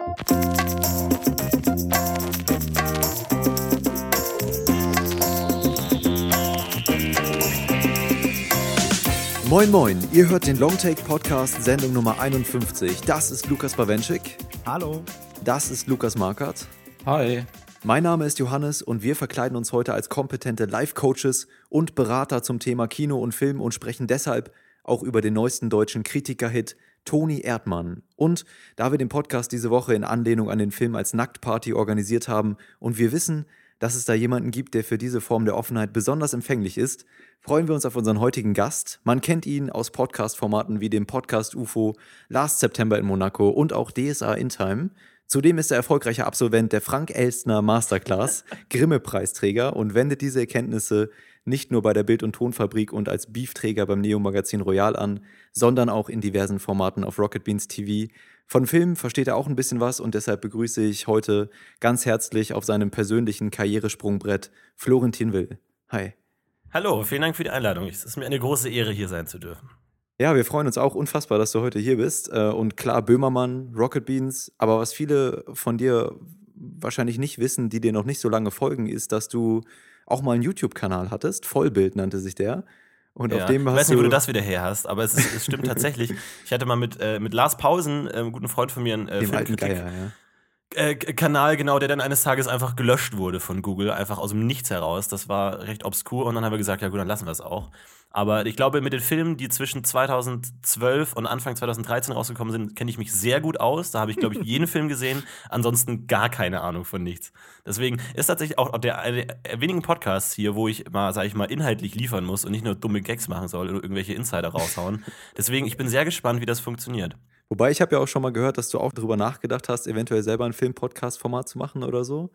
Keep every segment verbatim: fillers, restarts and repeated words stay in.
Moin moin, ihr hört den Longtake Podcast, Sendung Nummer einundfünfzig. Das ist Lukas Bawenschik. Hallo. Das ist Lukas Markert. Hi. Mein Name ist Johannes und wir verkleiden uns heute als kompetente Life-Coaches und Berater zum Thema Kino und Film und sprechen deshalb auch über den neuesten deutschen Kritiker-Hit Toni Erdmann. Und da wir den Podcast diese Woche in Anlehnung an den Film als Nacktparty organisiert haben und wir wissen, dass es da jemanden gibt, der für diese Form der Offenheit besonders empfänglich ist, freuen wir uns auf unseren heutigen Gast. Man kennt ihn aus Podcast-Formaten wie dem Podcast U F O, Last September in Monaco und auch D S A in Time. Zudem ist er erfolgreicher Absolvent der Frank-Elstner Masterclass, Grimme-Preisträger und wendet diese Erkenntnisse nicht nur bei der Bild- und Tonfabrik und als Beefträger beim Neo-Magazin Royal an, sondern auch in diversen Formaten auf Rocket Beans T V. Von Filmen versteht er auch ein bisschen was und deshalb begrüße ich heute ganz herzlich auf seinem persönlichen Karrieresprungbrett Florentin Will. Hi. Hallo, vielen Dank für die Einladung. Es ist mir eine große Ehre, hier sein zu dürfen. Ja, wir freuen uns auch unfassbar, dass du heute hier bist. Und klar, Böhmermann, Rocket Beans, aber was viele von dir wahrscheinlich nicht wissen, die dir noch nicht so lange folgen, ist, dass du auch mal einen YouTube-Kanal hattest. Vollbild nannte sich der. Und ja, auf dem ich hast weiß nicht, du wo du das wieder her hast, aber es, ist, es stimmt tatsächlich. Ich hatte mal mit, äh, mit Lars Pausen, äh, einem guten Freund von mir, einen äh, dem alten Filmkritik- Geier, ja. Äh, Kanal, genau, der dann eines Tages einfach gelöscht wurde von Google, einfach aus dem Nichts heraus. Das war recht obskur und dann haben wir gesagt, ja gut, dann lassen wir es auch. Aber ich glaube, mit den Filmen, die zwischen zweitausendzwölf und Anfang zweitausenddreizehn rausgekommen sind, kenne ich mich sehr gut aus. Da habe ich, glaube ich, jeden Film gesehen, ansonsten gar keine Ahnung von nichts. Deswegen ist tatsächlich auch der eine der wenigen Podcasts hier, wo ich mal, sage ich mal, inhaltlich liefern muss und nicht nur dumme Gags machen soll oder irgendwelche Insider raushauen. Deswegen, ich bin sehr gespannt, wie das funktioniert. Wobei, ich habe ja auch schon mal gehört, dass du auch darüber nachgedacht hast, eventuell selber ein Film-Podcast-Format zu machen oder so.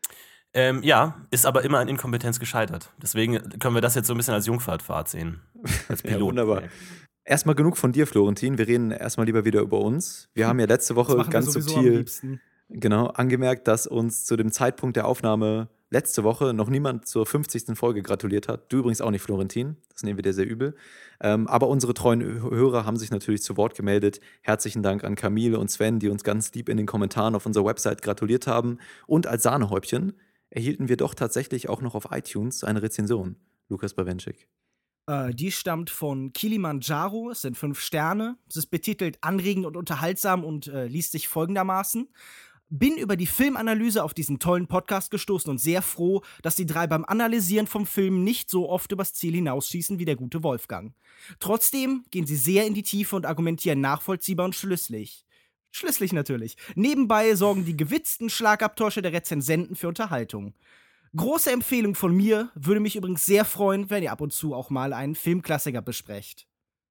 Ähm, ja, ist aber immer an Inkompetenz gescheitert. Deswegen können wir das jetzt so ein bisschen als Jungfahrtfahrt sehen. Als Pilot. Ja, wunderbar. Erstmal genug von dir, Florentin. Wir reden erstmal lieber wieder über uns. Wir haben ja letzte Woche Das machen ganz wir sowieso subtil am liebsten. genau angemerkt, dass uns zu dem Zeitpunkt der Aufnahme letzte Woche noch niemand zur fünfzigsten Folge gratuliert hat. Du übrigens auch nicht, Florentin. Das nehmen wir dir sehr übel. Ähm, aber unsere treuen Hörer haben sich natürlich zu Wort gemeldet. Herzlichen Dank an Camille und Sven, die uns ganz lieb in den Kommentaren auf unserer Website gratuliert haben. Und als Sahnehäubchen erhielten wir doch tatsächlich auch noch auf iTunes eine Rezension. Lukas Bawenschik. Äh, die stammt von Kilimanjaro, es sind fünf Sterne. Es ist betitelt anregend und unterhaltsam und äh, liest sich folgendermaßen. Bin über die Filmanalyse auf diesen tollen Podcast gestoßen und sehr froh, dass die drei beim Analysieren vom Film nicht so oft übers Ziel hinausschießen wie der gute Wolfgang. Trotzdem gehen sie sehr in die Tiefe und argumentieren nachvollziehbar und schlüssig. Schlüssig natürlich. Nebenbei sorgen die gewitzten Schlagabtäusche der Rezensenten für Unterhaltung. Große Empfehlung von mir, würde mich übrigens sehr freuen, wenn ihr ab und zu auch mal einen Filmklassiker besprecht.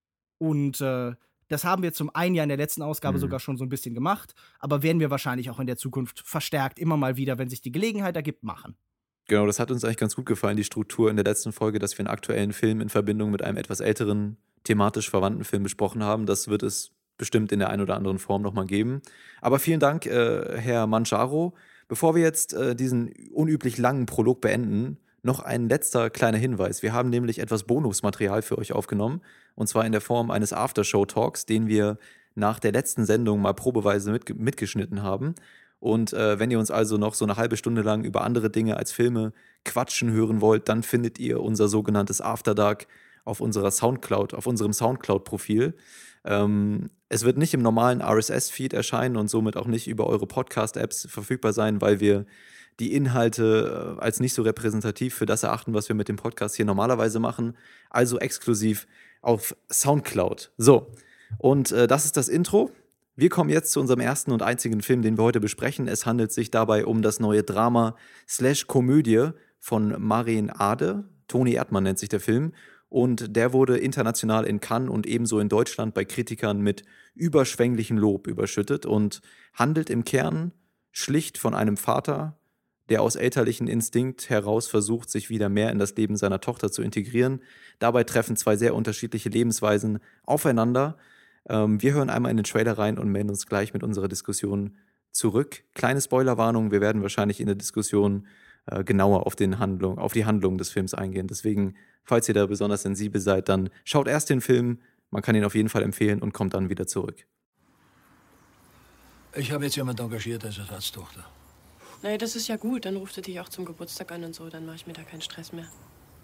Und äh, das haben wir zum einen ja in der letzten Ausgabe Mhm. sogar schon so ein bisschen gemacht, aber werden wir wahrscheinlich auch in der Zukunft verstärkt immer mal wieder, wenn sich die Gelegenheit ergibt, machen. Genau, das hat uns eigentlich ganz gut gefallen, die Struktur in der letzten Folge, dass wir einen aktuellen Film in Verbindung mit einem etwas älteren, thematisch verwandten Film besprochen haben. Das wird es bestimmt in der einen oder anderen Form nochmal geben. Aber vielen Dank, äh, Herr Mangiaro. Bevor wir jetzt äh, diesen unüblich langen Prolog beenden, noch ein letzter kleiner Hinweis. Wir haben nämlich etwas Bonusmaterial für euch aufgenommen, und zwar in der Form eines Aftershow-Talks, den wir nach der letzten Sendung mal probeweise mitge- mitgeschnitten haben. Und äh, wenn ihr uns also noch so eine halbe Stunde lang über andere Dinge als Filme quatschen hören wollt, dann findet ihr unser sogenanntes After Dark auf unserer Soundcloud, auf unserem Soundcloud-Profil. Ähm, es wird nicht im normalen R S S-Feed erscheinen und somit auch nicht über eure Podcast-Apps verfügbar sein, weil wir die Inhalte äh, als nicht so repräsentativ für das erachten, was wir mit dem Podcast hier normalerweise machen. Also exklusiv auf Soundcloud. So, und äh, das ist das Intro. Wir kommen jetzt zu unserem ersten und einzigen Film, den wir heute besprechen. Es handelt sich dabei um das neue Drama slash Komödie von Marin Ade. Toni Erdmann nennt sich der Film. Und der wurde international in Cannes und ebenso in Deutschland bei Kritikern mit überschwänglichem Lob überschüttet und handelt im Kern schlicht von einem Vater, der aus elterlichen Instinkt heraus versucht, sich wieder mehr in das Leben seiner Tochter zu integrieren. Dabei treffen zwei sehr unterschiedliche Lebensweisen aufeinander. Ähm, wir hören einmal in den Trailer rein und melden uns gleich mit unserer Diskussion zurück. Kleine Spoilerwarnung, wir werden wahrscheinlich in der Diskussion äh, genauer auf, den Handlung, auf die Handlung des Films eingehen. Deswegen, falls ihr da besonders sensibel seid, dann schaut erst den Film. Man kann ihn auf jeden Fall empfehlen und kommt dann wieder zurück. Ich habe jetzt jemanden engagiert als Ersatztochter. Nee, das ist ja gut. Dann ruft er dich auch zum Geburtstag an und so. Dann mache ich mir da keinen Stress mehr.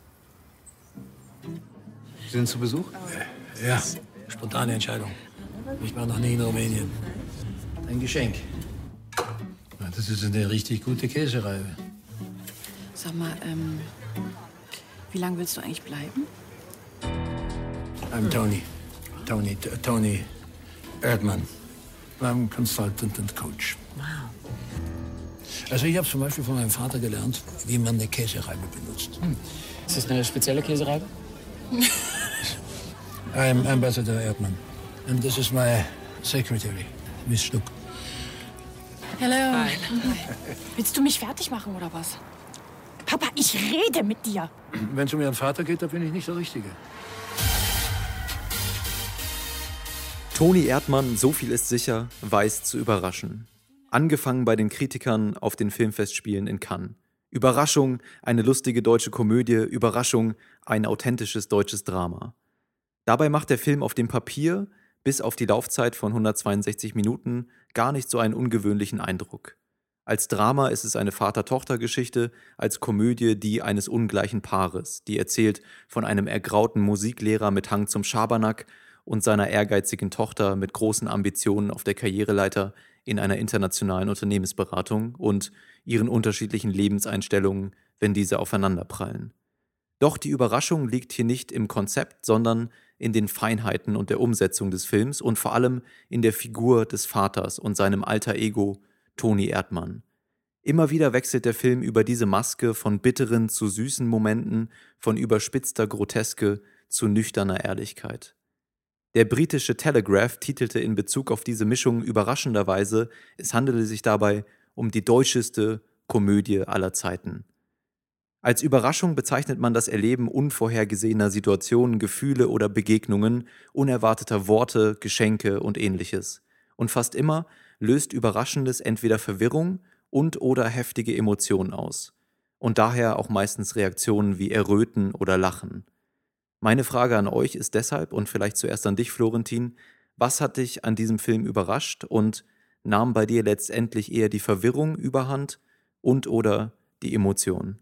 Sie sind zu Besuch? Äh, ja, spontane Entscheidung. Ich war noch nie in Rumänien. Ein Geschenk. Ja, das ist eine richtig gute Käsereibe. Sag mal, ähm, wie lange willst du eigentlich bleiben? I'm Tony. Tony, T Tony Erdmann. I'm Consultant and Coach. Wow. Also ich habe zum Beispiel von meinem Vater gelernt, wie man eine Käsereibe benutzt. Hm. Ist das eine spezielle Käsereibe? I'm Ambassador Erdmann. And this is my secretary, Miss Stuck. Hallo. Hi. Willst du mich fertig machen oder was? Papa, ich rede mit dir. Wenn es um Ihren Vater geht, dann bin ich nicht der Richtige. Toni Erdmann, so viel ist sicher, weiß zu überraschen. Angefangen bei den Kritikern auf den Filmfestspielen in Cannes. Überraschung, eine lustige deutsche Komödie, Überraschung, ein authentisches deutsches Drama. Dabei macht der Film auf dem Papier, bis auf die Laufzeit von hundertzweiundsechzig Minuten, gar nicht so einen ungewöhnlichen Eindruck. Als Drama ist es eine Vater-Tochter-Geschichte, als Komödie die eines ungleichen Paares, die erzählt von einem ergrauten Musiklehrer mit Hang zum Schabernack und seiner ehrgeizigen Tochter mit großen Ambitionen auf der Karriereleiter in einer internationalen Unternehmensberatung und ihren unterschiedlichen Lebenseinstellungen, wenn diese aufeinanderprallen. Doch die Überraschung liegt hier nicht im Konzept, sondern in den Feinheiten und der Umsetzung des Films und vor allem in der Figur des Vaters und seinem alter Ego Toni Erdmann. Immer wieder wechselt der Film über diese Maske von bitteren zu süßen Momenten, von überspitzter Groteske zu nüchterner Ehrlichkeit. Der britische Telegraph titelte in Bezug auf diese Mischung überraschenderweise, es handele sich dabei um die deutscheste Komödie aller Zeiten. Als Überraschung bezeichnet man das Erleben unvorhergesehener Situationen, Gefühle oder Begegnungen, unerwarteter Worte, Geschenke und Ähnliches. Und fast immer löst Überraschendes entweder Verwirrung und oder heftige Emotionen aus. Und daher auch meistens Reaktionen wie Erröten oder Lachen. Meine Frage an euch ist deshalb, und vielleicht zuerst an dich, Florentin, was hat dich an diesem Film überrascht und nahm bei dir letztendlich eher die Verwirrung überhand und oder die Emotionen?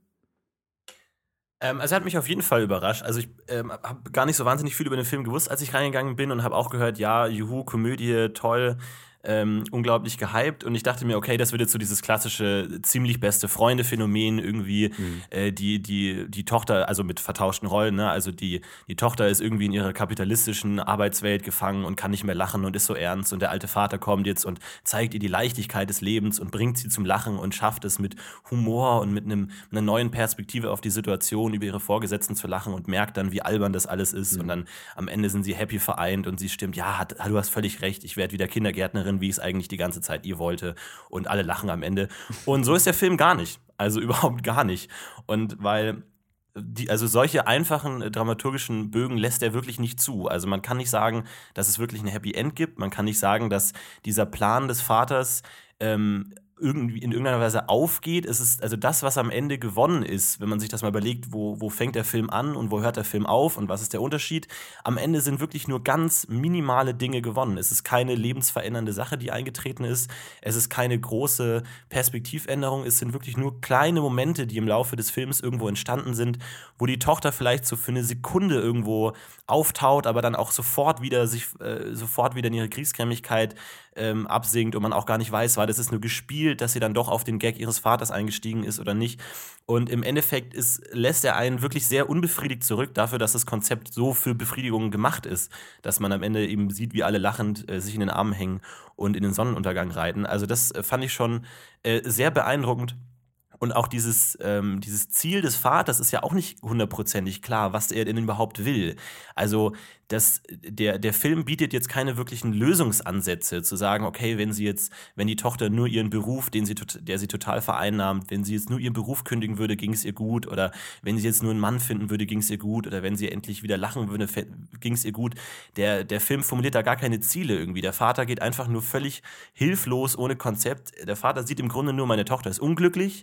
Ähm, also er hat mich auf jeden Fall überrascht. Also ich ähm, habe gar nicht so wahnsinnig viel über den Film gewusst, als ich reingegangen bin und habe auch gehört, ja, juhu, Komödie, toll, ähm, unglaublich gehypt. Und ich dachte mir, okay, das wird jetzt so dieses klassische, ziemlich beste Freunde-Phänomen irgendwie. Mhm. Äh, die, die, die Tochter, also mit vertauschten Rollen, ne? Also die, die Tochter ist irgendwie in ihrer kapitalistischen Arbeitswelt gefangen und kann nicht mehr lachen und ist so ernst. Und der alte Vater kommt jetzt und zeigt ihr die Leichtigkeit des Lebens und bringt sie zum Lachen und schafft es mit Humor und mit einem, einer neuen Perspektive auf die Situation, über ihre Vorgesetzten zu lachen und merkt dann, wie albern das alles ist. Mhm. Und dann am Ende sind sie happy vereint und sie stimmt, ja, hat, du hast völlig recht, ich werde wieder Kindergärtnerin, wie ich es eigentlich die ganze Zeit ihr wollte. Und alle lachen am Ende. Und so ist der Film gar nicht. Also überhaupt gar nicht. Und weil die, also solche einfachen äh, dramaturgischen Bögen lässt er wirklich nicht zu. Also man kann nicht sagen, dass es wirklich ein Happy End gibt. Man kann nicht sagen, dass dieser Plan des Vaters ähm, irgendwie in irgendeiner Weise aufgeht. Es ist also das, was am Ende gewonnen ist, wenn man sich das mal überlegt, wo, wo fängt der Film an und wo hört der Film auf und was ist der Unterschied. Am Ende sind wirklich nur ganz minimale Dinge gewonnen. Es ist keine lebensverändernde Sache, die eingetreten ist. Es ist keine große Perspektivänderung. Es sind wirklich nur kleine Momente, die im Laufe des Films irgendwo entstanden sind, wo die Tochter vielleicht so für eine Sekunde irgendwo auftaut, aber dann auch sofort wieder sich äh, sofort wieder in ihre Kriegsgrämigkeit ähm, absinkt und man auch gar nicht weiß, war das ist nur gespielt, dass sie dann doch auf den Gag ihres Vaters eingestiegen ist oder nicht. Und im Endeffekt ist, lässt er einen wirklich sehr unbefriedigt zurück dafür, dass das Konzept so für Befriedigung gemacht ist, dass man am Ende eben sieht, wie alle lachend äh, sich in den Armen hängen und in den Sonnenuntergang reiten. Also das äh, fand ich schon äh, sehr beeindruckend. Und auch dieses, ähm, dieses Ziel des Vaters ist ja auch nicht hundertprozentig klar, was er denn überhaupt will. Also das, der, der Film bietet jetzt keine wirklichen Lösungsansätze, zu sagen, okay, wenn sie jetzt, wenn die Tochter nur ihren Beruf, den sie, der sie total vereinnahmt, wenn sie jetzt nur ihren Beruf kündigen würde, ging es ihr gut, oder wenn sie jetzt nur einen Mann finden würde, ging es ihr gut, oder wenn sie endlich wieder lachen würde, ging es ihr gut. Der, der Film formuliert da gar keine Ziele irgendwie. Der Vater geht einfach nur völlig hilflos, ohne Konzept. Der Vater sieht im Grunde nur, meine Tochter ist unglücklich,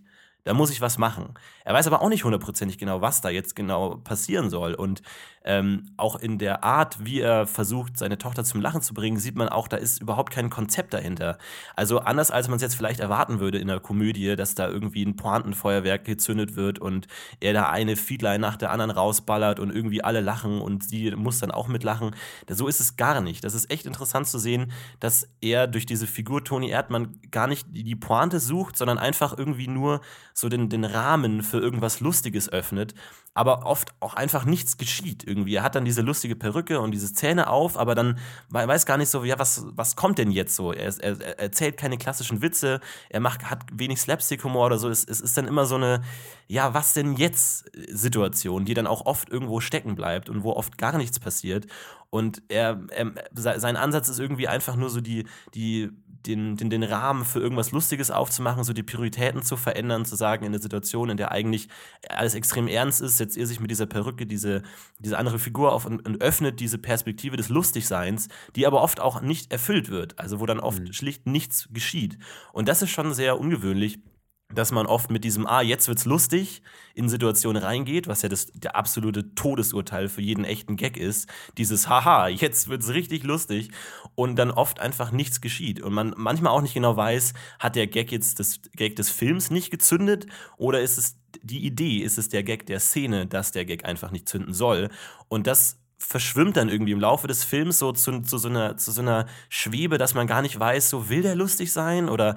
Da muss ich was machen. Er weiß aber auch nicht hundertprozentig genau, was da jetzt genau passieren soll. Und ähm, auch in der Art, wie er versucht, seine Tochter zum Lachen zu bringen, sieht man auch, da ist überhaupt kein Konzept dahinter. Also anders, als man es jetzt vielleicht erwarten würde in einer Komödie, dass da irgendwie ein Pointenfeuerwerk gezündet wird und er da eine Feedline nach der anderen rausballert und irgendwie alle lachen und sie muss dann auch mitlachen. So ist es gar nicht. Das ist echt interessant zu sehen, dass er durch diese Figur Toni Erdmann gar nicht die Pointe sucht, sondern einfach irgendwie nur so den, den Rahmen für irgendwas Lustiges öffnet, aber oft auch einfach nichts geschieht irgendwie. Er hat dann diese lustige Perücke und diese Zähne auf, aber dann man weiß gar nicht so, ja, was, was kommt denn jetzt so? Er, er, er erzählt keine klassischen Witze, er macht, hat wenig Slapstick-Humor oder so. Es, es ist dann immer so eine, ja, was denn jetzt Situation, die dann auch oft irgendwo stecken bleibt und wo oft gar nichts passiert. Und er, er sein Ansatz ist irgendwie einfach nur so die, die Den, den, den Rahmen für irgendwas Lustiges aufzumachen, so die Prioritäten zu verändern, zu sagen, in der Situation, in der eigentlich alles extrem ernst ist, setzt er sich mit dieser Perücke diese, diese andere Figur auf und, und öffnet diese Perspektive des Lustigseins, die aber oft auch nicht erfüllt wird, also wo dann oft mhm. schlicht nichts geschieht. Und das ist schon sehr ungewöhnlich, dass man oft mit diesem, ah, jetzt wird's lustig, in Situationen reingeht, was ja das, der absolute Todesurteil für jeden echten Gag ist. Dieses, haha, jetzt wird's richtig lustig. Und dann oft einfach nichts geschieht. Und man manchmal auch nicht genau weiß, hat der Gag jetzt das Gag des Films nicht gezündet oder ist es die Idee, ist es der Gag der Szene, dass der Gag einfach nicht zünden soll. Und das verschwimmt dann irgendwie im Laufe des Films so zu, zu, so einer, zu so einer Schwebe, dass man gar nicht weiß, so will der lustig sein oder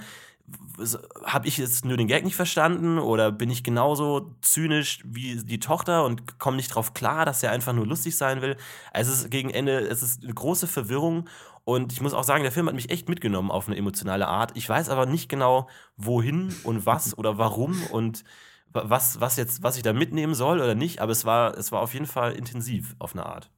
habe ich jetzt nur den Gag nicht verstanden oder bin ich genauso zynisch wie die Tochter und komme nicht drauf klar, dass er einfach nur lustig sein will. Also es ist gegen Ende, es ist eine große Verwirrung und ich muss auch sagen, der Film hat mich echt mitgenommen auf eine emotionale Art. Ich weiß aber nicht genau, wohin und was oder warum und was, was jetzt, was ich da mitnehmen soll oder nicht, aber es war, es war auf jeden Fall intensiv auf eine Art.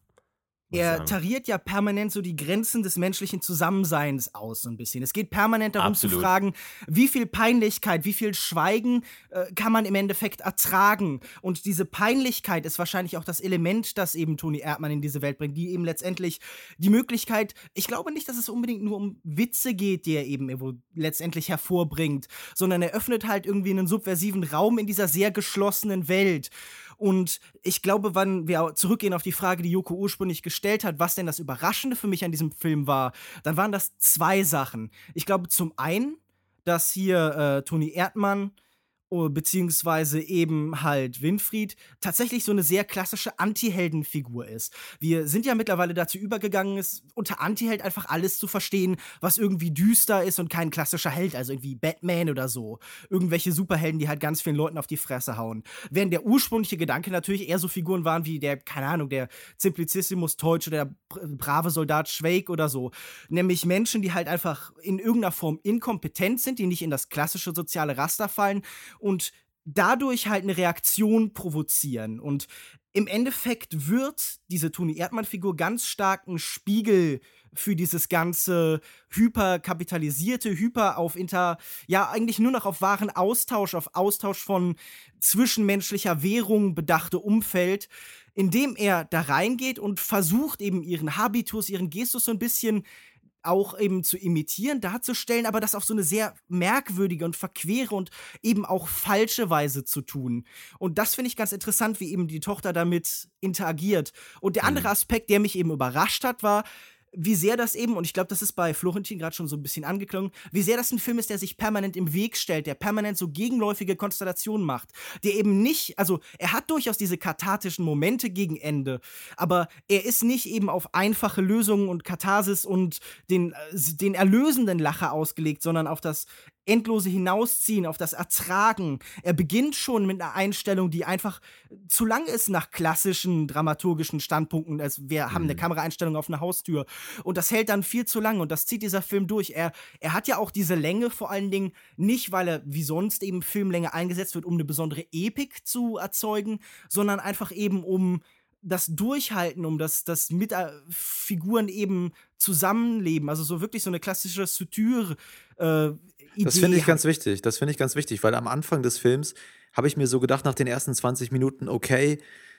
Er tariert ja permanent so die Grenzen des menschlichen Zusammenseins aus, so ein bisschen. Es geht permanent darum Absolut. zu fragen, wie viel Peinlichkeit, wie viel Schweigen äh, kann man im Endeffekt ertragen. Und diese Peinlichkeit ist wahrscheinlich auch das Element, das eben Toni Erdmann in diese Welt bringt, die eben letztendlich die Möglichkeit, ich glaube nicht, dass es unbedingt nur um Witze geht, die er eben letztendlich hervorbringt, sondern er öffnet halt irgendwie einen subversiven Raum in dieser sehr geschlossenen Welt. Und ich glaube, wenn wir zurückgehen auf die Frage, die Joko ursprünglich gestellt hat, was denn das Überraschende für mich an diesem Film war, dann waren das zwei Sachen. Ich glaube zum einen, dass hier äh, Toni Erdmann beziehungsweise eben halt Winfried tatsächlich so eine sehr klassische Anti-Helden-Figur ist. Wir sind ja mittlerweile dazu übergegangen, es unter Anti-Held einfach alles zu verstehen, was irgendwie düster ist und kein klassischer Held, also irgendwie Batman oder so. Irgendwelche Superhelden, die halt ganz vielen Leuten auf die Fresse hauen. Während der ursprüngliche Gedanke natürlich eher so Figuren waren wie der, keine Ahnung, der Simplicissimus Teutsch oder der brave Soldat Schweig oder so. Nämlich Menschen, die halt einfach in irgendeiner Form inkompetent sind, die nicht in das klassische soziale Raster fallen und dadurch halt eine Reaktion provozieren. Und im Endeffekt wird diese Toni Erdmann-Figur ganz stark ein Spiegel für dieses ganze hyperkapitalisierte, hyper auf inter, ja eigentlich nur noch auf wahren Austausch, auf Austausch von zwischenmenschlicher Währung bedachte Umfeld, indem er da reingeht und versucht eben ihren Habitus, ihren Gestus so ein bisschen auch eben zu imitieren, darzustellen, aber das auf so eine sehr merkwürdige und verquere und eben auch falsche Weise zu tun. Und das finde ich ganz interessant, wie eben die Tochter damit interagiert. Und der andere Aspekt, der mich eben überrascht hat, war, wie sehr das eben, und ich glaube, das ist bei Florentin gerade schon so ein bisschen angeklungen, wie sehr das ein Film ist, der sich permanent im Weg stellt, der permanent so gegenläufige Konstellationen macht, der eben nicht, also er hat durchaus diese kathartischen Momente gegen Ende, aber er ist nicht eben auf einfache Lösungen und Katharsis und den, den erlösenden Lacher ausgelegt, sondern auf das endlose Hinausziehen, auf das Ertragen. Er beginnt schon mit einer Einstellung, die einfach zu lang ist nach klassischen dramaturgischen Standpunkten. Also wir haben eine Kameraeinstellung auf eine Haustür und das hält dann viel zu lang und das zieht dieser Film durch. Er, er hat ja auch diese Länge vor allen Dingen nicht, weil er wie sonst eben Filmlänge eingesetzt wird, um eine besondere Epik zu erzeugen, sondern einfach eben um das Durchhalten, um das, das mit äh, Figuren eben zusammenleben. Also so wirklich so eine klassische Suture äh, Idee. Das finde ich ganz wichtig. Das finde ich ganz wichtig, weil am Anfang des Films habe ich mir so gedacht, nach den ersten zwanzig Minuten, okay,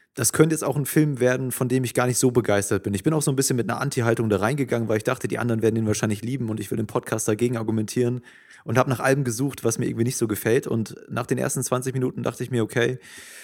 das könnte jetzt auch ein Film werden, von dem ich gar nicht so begeistert bin. Ich bin auch so ein bisschen mit einer Anti-Haltung da reingegangen, weil ich dachte, die anderen werden ihn wahrscheinlich lieben und ich will im Podcast dagegen argumentieren und habe nach allem gesucht, was mir irgendwie nicht so gefällt. Und nach den ersten zwanzig Minuten dachte ich mir, okay,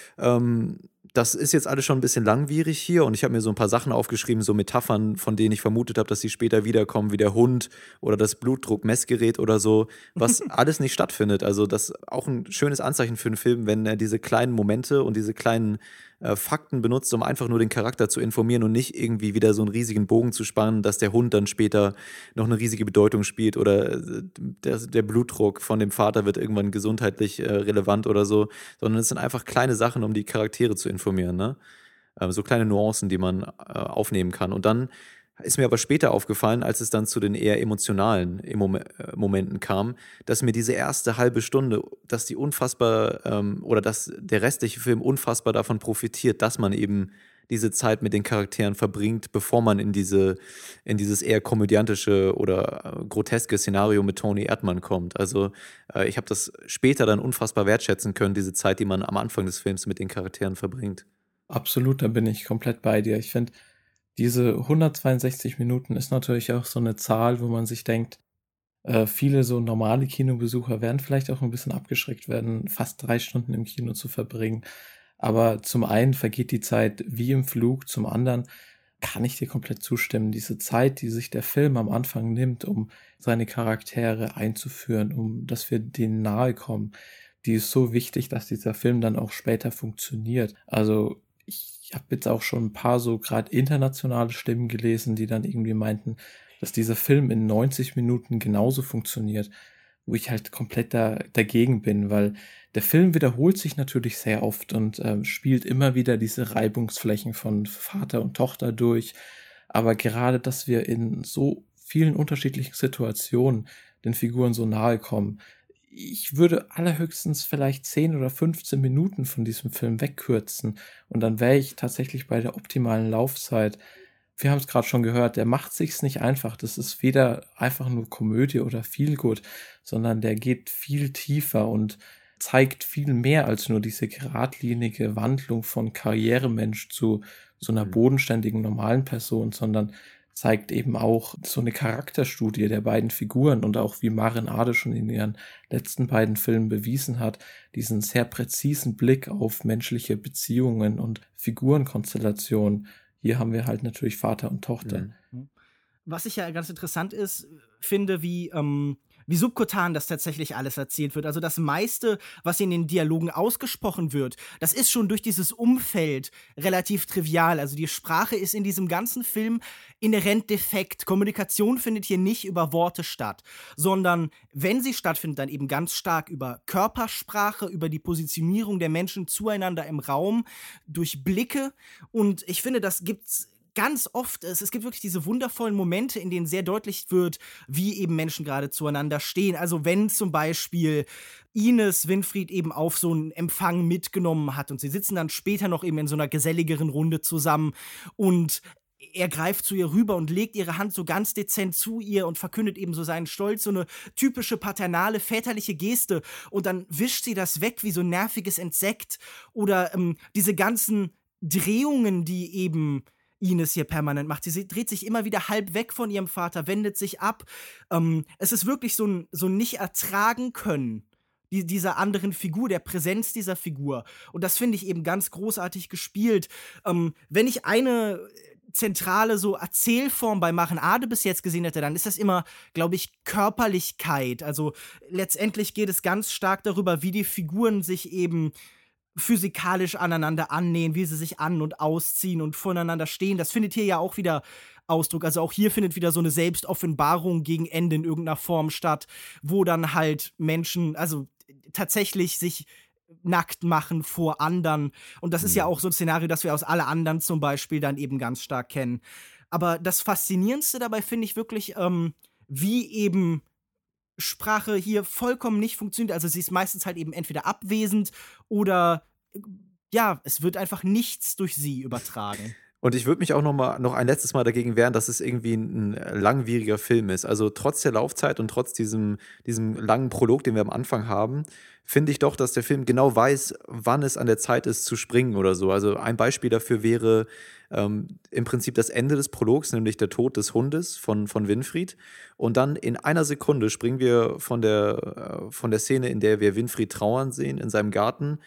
ähm, das ist jetzt alles schon ein bisschen langwierig hier und ich habe mir so ein paar Sachen aufgeschrieben, so Metaphern, von denen ich vermutet habe, dass sie später wiederkommen, wie der Hund oder das Blutdruckmessgerät oder so, was alles nicht stattfindet. Also das ist auch ein schönes Anzeichen für einen Film, wenn er diese kleinen Momente und diese kleinen äh, Fakten benutzt, um einfach nur den Charakter zu informieren und nicht irgendwie wieder so einen riesigen Bogen zu spannen, dass der Hund dann später noch eine riesige Bedeutung spielt oder äh, der, der Blutdruck von dem Vater wird irgendwann gesundheitlich äh, relevant oder so, sondern es sind einfach kleine Sachen, um die Charaktere zu informieren, ne? Ähm, so kleine Nuancen, die man äh, aufnehmen kann. Und dann ist mir aber später aufgefallen, als es dann zu den eher emotionalen Mom- äh, Momenten kam, dass mir diese erste halbe Stunde, dass die unfassbar ähm, oder dass der restliche Film unfassbar davon profitiert, dass man eben diese Zeit mit den Charakteren verbringt, bevor man in diese in dieses eher komödiantische oder äh, groteske Szenario mit Tony Erdmann kommt. Also äh, ich habe das später dann unfassbar wertschätzen können, diese Zeit, die man am Anfang des Films mit den Charakteren verbringt. Absolut, da bin ich komplett bei dir. Ich finde, diese hundertzweiundsechzig Minuten ist natürlich auch so eine Zahl, wo man sich denkt, äh, viele so normale Kinobesucher werden vielleicht auch ein bisschen abgeschreckt werden, fast drei Stunden im Kino zu verbringen. Aber zum einen vergeht die Zeit wie im Flug, zum anderen kann ich dir komplett zustimmen. Diese Zeit, die sich der Film am Anfang nimmt, um seine Charaktere einzuführen, um dass wir denen nahe kommen, die ist so wichtig, dass dieser Film dann auch später funktioniert. Also ich habe jetzt auch schon ein paar so gerade internationale Stimmen gelesen, die dann irgendwie meinten, dass dieser Film in neunzig Minuten genauso funktioniert, wo ich halt komplett da, dagegen bin, weil der Film wiederholt sich natürlich sehr oft und äh, spielt immer wieder diese Reibungsflächen von Vater und Tochter durch, aber gerade, dass wir in so vielen unterschiedlichen Situationen den Figuren so nahe kommen, ich würde allerhöchstens vielleicht zehn oder fünfzehn Minuten von diesem Film wegkürzen und dann wäre ich tatsächlich bei der optimalen Laufzeit. Wir haben es gerade schon gehört, der macht sich's nicht einfach. Das ist weder einfach nur Komödie oder Feelgood, sondern der geht viel tiefer und zeigt viel mehr als nur diese geradlinige Wandlung von Karrieremensch zu so einer bodenständigen, normalen Person, sondern zeigt eben auch so eine Charakterstudie der beiden Figuren und auch wie Maren Ade schon in ihren letzten beiden Filmen bewiesen hat, diesen sehr präzisen Blick auf menschliche Beziehungen und Figurenkonstellationen. Hier haben wir halt natürlich Vater und Tochter. Mhm. Was ich ja ganz interessant ist, finde, wie ähm wie subkutan das tatsächlich alles erzählt wird. Also das meiste, was in den Dialogen ausgesprochen wird, das ist schon durch dieses Umfeld relativ trivial. Also die Sprache ist in diesem ganzen Film inhärent defekt. Kommunikation findet hier nicht über Worte statt, sondern wenn sie stattfindet, dann eben ganz stark über Körpersprache, über die Positionierung der Menschen zueinander im Raum, durch Blicke. Und ich finde, das gibt's ganz oft, es, es gibt wirklich diese wundervollen Momente, in denen sehr deutlich wird, wie eben Menschen gerade zueinander stehen. Also wenn zum Beispiel Ines Winfried eben auf so einen Empfang mitgenommen hat und sie sitzen dann später noch eben in so einer geselligeren Runde zusammen und er greift zu ihr rüber und legt ihre Hand so ganz dezent zu ihr und verkündet eben so seinen Stolz, so eine typische paternale, väterliche Geste und dann wischt sie das weg wie so ein nerviges Insekt oder ähm, diese ganzen Drehungen, die eben Ines hier permanent macht. Sie dreht sich immer wieder halb weg von ihrem Vater, wendet sich ab. Ähm, es ist wirklich so ein, so ein Nicht-Ertragen-Können die, dieser anderen Figur, der Präsenz dieser Figur. Und das finde ich eben ganz großartig gespielt. Ähm, wenn ich eine zentrale so Erzählform bei Maren Ade bis jetzt gesehen hätte, dann ist das immer, glaube ich, Körperlichkeit. Also letztendlich geht es ganz stark darüber, wie die Figuren sich eben physikalisch aneinander annähen, wie sie sich an- und ausziehen und voneinander stehen. Das findet hier ja auch wieder Ausdruck. Also auch hier findet wieder so eine Selbstoffenbarung gegen Ende in irgendeiner Form statt, wo dann halt Menschen, also tatsächlich sich nackt machen vor anderen. Und das ist ja auch so ein Szenario, das wir aus Alle anderen zum Beispiel dann eben ganz stark kennen. Aber das Faszinierendste dabei finde ich wirklich, ähm, wie eben Sprache hier vollkommen nicht funktioniert. Also sie ist meistens halt eben entweder abwesend oder ja, es wird einfach nichts durch sie übertragen. Und ich würde mich auch noch mal noch ein letztes Mal dagegen wehren, dass es irgendwie ein langwieriger Film ist. Also trotz der Laufzeit und trotz diesem, diesem langen Prolog, den wir am Anfang haben, finde ich doch, dass der Film genau weiß, wann es an der Zeit ist zu springen oder so. Also ein Beispiel dafür wäre ähm, im Prinzip das Ende des Prologs, nämlich der Tod des Hundes von, von Winfried. Und dann in einer Sekunde springen wir von der, äh, von der Szene, in der wir Winfried trauern sehen in seinem Garten,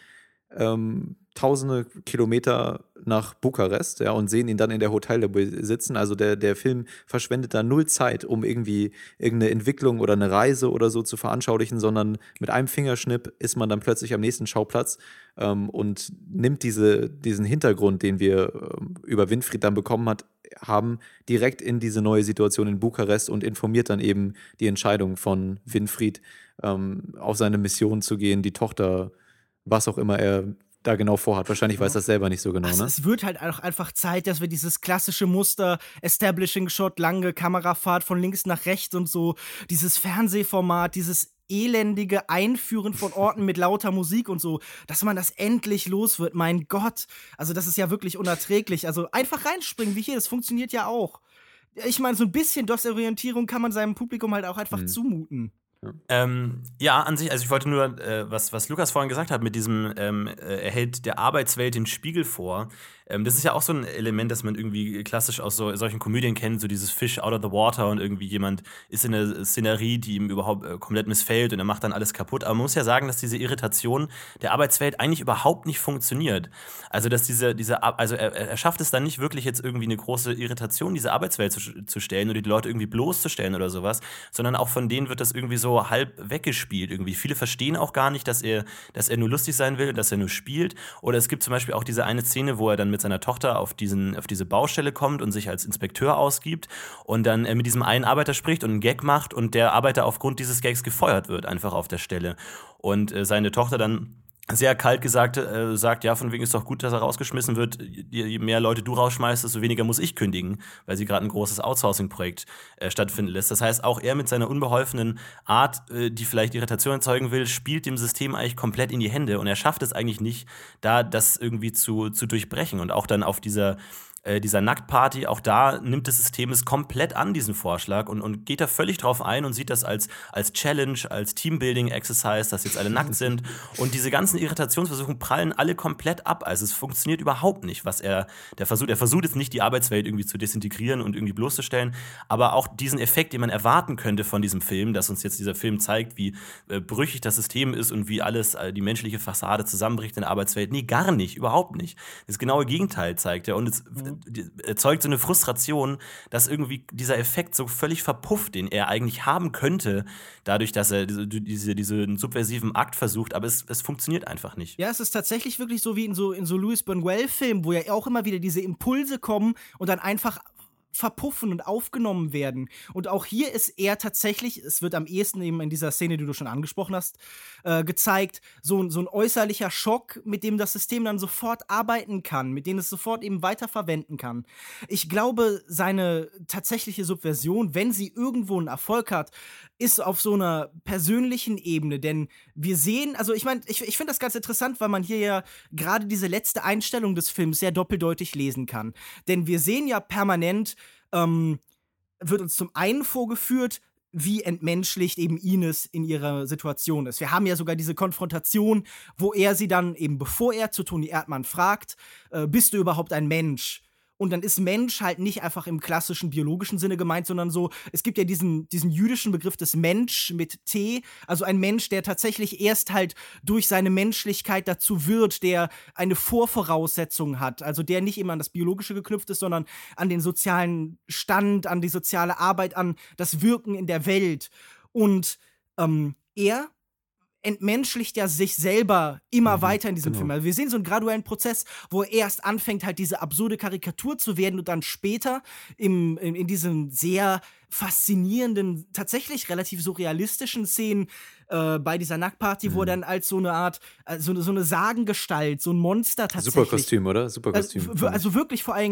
ähm, tausende Kilometer nach Bukarest, ja, und sehen ihn dann in der Hotellobby sitzen. Also der, der Film verschwendet da null Zeit, um irgendwie irgendeine Entwicklung oder eine Reise oder so zu veranschaulichen, sondern mit einem Fingerschnipp ist man dann plötzlich am nächsten Schauplatz ähm, und nimmt diese, diesen Hintergrund, den wir ähm, über Winfried dann bekommen hat, haben, direkt in diese neue Situation in Bukarest und informiert dann eben die Entscheidung von Winfried, ähm, auf seine Mission zu gehen, die Tochter, was auch immer er da genau vorhat. Wahrscheinlich weiß das selber nicht so genau, Also ne? es wird halt auch einfach Zeit, dass wir dieses klassische Muster, Establishing-Shot, lange Kamerafahrt von links nach rechts und so, dieses Fernsehformat, dieses elendige Einführen von Orten mit lauter Musik und so, dass man das endlich los wird. Mein Gott, also das ist ja wirklich unerträglich. Also einfach reinspringen wie hier, das funktioniert ja auch. Ich meine, so ein bisschen Desorientierung kann man seinem Publikum halt auch einfach Mhm. zumuten. Ähm, ja, an sich, also ich wollte nur, äh, was, was Lukas vorhin gesagt hat, mit diesem, ähm, äh, er hält der Arbeitswelt den Spiegel vor. Ähm, das ist ja auch so ein Element, das man irgendwie klassisch aus so, solchen Komödien kennt, so dieses Fish out of the water und irgendwie jemand ist in einer Szenerie, die ihm überhaupt äh, komplett missfällt und er macht dann alles kaputt. Aber man muss ja sagen, dass diese Irritation der Arbeitswelt eigentlich überhaupt nicht funktioniert. Also, dass diese, diese, also er, er schafft es dann nicht wirklich jetzt irgendwie eine große Irritation, diese Arbeitswelt zu, zu stellen oder die Leute irgendwie bloßzustellen oder sowas, sondern auch von denen wird das irgendwie so halb weggespielt irgendwie. Viele verstehen auch gar nicht, dass er, dass er nur lustig sein will, dass er nur spielt. Oder es gibt zum Beispiel auch diese eine Szene, wo er dann mit seiner Tochter auf, diesen, auf diese Baustelle kommt und sich als Inspekteur ausgibt und dann äh, mit diesem einen Arbeiter spricht und einen Gag macht und der Arbeiter aufgrund dieses Gags gefeuert wird, einfach auf der Stelle. Und äh, seine Tochter dann sehr kalt gesagt, äh, sagt, ja, von wegen ist doch gut, dass er rausgeschmissen wird. Je, je mehr Leute du rausschmeißt, desto weniger muss ich kündigen, weil sie gerade ein großes Outsourcing-Projekt äh, stattfinden lässt. Das heißt, auch er mit seiner unbeholfenen Art, äh, die vielleicht Irritation erzeugen will, spielt dem System eigentlich komplett in die Hände und er schafft es eigentlich nicht, da das irgendwie zu, zu durchbrechen. Und auch dann auf dieser Äh, dieser Nacktparty, auch da nimmt das System es komplett an, diesen Vorschlag, und, und geht da völlig drauf ein und sieht das als, als Challenge, als Teambuilding-Exercise, dass jetzt alle nackt sind. Und diese ganzen Irritationsversuche prallen alle komplett ab. Also es funktioniert überhaupt nicht, was er, der versucht. Er versucht jetzt nicht, die Arbeitswelt irgendwie zu desintegrieren und irgendwie bloßzustellen, aber auch diesen Effekt, den man erwarten könnte von diesem Film, dass uns jetzt dieser Film zeigt, wie äh, brüchig das System ist und wie alles, äh, die menschliche Fassade zusammenbricht in der Arbeitswelt. Nee, gar nicht, überhaupt nicht. Das genaue Gegenteil zeigt er. Und es erzeugt so eine Frustration, dass irgendwie dieser Effekt so völlig verpufft, den er eigentlich haben könnte, dadurch, dass er diese, diese, diesen subversiven Akt versucht, aber es, es funktioniert einfach nicht. Ja, es ist tatsächlich wirklich so wie in so, in so Louis Buñuel-Filmen, wo ja auch immer wieder diese Impulse kommen und dann einfach verpuffen und aufgenommen werden. Und auch hier ist er tatsächlich, es wird am ehesten eben in dieser Szene, die du schon angesprochen hast, äh, gezeigt, so, so ein äußerlicher Schock, mit dem das System dann sofort arbeiten kann, mit dem es sofort eben weiterverwenden kann. Ich glaube, seine tatsächliche Subversion, wenn sie irgendwo einen Erfolg hat, ist auf so einer persönlichen Ebene, denn wir sehen, also ich meine, ich, ich finde das ganz interessant, weil man hier ja gerade diese letzte Einstellung des Films sehr doppeldeutig lesen kann. Denn wir sehen ja permanent, ähm, wird uns zum einen vorgeführt, wie entmenschlicht eben Ines in ihrer Situation ist. Wir haben ja sogar diese Konfrontation, wo er sie dann eben, bevor er zu Toni Erdmann fragt, äh, bist du überhaupt ein Mensch? Und dann ist Mensch halt nicht einfach im klassischen biologischen Sinne gemeint, sondern so, es gibt ja diesen, diesen jüdischen Begriff des Mensch mit T, also ein Mensch, der tatsächlich erst halt durch seine Menschlichkeit dazu wird, der eine Vorvoraussetzung hat, also der nicht immer an das Biologische geknüpft ist, sondern an den sozialen Stand, an die soziale Arbeit, an das Wirken in der Welt. Und ähm, er entmenschlicht ja sich selber immer mhm, weiter in diesem genau. Film. Also wir sehen so einen graduellen Prozess, wo er erst anfängt, halt diese absurde Karikatur zu werden und dann später im, in, in diesen sehr faszinierenden, tatsächlich relativ surrealistischen Szenen äh, bei dieser Nacktparty, mhm. wo er dann als so eine Art, also so eine Sagengestalt, so ein Monster tatsächlich. Super Kostüm, oder? Super Kostüm. Also, also wirklich vor allem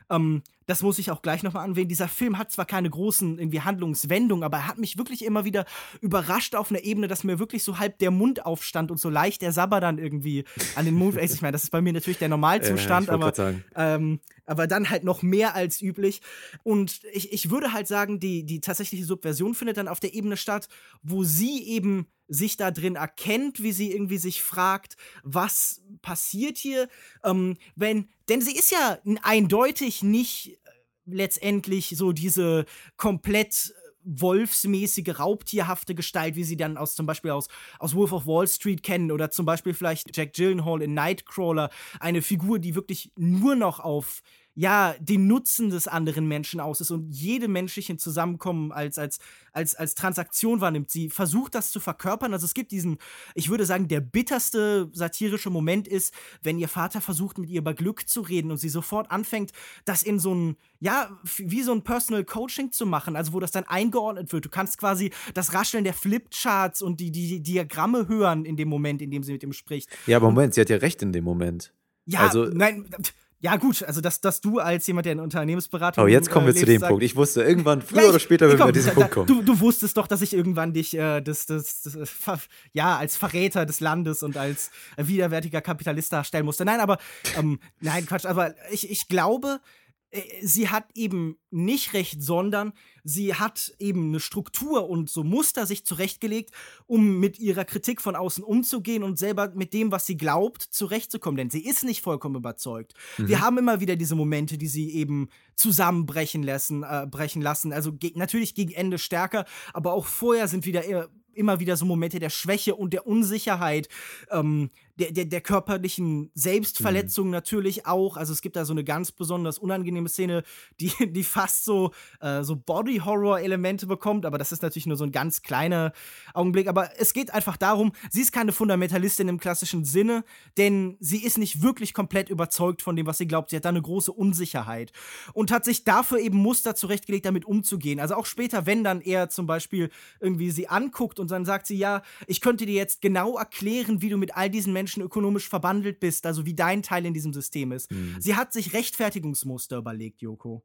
ähm, das muss ich auch gleich nochmal anwählen, dieser Film hat zwar keine großen irgendwie Handlungswendungen, aber er hat mich wirklich immer wieder überrascht auf einer Ebene, dass mir wirklich so halb der Mund aufstand und so leicht der Sabber dann irgendwie an den Mund. Ich meine, das ist bei mir natürlich der Normalzustand, äh, aber, sagen. ähm, aber dann halt noch mehr als üblich. Und ich, ich würde halt sagen, die, die tatsächliche Subversion findet dann auf der Ebene statt, wo sie eben sich da drin erkennt, wie sie irgendwie sich fragt, was passiert hier, ähm, wenn, denn sie ist ja eindeutig nicht letztendlich so diese komplett wolfsmäßige, raubtierhafte Gestalt, wie sie dann aus zum Beispiel aus, aus Wolf of Wall Street kennen oder zum Beispiel vielleicht Jack Gyllenhaal in Nightcrawler, eine Figur, die wirklich nur noch auf ja, den Nutzen des anderen Menschen aus ist und jede menschlichen Zusammenkommen als, als, als, als Transaktion wahrnimmt. Sie versucht, das zu verkörpern. Also es gibt diesen, ich würde sagen, der bitterste satirische Moment ist, wenn ihr Vater versucht, mit ihr über Glück zu reden und sie sofort anfängt, das in so ein, ja, wie so ein Personal Coaching zu machen, also wo das dann eingeordnet wird. Du kannst quasi das Rascheln der Flipcharts und die, die Diagramme hören in dem Moment, in dem sie mit ihm spricht. Ja, aber Moment, sie hat ja recht in dem Moment. Ja, also, nein, ja gut, also dass, dass du als jemand, der in Unternehmensberatung Oh, jetzt kommen wir äh, zu dem sagst, Punkt. Ich wusste, irgendwann, früher ja, ich, oder später, werden komm, wir an diesen da, Punkt kommen. Du, du wusstest doch, dass ich irgendwann dich äh, das, das, das, das, ja, als Verräter des Landes und als äh, widerwärtiger Kapitalist darstellen musste. Nein, aber, ähm, nein, Quatsch, aber ich, ich glaube, sie hat eben nicht recht, sondern sie hat eben eine Struktur und so Muster sich zurechtgelegt, um mit ihrer Kritik von außen umzugehen und selber mit dem, was sie glaubt, zurechtzukommen. Denn sie ist nicht vollkommen überzeugt. Mhm. Wir haben immer wieder diese Momente, die sie eben zusammenbrechen lassen, äh, brechen lassen. Also ge- natürlich gegen Ende stärker, aber auch vorher sind wieder eher immer wieder so Momente der Schwäche und der Unsicherheit, ähm, der, der, der körperlichen Selbstverletzung mhm. natürlich auch. Also es gibt da so eine ganz besonders unangenehme Szene, die, die fast so, äh, so Body-Horror-Elemente bekommt, aber das ist natürlich nur so ein ganz kleiner Augenblick. Aber es geht einfach darum, sie ist keine Fundamentalistin im klassischen Sinne, denn sie ist nicht wirklich komplett überzeugt von dem, was sie glaubt. Sie hat da eine große Unsicherheit und hat sich dafür eben Muster zurechtgelegt, damit umzugehen. Also auch später, wenn dann er zum Beispiel irgendwie sie anguckt und dann sagt sie, ja, ich könnte dir jetzt genau erklären, wie du mit all diesen Menschen ökonomisch verbandelt bist, also wie dein Teil in diesem System ist. Mhm. Sie hat sich Rechtfertigungsmuster überlegt, Joko.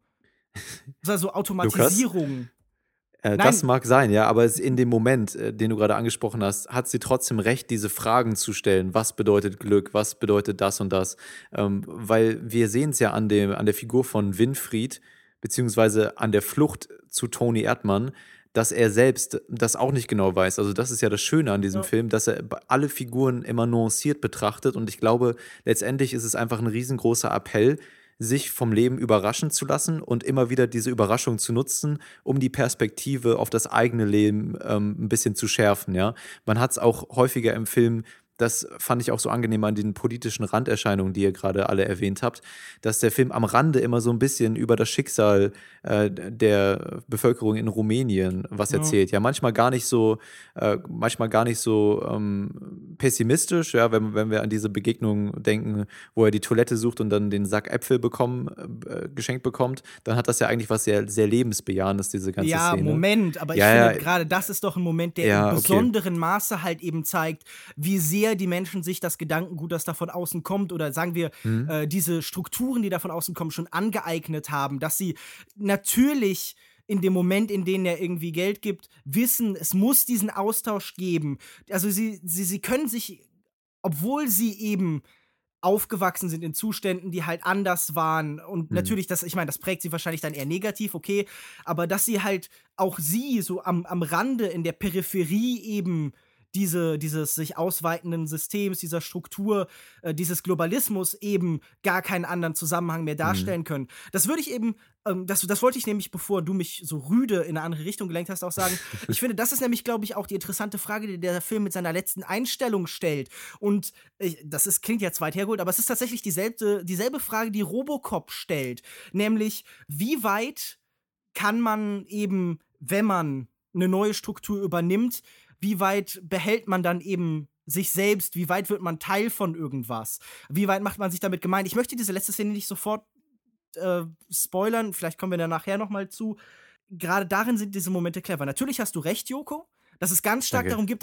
Also Automatisierung. Äh, das mag sein, ja, aber es in dem Moment, äh, den du gerade angesprochen hast, hat sie trotzdem recht, diese Fragen zu stellen. Was bedeutet Glück? Was bedeutet das und das? Ähm, weil wir sehen es ja an, dem, an der Figur von Winfried, beziehungsweise an der Flucht zu Toni Erdmann, dass er selbst das auch nicht genau weiß. Also das ist ja das Schöne an diesem ja. Film, dass er alle Figuren immer nuanciert betrachtet und ich glaube, letztendlich ist es einfach ein riesengroßer Appell, sich vom Leben überraschen zu lassen und immer wieder diese Überraschung zu nutzen, um die Perspektive auf das eigene Leben ähm, ein bisschen zu schärfen. Ja? Man hat es auch häufiger im Film. Das fand ich auch so angenehm an den politischen Randerscheinungen, die ihr gerade alle erwähnt habt, dass der Film am Rande immer so ein bisschen über das Schicksal äh, der Bevölkerung in Rumänien was erzählt. Ja, ja manchmal gar nicht so, äh, manchmal gar nicht so ähm, pessimistisch, ja, wenn, wenn wir an diese Begegnung denken, wo er die Toilette sucht und dann den Sack Äpfel bekommen, äh, geschenkt bekommt, dann hat das ja eigentlich was sehr, sehr lebensbejahendes, diese ganze ja, Szene. Ja, Moment, aber ich ja, finde, ja. gerade das ist doch ein Moment, der ja, in okay. besonderen Maße halt eben zeigt, wie sehr die Menschen sich das Gedankengut, das da von außen kommt, oder sagen wir, mhm. äh, diese Strukturen, die da von außen kommen, schon angeeignet haben, dass sie natürlich in dem Moment, in dem er irgendwie Geld gibt, wissen, es muss diesen Austausch geben. Also sie, sie, sie können sich, obwohl sie eben aufgewachsen sind in Zuständen, die halt anders waren und mhm. natürlich, das, ich meine, das prägt sie wahrscheinlich dann eher negativ, okay, aber dass sie halt auch sie so am, am Rande, in der Peripherie eben Diese, dieses sich ausweitenden Systems, dieser Struktur, äh, dieses Globalismus eben gar keinen anderen Zusammenhang mehr darstellen mhm. können. Das würde ich eben, ähm, das, das wollte ich nämlich, bevor du mich so rüde in eine andere Richtung gelenkt hast, auch sagen. Ich finde, das ist nämlich, glaube ich, auch die interessante Frage, die der Film mit seiner letzten Einstellung stellt. Und äh, das ist, klingt jetzt weit hergeholt, aber es ist tatsächlich dieselbe, dieselbe Frage, die Robocop stellt. Nämlich, wie weit kann man eben, wenn man eine neue Struktur übernimmt, wie weit behält man dann eben sich selbst? Wie weit wird man Teil von irgendwas? Wie weit macht man sich damit gemein? Ich möchte diese letzte Szene nicht sofort äh, spoilern. Vielleicht kommen wir da nachher noch mal zu. Gerade darin sind diese Momente clever. Natürlich hast du recht, Joko, dass es ganz stark Danke. darum geht, dass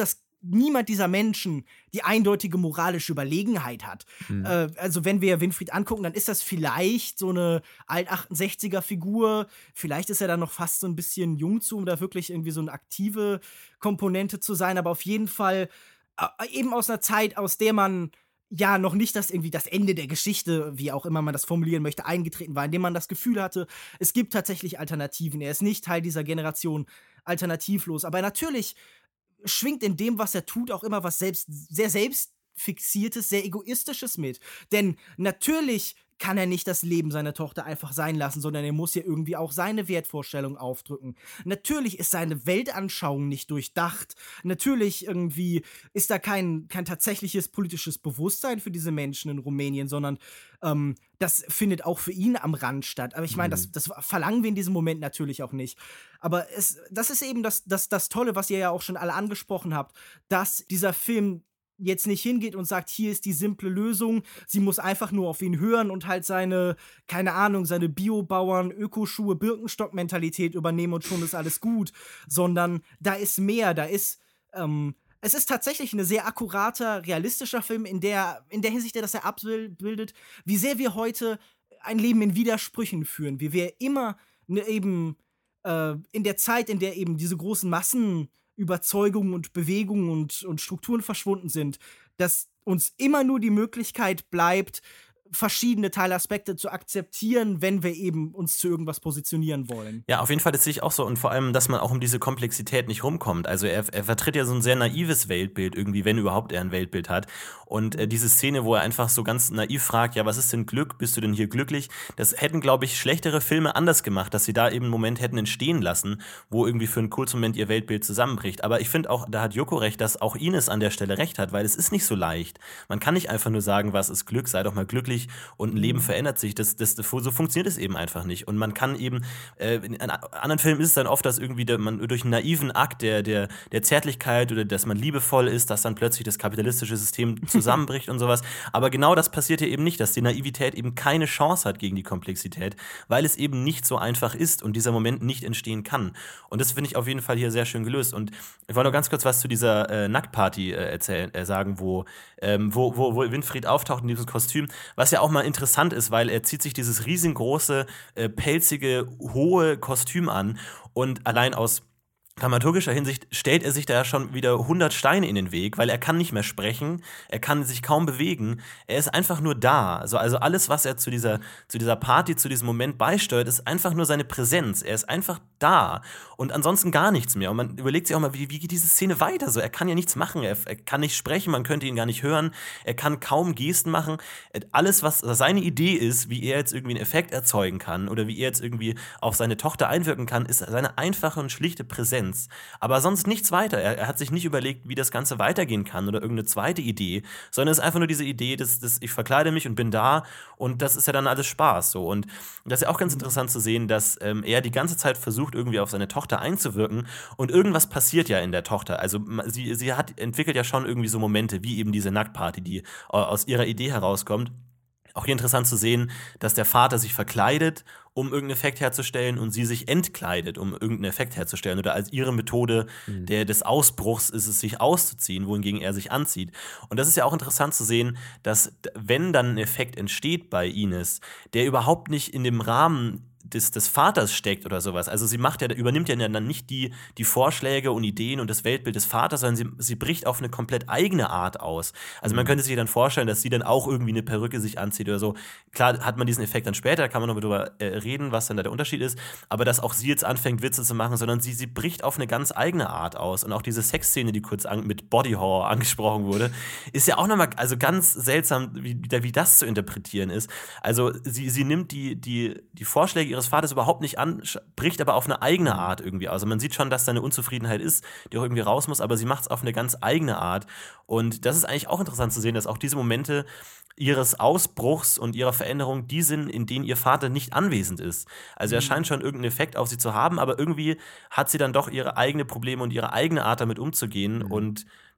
niemand dieser Menschen die eindeutige moralische Überlegenheit hat. Mhm. Äh, also wenn wir Winfried angucken, dann ist das vielleicht so eine Alt-achtundsechziger-Figur. Vielleicht ist er dann noch fast so ein bisschen jung zu, um da wirklich irgendwie so eine aktive Komponente zu sein. Aber auf jeden Fall äh, eben aus einer Zeit, aus der man ja noch nicht das irgendwie das Ende der Geschichte, wie auch immer man das formulieren möchte, eingetreten war, indem man das Gefühl hatte, es gibt tatsächlich Alternativen. Er ist nicht Teil dieser Generation alternativlos. Aber natürlich schwingt in dem, was er tut, auch immer was selbst, sehr selbstfixiertes, sehr egoistisches mit. Denn natürlich kann er nicht das Leben seiner Tochter einfach sein lassen, sondern er muss ihr irgendwie auch seine Wertvorstellung aufdrücken. Natürlich ist seine Weltanschauung nicht durchdacht. Natürlich irgendwie ist da kein, kein tatsächliches politisches Bewusstsein für diese Menschen in Rumänien, sondern ähm, das findet auch für ihn am Rand statt. Aber ich meine, das, das verlangen wir in diesem Moment natürlich auch nicht. Aber es, das ist eben das, das, das Tolle, was ihr ja auch schon alle angesprochen habt, dass dieser Film jetzt nicht hingeht und sagt, hier ist die simple Lösung, sie muss einfach nur auf ihn hören und halt seine, keine Ahnung, seine Biobauern, Ökoschuhe, Birkenstock-Mentalität übernehmen und schon ist alles gut, sondern da ist mehr, da ist, ähm, es ist tatsächlich ein sehr akkurater, realistischer Film, in der, in der Hinsicht, dass er abbildet, wie sehr wir heute ein Leben in Widersprüchen führen, wie wir immer ne, eben äh, in der Zeit, in der eben diese großen Massen Überzeugungen und Bewegungen und, und Strukturen verschwunden sind, dass uns immer nur die Möglichkeit bleibt, verschiedene Teilaspekte zu akzeptieren, wenn wir eben uns zu irgendwas positionieren wollen. Ja, auf jeden Fall, das sehe ich auch so. Und vor allem, dass man auch um diese Komplexität nicht rumkommt. Also er, er vertritt ja so ein sehr naives Weltbild irgendwie, wenn überhaupt er ein Weltbild hat. Und äh, diese Szene, wo er einfach so ganz naiv fragt, ja, was ist denn Glück? Bist du denn hier glücklich? Das hätten, glaube ich, schlechtere Filme anders gemacht, dass sie da eben einen Moment hätten entstehen lassen, wo irgendwie für einen kurzen Moment ihr Weltbild zusammenbricht. Aber ich finde auch, da hat Joko recht, dass auch Ines an der Stelle recht hat, weil es ist nicht so leicht. Man kann nicht einfach nur sagen, was ist Glück? Sei doch mal glücklich. Und ein Leben verändert sich. Das, das, so funktioniert es eben einfach nicht. Und man kann eben, äh, in anderen Filmen ist es dann oft, dass irgendwie der, man durch einen naiven Akt der, der, der Zärtlichkeit oder dass man liebevoll ist, dass dann plötzlich das kapitalistische System zusammenbricht und sowas. Aber genau das passiert hier eben nicht, dass die Naivität eben keine Chance hat gegen die Komplexität, weil es eben nicht so einfach ist und dieser Moment nicht entstehen kann. Und das finde ich auf jeden Fall hier sehr schön gelöst. Und ich wollte noch ganz kurz was zu dieser äh, Nacktparty äh, erzählen, äh, sagen, wo, ähm, wo, wo, wo Winfried auftaucht in diesem Kostüm, was ja auch mal interessant ist, weil er zieht sich dieses riesengroße, äh, pelzige, hohe Kostüm an und allein aus dramaturgischer Hinsicht stellt er sich da schon wieder hundert Steine in den Weg, weil er kann nicht mehr sprechen, er kann sich kaum bewegen, er ist einfach nur da. Also, also alles, was er zu dieser, zu dieser Party, zu diesem Moment beisteuert, ist einfach nur seine Präsenz. Er ist einfach da und ansonsten gar nichts mehr. Und man überlegt sich auch mal, wie, wie geht diese Szene weiter? So, er kann ja nichts machen, er, er kann nicht sprechen, man könnte ihn gar nicht hören, er kann kaum Gesten machen. Alles, was seine Idee ist, wie er jetzt irgendwie einen Effekt erzeugen kann oder wie er jetzt irgendwie auf seine Tochter einwirken kann, ist seine einfache und schlichte Präsenz. Aber sonst nichts weiter. Er, er hat sich nicht überlegt, wie das Ganze weitergehen kann oder irgendeine zweite Idee, sondern es ist einfach nur diese Idee, dass, dass ich verkleide mich und bin da und das ist ja dann alles Spaß. So. Und das ist ja auch ganz interessant zu sehen, dass ähm, er die ganze Zeit versucht, irgendwie auf seine Tochter einzuwirken und irgendwas passiert ja in der Tochter. Also sie, sie hat, entwickelt ja schon irgendwie so Momente, wie eben diese Nacktparty, die aus ihrer Idee herauskommt. Auch hier interessant zu sehen, dass der Vater sich verkleidet, um irgendeinen Effekt herzustellen und sie sich entkleidet, um irgendeinen Effekt herzustellen. Oder als ihre Methode mhm. der, des Ausbruchs ist es, sich auszuziehen, wohingegen er sich anzieht. Und das ist ja auch interessant zu sehen, dass wenn dann ein Effekt entsteht bei Ines, der überhaupt nicht in dem Rahmen des, des Vaters steckt oder sowas. Also sie macht ja, übernimmt ja dann nicht die, die Vorschläge und Ideen und das Weltbild des Vaters, sondern sie, sie bricht auf eine komplett eigene Art aus. Also man könnte sich dann vorstellen, dass sie dann auch irgendwie eine Perücke sich anzieht oder so. Klar hat man diesen Effekt dann später, kann man noch darüber äh, reden, was dann da der Unterschied ist, aber dass auch sie jetzt anfängt, Witze zu machen, sondern sie, sie bricht auf eine ganz eigene Art aus. Und auch diese Sexszene, die kurz an, mit Body Horror angesprochen wurde, ist ja auch nochmal also ganz seltsam, wie, wie das zu interpretieren ist. Also sie, sie nimmt die, die, die Vorschläge ihres Vaters überhaupt nicht an, bricht aber auf eine eigene Art irgendwie aus. Also man sieht schon, dass da eine Unzufriedenheit ist, die auch irgendwie raus muss, aber sie macht es auf eine ganz eigene Art. Und das ist eigentlich auch interessant zu sehen, dass auch diese Momente ihres Ausbruchs und ihrer Veränderung die sind, in denen ihr Vater nicht anwesend ist. Also er scheint schon irgendeinen Effekt auf sie zu haben, aber irgendwie hat sie dann doch ihre eigenen Probleme und ihre eigene Art damit umzugehen. Mhm. Und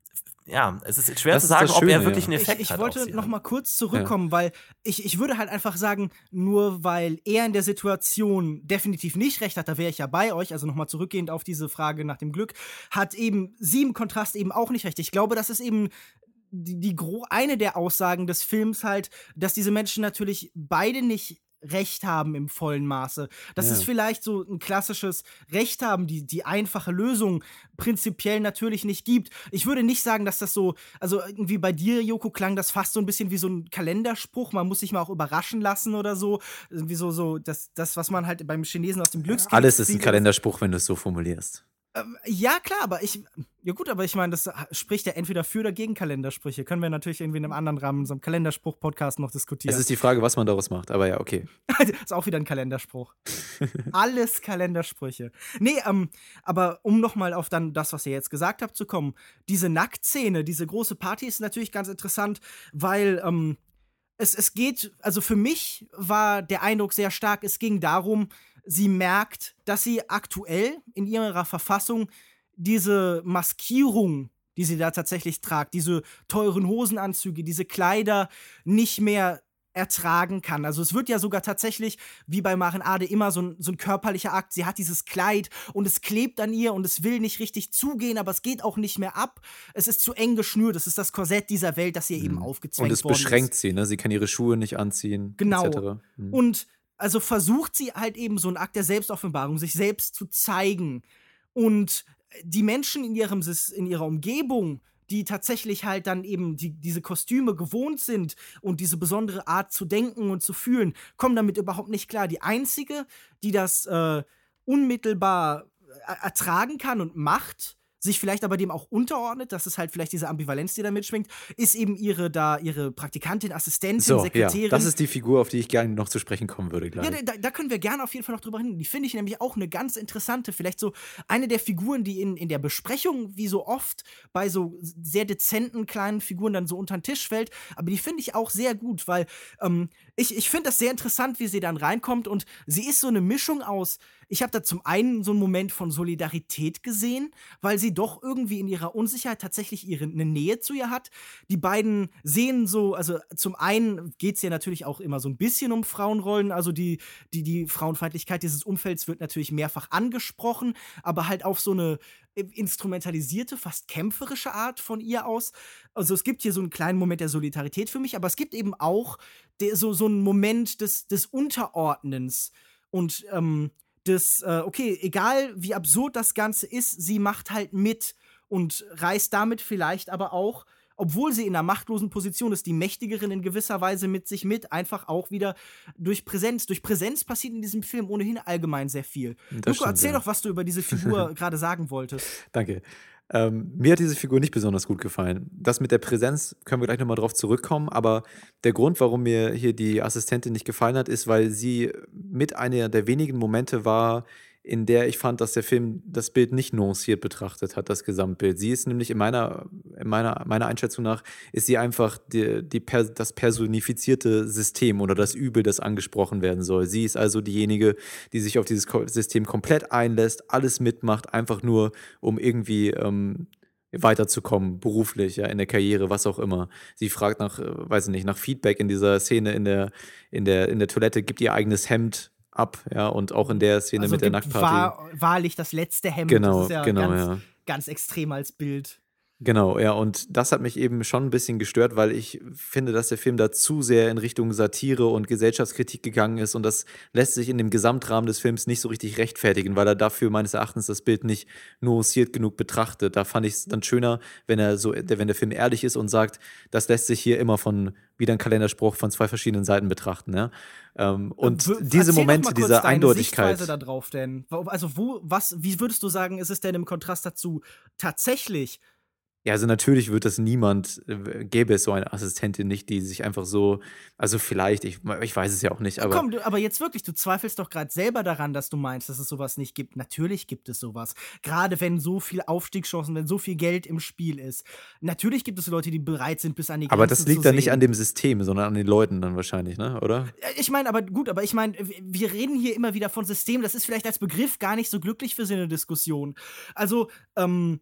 ja, es ist schwer Das zu ist sagen, das ob er Schöne, wirklich ja. einen Effekt Ich, ich hat. wollte auf sie noch halt. mal kurz zurückkommen, weil ich, ich würde halt einfach sagen, nur weil er in der Situation definitiv nicht recht hat, da wäre ich ja bei euch, also noch mal zurückgehend auf diese Frage nach dem Glück, hat eben sie im Kontrast eben auch nicht recht. Ich glaube, das ist eben die, die gro- eine der Aussagen des Films halt, dass diese Menschen natürlich beide nicht Recht haben im vollen Maße. Das Ja. ist vielleicht so ein klassisches Recht haben, die, die einfache Lösung prinzipiell natürlich nicht gibt. Ich würde nicht sagen, dass das so, also irgendwie bei dir, Joko, klang das fast so ein bisschen wie so ein Kalenderspruch, man muss sich mal auch überraschen lassen oder so. Irgendwie so, so das, das, was man halt beim Chinesen aus dem Glücksgeld Alles ist ein sieht. Kalenderspruch, wenn du es so formulierst. Ähm, ja, klar, aber ich, ja gut, aber ich meine, das spricht ja entweder für oder gegen Kalendersprüche. Können wir natürlich irgendwie in einem anderen Rahmen, in so einem Kalenderspruch-Podcast noch diskutieren. Es ist die Frage, was man daraus macht, aber ja, okay. Ist auch wieder ein Kalenderspruch. Alles Kalendersprüche. Nee, ähm, aber um nochmal auf dann das, was ihr jetzt gesagt habt, zu kommen, diese Nacktszene, diese große Party ist natürlich ganz interessant, weil, ähm, es, es geht, also für mich war der Eindruck sehr stark, es ging darum, sie merkt, dass sie aktuell in ihrer Verfassung diese Maskierung, die sie da tatsächlich tragt, diese teuren Hosenanzüge, diese Kleider nicht mehr ertragen kann. Also es wird ja sogar tatsächlich, wie bei Maren Ade, immer so ein, so ein körperlicher Akt. Sie hat dieses Kleid und es klebt an ihr und es will nicht richtig zugehen, aber es geht auch nicht mehr ab. Es ist zu eng geschnürt. Es ist das Korsett dieser Welt, das ihr eben aufgezwängt Und es worden ist. beschränkt sie, ne? Sie kann ihre Schuhe nicht anziehen, Genau. et cetera. Mhm. Und also versucht sie halt eben so einen Akt der Selbstoffenbarung, sich selbst zu zeigen. Und die Menschen in, ihrem, Sys- in ihrer Umgebung, die tatsächlich halt dann eben die, diese Kostüme gewohnt sind und diese besondere Art zu denken und zu fühlen, kommen damit überhaupt nicht klar. Die einzige, die das äh, unmittelbar er- ertragen kann und macht, sich vielleicht aber dem auch unterordnet, das ist halt vielleicht diese Ambivalenz, die da mitschwingt, ist eben ihre da ihre Praktikantin, Assistentin, So, ja, Sekretärin. das ist die Figur, auf die ich gerne noch zu sprechen kommen würde gleich. Ja, da, da können wir gerne auf jeden Fall noch drüber hin. Die finde ich nämlich auch eine ganz interessante, vielleicht so eine der Figuren, die in, in der Besprechung, wie so oft, bei so sehr dezenten kleinen Figuren dann so unter den Tisch fällt. Aber die finde ich auch sehr gut, weil ähm, ich, ich finde das sehr interessant, wie sie dann reinkommt. Und sie ist so eine Mischung aus, ich habe da zum einen so einen Moment von Solidarität gesehen, weil sie doch irgendwie in ihrer Unsicherheit tatsächlich ihre, eine Nähe zu ihr hat. Die beiden sehen so, also zum einen geht es ja natürlich auch immer so ein bisschen um Frauenrollen, also die, die, die Frauenfeindlichkeit dieses Umfelds wird natürlich mehrfach angesprochen, aber halt auf so eine instrumentalisierte, fast kämpferische Art von ihr aus. Also es gibt hier so einen kleinen Moment der Solidarität für mich, aber es gibt eben auch der, so, so einen Moment des, des Unterordnens und ähm, des, äh, okay, egal wie absurd das Ganze ist, sie macht halt mit und reißt damit vielleicht aber auch, obwohl sie in einer machtlosen Position ist, die Mächtigerin in gewisser Weise mit sich mit, einfach auch wieder durch Präsenz. Durch Präsenz passiert in diesem Film ohnehin allgemein sehr viel. Das Luko, stimmt, erzähl ja. doch, was du über diese Figur gerade sagen wolltest. Danke. Ähm, mir hat diese Figur nicht besonders gut gefallen. Das mit der Präsenz können wir gleich nochmal drauf zurückkommen, aber der Grund, warum mir hier die Assistentin nicht gefallen hat, ist, weil sie mit einer der wenigen Momente war, in der ich fand, dass der Film das Bild nicht nuanciert betrachtet hat, das Gesamtbild. Sie ist nämlich in meiner, in meiner, meiner Einschätzung nach, ist sie einfach die, die per, das personifizierte System oder das Übel, das angesprochen werden soll. Sie ist also diejenige, die sich auf dieses Ko- System komplett einlässt, alles mitmacht, einfach nur, um irgendwie ähm, weiterzukommen, beruflich, ja, in der Karriere, was auch immer. Sie fragt nach, äh, weiß ich nicht, nach Feedback in dieser Szene in der, in der, in der Toilette, gibt ihr eigenes Hemd ab, ja, und auch in der Szene Also mit der gibt Nacktparty. wahr, wahrlich das letzte Hemd. Genau, das ist ja genau, ganz, ja. ganz extrem als Bild. Genau, ja, und das hat mich eben schon ein bisschen gestört, weil ich finde, dass der Film da zu sehr in Richtung Satire und Gesellschaftskritik gegangen ist und das lässt sich in dem Gesamtrahmen des Films nicht so richtig rechtfertigen, weil er dafür meines Erachtens das Bild nicht nuanciert genug betrachtet. Da fand ich es dann schöner, wenn er so, wenn der Film ehrlich ist und sagt, das lässt sich hier immer von, wieder ein Kalenderspruch, von zwei verschiedenen Seiten betrachten, ja. Ähm, und W- diese erzähl Momente, doch mal kurz dieser deine Eindeutigkeit. Sichtweise da drauf denn. Also wo, was, wie würdest du sagen, ist es denn im Kontrast dazu tatsächlich? Ja, also natürlich wird das niemand, äh, gäbe es so eine Assistentin nicht, die sich einfach so, also vielleicht, ich, ich weiß es ja auch nicht, aber Komm, du, aber jetzt wirklich, du zweifelst doch gerade selber daran, dass du meinst, dass es sowas nicht gibt. Natürlich gibt es sowas. Gerade wenn so viel Aufstiegschancen, wenn so viel Geld im Spiel ist. Natürlich gibt es Leute, die bereit sind, bis an die Grenze aber das zu liegt dann nicht sehen. an dem System, sondern an den Leuten dann wahrscheinlich, ne, oder? Ich meine, aber gut, aber ich meine, wir reden hier immer wieder von System. Das ist vielleicht als Begriff gar nicht so glücklich für so eine Diskussion. Also, ähm,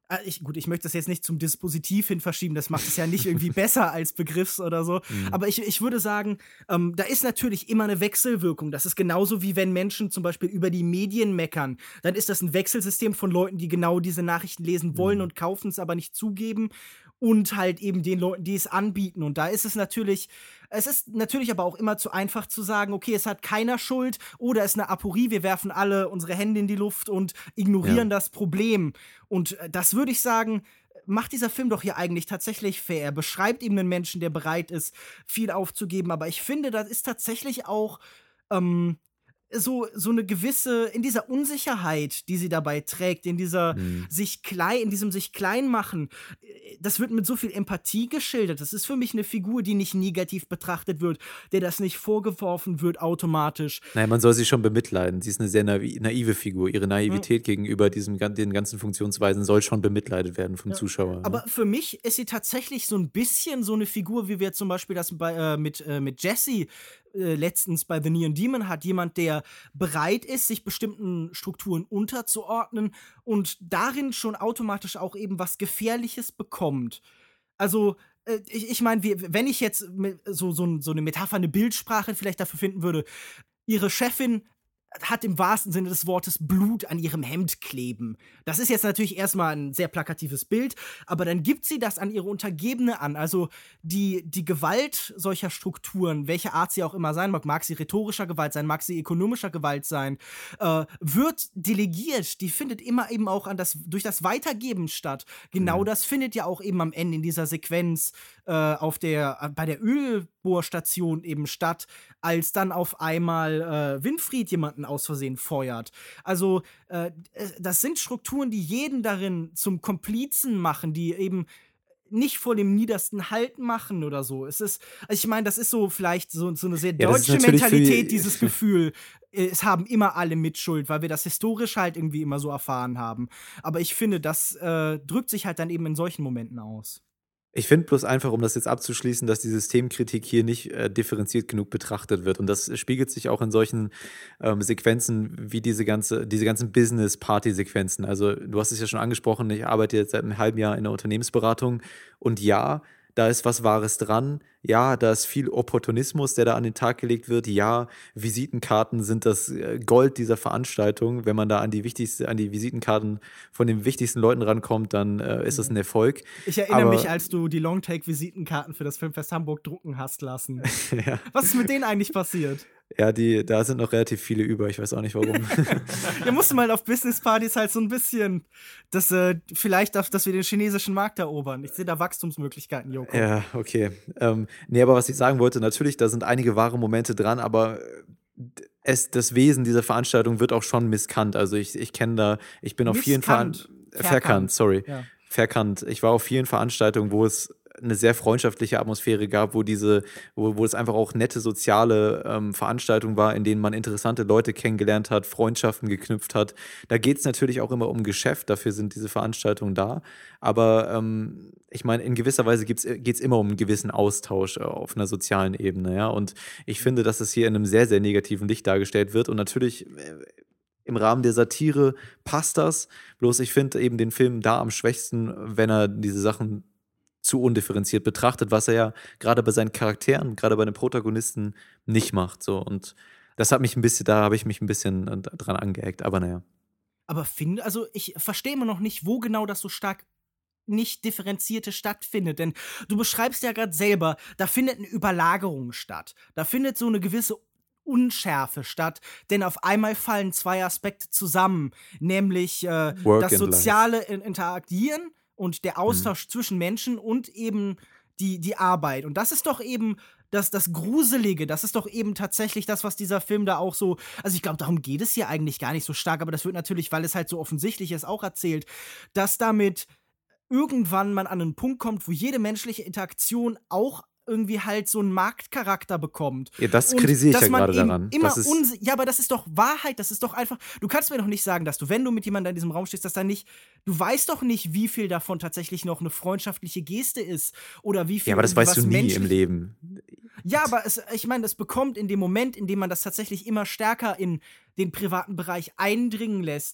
Ich, gut, ich möchte das jetzt nicht zum Dispositiv hin verschieben, das macht es ja nicht irgendwie besser als Begriffs oder so. Mhm. Aber ich, ich würde sagen, ähm, da ist natürlich immer eine Wechselwirkung. Das ist genauso wie wenn Menschen zum Beispiel über die Medien meckern. Dann ist das ein Wechselsystem von Leuten, die genau diese Nachrichten lesen wollen mhm. und kaufen es aber nicht zugeben. Und halt eben den Leuten, die es anbieten. Und da ist es natürlich, es ist natürlich aber auch immer zu einfach zu sagen, okay, es hat keiner Schuld oder es ist eine Aporie, wir werfen alle unsere Hände in die Luft und ignorieren ja. das Problem. Und das würde ich sagen, macht dieser Film doch hier eigentlich tatsächlich fair. Er beschreibt eben einen Menschen, der bereit ist, viel aufzugeben. Aber ich finde, das ist tatsächlich auch ähm, so, so eine gewisse, in dieser Unsicherheit, die sie dabei trägt, in dieser mhm. sich klein, in diesem sich klein machen, das wird mit so viel Empathie geschildert. Das ist für mich eine Figur, die nicht negativ betrachtet wird, der das nicht vorgeworfen wird automatisch. Nein, man soll sie schon bemitleiden. Sie ist eine sehr naiv- naive Figur. Ihre Naivität mhm. gegenüber diesem, den ganzen Funktionsweisen soll schon bemitleidet werden vom ja. Zuschauer. Aber für mich ist sie tatsächlich so ein bisschen so eine Figur, wie wir zum Beispiel das bei, äh, mit, äh, mit Jesse Äh, letztens bei The Neon Demon hat, jemand, der bereit ist, sich bestimmten Strukturen unterzuordnen und darin schon automatisch auch eben was Gefährliches bekommt. Also, äh, ich, ich meine, wenn ich jetzt so, so, so eine Metapher, eine Bildsprache vielleicht dafür finden würde, ihre Chefin hat im wahrsten Sinne des Wortes Blut an ihrem Hemd kleben. Das ist jetzt natürlich erstmal ein sehr plakatives Bild, aber dann gibt sie das an ihre Untergebene an. Also die, die Gewalt solcher Strukturen, welche Art sie auch immer sein mag, mag sie rhetorischer Gewalt sein, mag sie ökonomischer Gewalt sein, äh, wird delegiert. Die findet immer eben auch an das, durch das Weitergeben statt. Genau mhm. das findet ja auch eben am Ende in dieser Sequenz äh, auf der, bei der Ölbohrstation eben statt, als dann auf einmal äh, Winfried jemanden aus Versehen feuert. Also äh, das sind Strukturen, die jeden darin zum Komplizen machen, die eben nicht vor dem niedersten Halt machen oder so. Es ist, also ich meine, das ist so vielleicht so, so eine sehr ja, deutsche Mentalität, dieses Gefühl. Es haben immer alle Mitschuld, weil wir das historisch halt irgendwie immer so erfahren haben. Aber ich finde, das äh, drückt sich halt dann eben in solchen Momenten aus. Ich finde bloß einfach, um das jetzt abzuschließen, dass die Systemkritik hier nicht äh, differenziert genug betrachtet wird. Und das spiegelt sich auch in solchen ähm, Sequenzen wie diese ganze, diese ganzen Business-Party-Sequenzen. Also du hast es ja schon angesprochen, ich arbeite jetzt seit einem halben Jahr in der Unternehmensberatung und ja, da ist was Wahres dran. Ja, da ist viel Opportunismus, der da an den Tag gelegt wird. Ja, Visitenkarten sind das Gold dieser Veranstaltung. Wenn man da an die wichtigste, an die Visitenkarten von den wichtigsten Leuten rankommt, dann äh, ist das ein Erfolg. Ich erinnere Aber, mich, als du die Longtake-Visitenkarten für das Filmfest Hamburg drucken hast lassen. ja. Was ist mit denen eigentlich passiert? Ja, die, da sind noch relativ viele über, ich weiß auch nicht warum. Wir mussten mal auf Businesspartys halt so ein bisschen, das, äh, vielleicht, auf, dass wir den chinesischen Markt erobern. Ich sehe da Wachstumsmöglichkeiten, Joko. Ja, okay. Ähm, nee, aber was ich sagen wollte, natürlich, da sind einige wahre Momente dran, aber es, das Wesen dieser Veranstaltung wird auch schon misskannt. Also ich, ich kenne da, ich bin auf vielen Veranstaltungen, verkannt, verkannt, sorry, ja. verkannt. Ich war auf vielen Veranstaltungen, wo es eine sehr freundschaftliche Atmosphäre gab, wo diese, wo, wo es einfach auch nette soziale ähm, Veranstaltungen war, in denen man interessante Leute kennengelernt hat, Freundschaften geknüpft hat. Da geht es natürlich auch immer um Geschäft, dafür sind diese Veranstaltungen da. Aber ähm, ich meine, in gewisser Weise geht es immer um einen gewissen Austausch äh, auf einer sozialen Ebene, ja. Und ich finde, dass es hier in einem sehr, sehr negativen Licht dargestellt wird. Und natürlich äh, im Rahmen der Satire passt das. Bloß ich finde eben den Film da am schwächsten, wenn er diese Sachen zu undifferenziert betrachtet, was er ja gerade bei seinen Charakteren, gerade bei den Protagonisten nicht macht. So. Und das hat mich ein bisschen, da habe ich mich ein bisschen dran angeeckt, aber naja. Aber finde, also ich verstehe immer noch nicht, wo genau das so stark nicht differenzierte stattfindet, denn du beschreibst ja gerade selber, da findet eine Überlagerung statt. Da findet so eine gewisse Unschärfe statt, denn auf einmal fallen zwei Aspekte zusammen, nämlich äh, das soziale Interagieren und der Austausch mhm. zwischen Menschen und eben die, die Arbeit. Und das ist doch eben das, das Gruselige, das ist doch eben tatsächlich das, was dieser Film da auch so, also ich glaube, darum geht es hier eigentlich gar nicht so stark, aber das wird natürlich, weil es halt so offensichtlich ist, auch erzählt, dass damit irgendwann man an einen Punkt kommt, wo jede menschliche Interaktion auch irgendwie halt so einen Marktcharakter bekommt. Ja, das kritisiere ich ja gerade daran. Immer das ist unsi- ja, aber das ist doch Wahrheit, das ist doch einfach, du kannst mir doch nicht sagen, dass du, wenn du mit jemandem in diesem Raum stehst, dass da nicht, du weißt doch nicht, wie viel davon tatsächlich noch eine freundschaftliche Geste ist oder wie viel. Ja, aber das weißt du nie im Leben. Ja, aber es, ich meine, es bekommt in dem Moment, in dem man das tatsächlich immer stärker in den privaten Bereich eindringen lässt,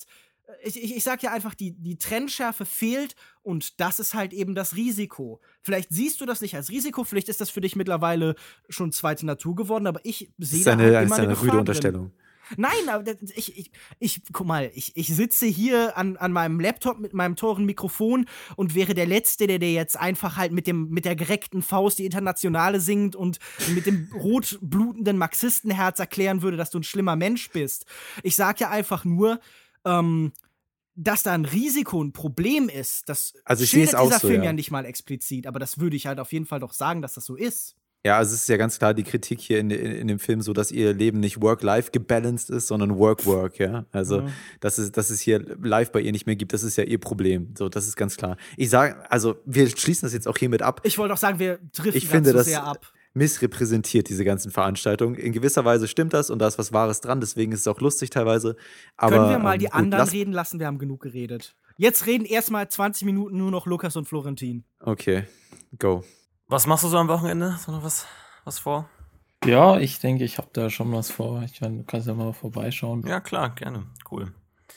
Ich, ich, ich sag ja einfach, die, die Trennschärfe fehlt und das ist halt eben das Risiko. Vielleicht siehst du das nicht als Risiko, vielleicht ist das für dich mittlerweile schon zweite Natur geworden, aber ich sehe da eine, halt das immer ist eine eine Gefahr rüde drin. Unterstellung. Nein, aber das- ich, ich, ich, guck mal, ich, ich sitze hier an, an meinem Laptop mit meinem teuren Mikrofon und wäre der Letzte, der dir jetzt einfach halt mit, dem, mit der gereckten Faust die Internationale singt und mit dem rotblutenden Marxistenherz erklären würde, dass du ein schlimmer Mensch bist. Ich sag ja einfach nur, ähm, dass da ein Risiko, ein Problem ist, das Also ich sehe es schildert auch dieser so, Film ja. ja nicht mal explizit, aber das würde ich halt auf jeden Fall doch sagen, dass das so ist. Ja, also es ist ja ganz klar die Kritik hier in, in, in dem Film so, dass ihr Leben nicht Work-Life gebalanced ist, sondern Work-Work, ja. Also, Mhm. dass, es, dass es hier Life bei ihr nicht mehr gibt, das ist ja ihr Problem. So, das ist ganz klar. Ich sage, also wir schließen das jetzt auch hiermit ab. Ich wollte auch sagen, wir driften Ich ganz finde, so das sehr ab. missrepräsentiert diese ganzen Veranstaltungen. In gewisser Weise stimmt das und da ist was Wahres dran, deswegen ist es auch lustig teilweise. Aber, Können wir mal ähm, die gut, anderen lass- reden lassen? Wir haben genug geredet. Jetzt reden erstmal zwanzig Minuten nur noch Lukas und Florentin. Okay, go. Was machst du so am Wochenende? Hast du noch was, was vor? Ja, ich denke, ich habe da schon was vor. Ich meine, du kannst ja mal vorbeischauen. Ja, klar, gerne. Cool.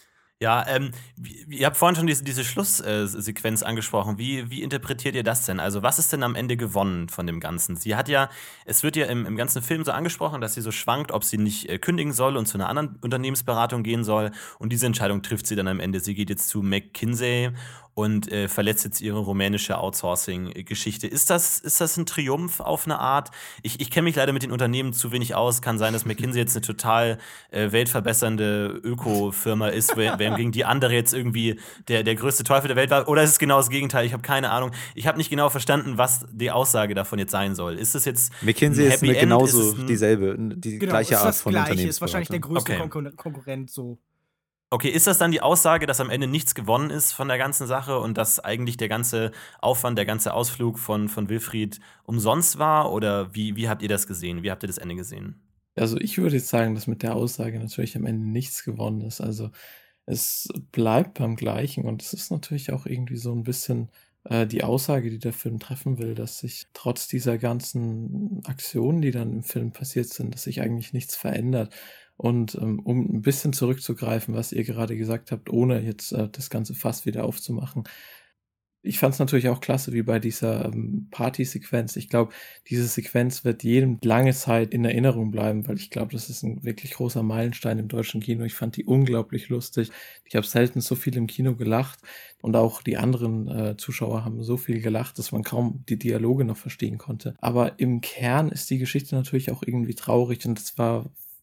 Ja, ähm, wie- ihr habt vorhin schon diese, diese Schlusssequenz angesprochen. Wie, wie interpretiert ihr das denn? Also, was ist denn am Ende gewonnen von dem Ganzen? Sie hat ja, es wird ja im, im ganzen Film so angesprochen, dass sie so schwankt, ob sie nicht äh, kündigen soll und zu einer anderen Unternehmensberatung gehen soll. Und diese Entscheidung trifft sie dann am Ende. Sie geht jetzt zu McKinsey und äh, verletzt jetzt ihre rumänische Outsourcing-Geschichte. Ist das, ist das ein Triumph auf eine Art? Ich, ich kenne mich leider mit den Unternehmen zu wenig aus. Kann sein, dass McKinsey jetzt eine total äh, weltverbessernde Öko-Firma ist, während gegen die andere jetzt irgendwie der, der größte Teufel der Welt war. Oder ist es genau das Gegenteil? Ich habe keine Ahnung. Ich habe nicht genau verstanden, was die Aussage davon jetzt sein soll. Ist es jetzt McKinsey ein ist Happy eine End? genauso Ist es ein- dieselbe, die Genau, gleiche ist Art das von Gleiche, ist wahrscheinlich der größte Okay. Konkur Konkurrent so. Okay, ist das dann die Aussage, dass am Ende nichts gewonnen ist von der ganzen Sache und dass eigentlich der ganze Aufwand, der ganze Ausflug von, von Wilfried umsonst war? Oder wie, wie habt ihr das gesehen? Wie habt ihr das Ende gesehen? Also ich würde jetzt sagen, dass mit der Aussage natürlich am Ende nichts gewonnen ist. Also es bleibt beim Gleichen und es ist natürlich auch irgendwie so ein bisschen äh, die Aussage, die der Film treffen will, dass sich trotz dieser ganzen Aktionen, die dann im Film passiert sind, dass sich eigentlich nichts verändert. Und ähm, um ein bisschen zurückzugreifen, was ihr gerade gesagt habt, ohne jetzt äh, das ganze Fass wieder aufzumachen. Ich fand es natürlich auch klasse, wie bei dieser ähm, Party-Sequenz. Ich glaube, diese Sequenz wird jedem lange Zeit in Erinnerung bleiben, weil ich glaube, das ist ein wirklich großer Meilenstein im deutschen Kino. Ich fand die unglaublich lustig. Ich habe selten so viel im Kino gelacht und auch die anderen äh, Zuschauer haben so viel gelacht, dass man kaum die Dialoge noch verstehen konnte. Aber im Kern ist die Geschichte natürlich auch irgendwie traurig und das war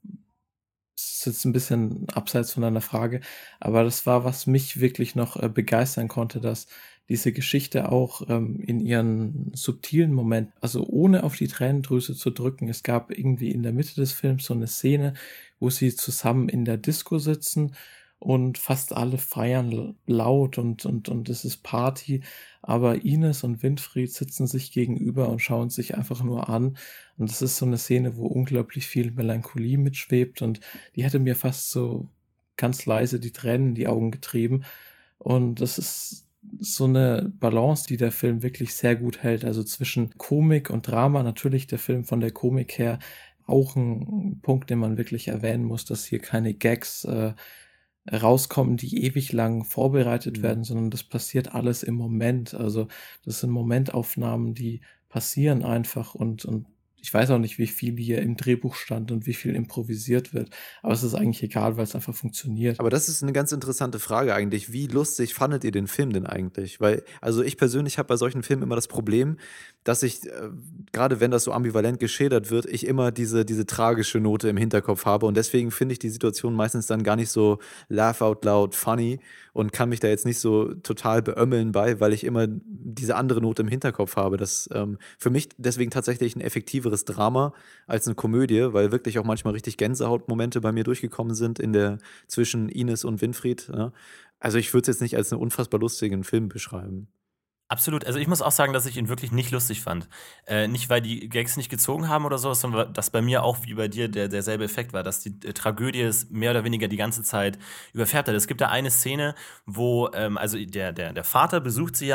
das ist jetzt ein bisschen abseits von deiner Frage, aber das war, was mich wirklich noch äh, begeistern konnte, dass diese Geschichte auch ähm, in ihren subtilen Momenten, also ohne auf die Tränendrüse zu drücken, es gab irgendwie in der Mitte des Films so eine Szene, wo sie zusammen in der Disco sitzen und fast alle feiern laut und, und, und es ist Party, aber Ines und Winfried sitzen sich gegenüber und schauen sich einfach nur an und das ist so eine Szene, wo unglaublich viel Melancholie mitschwebt und die hätte mir fast so ganz leise die Tränen in die Augen getrieben und das ist so eine Balance, die der Film wirklich sehr gut hält, also zwischen Komik und Drama, natürlich der Film von der Komik her auch ein Punkt, den man wirklich erwähnen muss, dass hier keine Gags äh, rauskommen, die ewig lang vorbereitet Mhm. werden, sondern das passiert alles im Moment. Also das sind Momentaufnahmen, die passieren einfach und, und ich weiß auch nicht, wie viel hier im Drehbuch stand und wie viel improvisiert wird, aber es ist eigentlich egal, weil es einfach funktioniert. Aber das ist eine ganz interessante Frage eigentlich. Wie lustig fandet ihr den Film denn eigentlich? Weil, also ich persönlich habe bei solchen Filmen immer das Problem, dass ich, äh, gerade wenn das so ambivalent geschildert wird, ich immer diese, diese tragische Note im Hinterkopf habe und deswegen finde ich die Situation meistens dann gar nicht so laugh out loud funny und kann mich da jetzt nicht so total beömmeln bei, weil ich immer diese andere Note im Hinterkopf habe. Das ähm, für mich deswegen tatsächlich ein effektiveres Drama als eine Komödie, weil wirklich auch manchmal richtig Gänsehautmomente bei mir durchgekommen sind in der zwischen Ines und Winfried. Ja. Also ich würde es jetzt nicht als einen unfassbar lustigen Film beschreiben. Absolut. Also ich muss auch sagen, dass ich ihn wirklich nicht lustig fand. Äh, nicht, weil die Gags nicht gezogen haben oder so, sondern dass bei mir auch wie bei dir der, derselbe Effekt war, dass die äh, Tragödie es mehr oder weniger die ganze Zeit überfärbt hat. Es gibt da eine Szene, wo, ähm, also der, der, der Vater besucht sie ja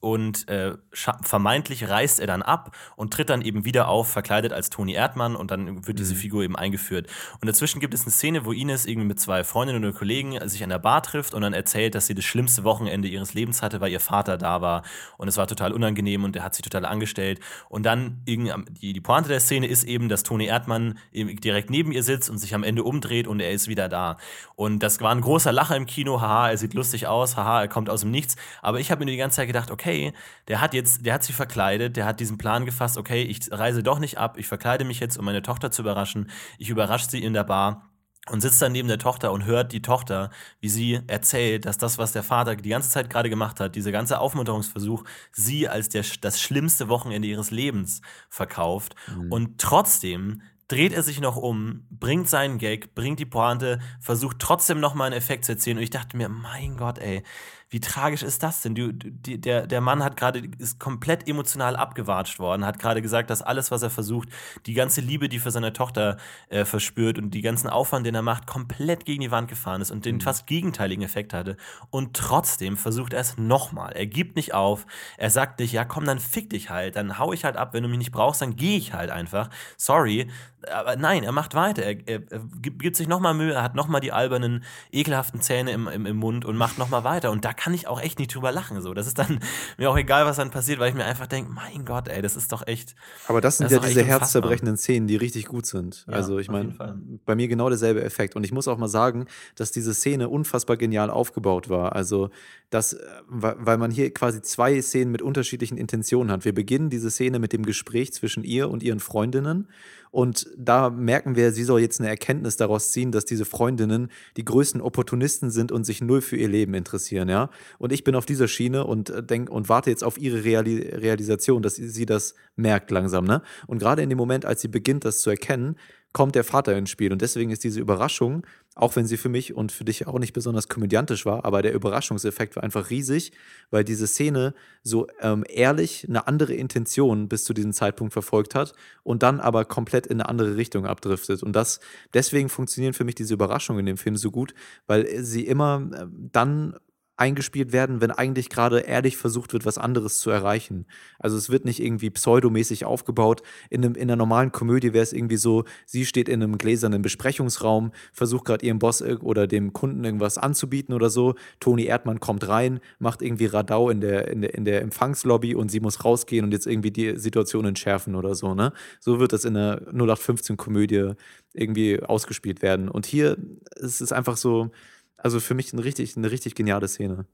und äh, vermeintlich reist er dann ab und tritt dann eben wieder auf, verkleidet als Toni Erdmann und dann wird diese Figur eben eingeführt. Und dazwischen gibt es eine Szene, wo Ines irgendwie mit zwei Freundinnen oder Kollegen sich an der Bar trifft und dann erzählt, dass sie das schlimmste Wochenende ihres Lebens hatte, weil ihr Vater da war und es war total unangenehm und er hat sich total angestellt. Und dann die, die Pointe der Szene ist eben, dass Toni Erdmann eben direkt neben ihr sitzt und sich am Ende umdreht und er ist wieder da. Und das war ein großer Lacher im Kino, haha, er sieht lustig aus, haha, er kommt aus dem Nichts. Aber ich habe mir die ganze Zeit gedacht, okay, der hat jetzt, der hat sich verkleidet, der hat diesen Plan gefasst, okay, ich reise doch nicht ab, ich verkleide mich jetzt, um meine Tochter zu überraschen. Ich überrasche sie in der Bar und sitzt dann neben der Tochter und hört die Tochter, wie sie erzählt, dass das, was der Vater die ganze Zeit gerade gemacht hat, dieser ganze Aufmunterungsversuch, sie als der, das schlimmste Wochenende ihres Lebens verkauft. Mhm. Und trotzdem dreht er sich noch um, bringt seinen Gag, bringt die Pointe, versucht trotzdem noch mal einen Effekt zu erzielen. Und ich dachte mir, mein Gott, ey, wie tragisch ist das denn? Du, die, der, der Mann hat gerade, ist komplett emotional abgewatscht worden, hat gerade gesagt, dass alles, was er versucht, die ganze Liebe, die er für seine Tochter äh, verspürt und die ganzen Aufwand, den er macht, komplett gegen die Wand gefahren ist und den mhm. fast gegenteiligen Effekt hatte. Und trotzdem versucht er es nochmal. Er gibt nicht auf. Er sagt nicht, ja komm, dann fick dich halt, dann hau ich halt ab. Wenn du mich nicht brauchst, dann gehe ich halt einfach. Sorry. Aber nein, er macht weiter. Er, er, er gibt sich nochmal Mühe. Er hat nochmal die albernen, ekelhaften Zähne im, im, im Mund und macht nochmal weiter. Und da kann ich auch echt nicht drüber lachen. So. Das ist dann mir auch egal, was dann passiert, weil ich mir einfach denke, mein Gott, ey, das ist doch echt. Aber das sind das ja diese herzzerbrechenden Szenen, die richtig gut sind. Ja, also ich meine, bei mir genau derselbe Effekt. Und ich muss auch mal sagen, dass diese Szene unfassbar genial aufgebaut war. Also das, weil man hier quasi zwei Szenen mit unterschiedlichen Intentionen hat. Wir beginnen diese Szene mit dem Gespräch zwischen ihr und ihren Freundinnen. Und da merken wir, sie soll jetzt eine Erkenntnis daraus ziehen, dass diese Freundinnen die größten Opportunisten sind und sich null für ihr Leben interessieren, ja. Und ich bin auf dieser Schiene und denk und warte jetzt auf ihre Reali- Realisation, dass sie, sie das merkt langsam, ne? Und gerade in dem Moment, als sie beginnt, das zu erkennen, kommt der Vater ins Spiel. Und deswegen ist diese Überraschung, auch wenn sie für mich und für dich auch nicht besonders komödiantisch war, aber der Überraschungseffekt war einfach riesig, weil diese Szene so ähm, ehrlich eine andere Intention bis zu diesem Zeitpunkt verfolgt hat und dann aber komplett in eine andere Richtung abdriftet. Und das, deswegen funktionieren für mich diese Überraschungen in dem Film so gut, weil sie immer äh, dann eingespielt werden, wenn eigentlich gerade ehrlich versucht wird, was anderes zu erreichen. Also es wird nicht irgendwie pseudomäßig aufgebaut. In, einem, in einer normalen Komödie wäre es irgendwie so, sie steht in einem gläsernen Besprechungsraum, versucht gerade ihrem Boss oder dem Kunden irgendwas anzubieten oder so. Toni Erdmann kommt rein, macht irgendwie Radau in der, in der, in der Empfangslobby und sie muss rausgehen und jetzt irgendwie die Situation entschärfen oder so, ne? So wird das in einer null acht fünfzehn Komödie irgendwie ausgespielt werden. Und hier ist es einfach so, also für mich eine richtig, eine richtig geniale Szene.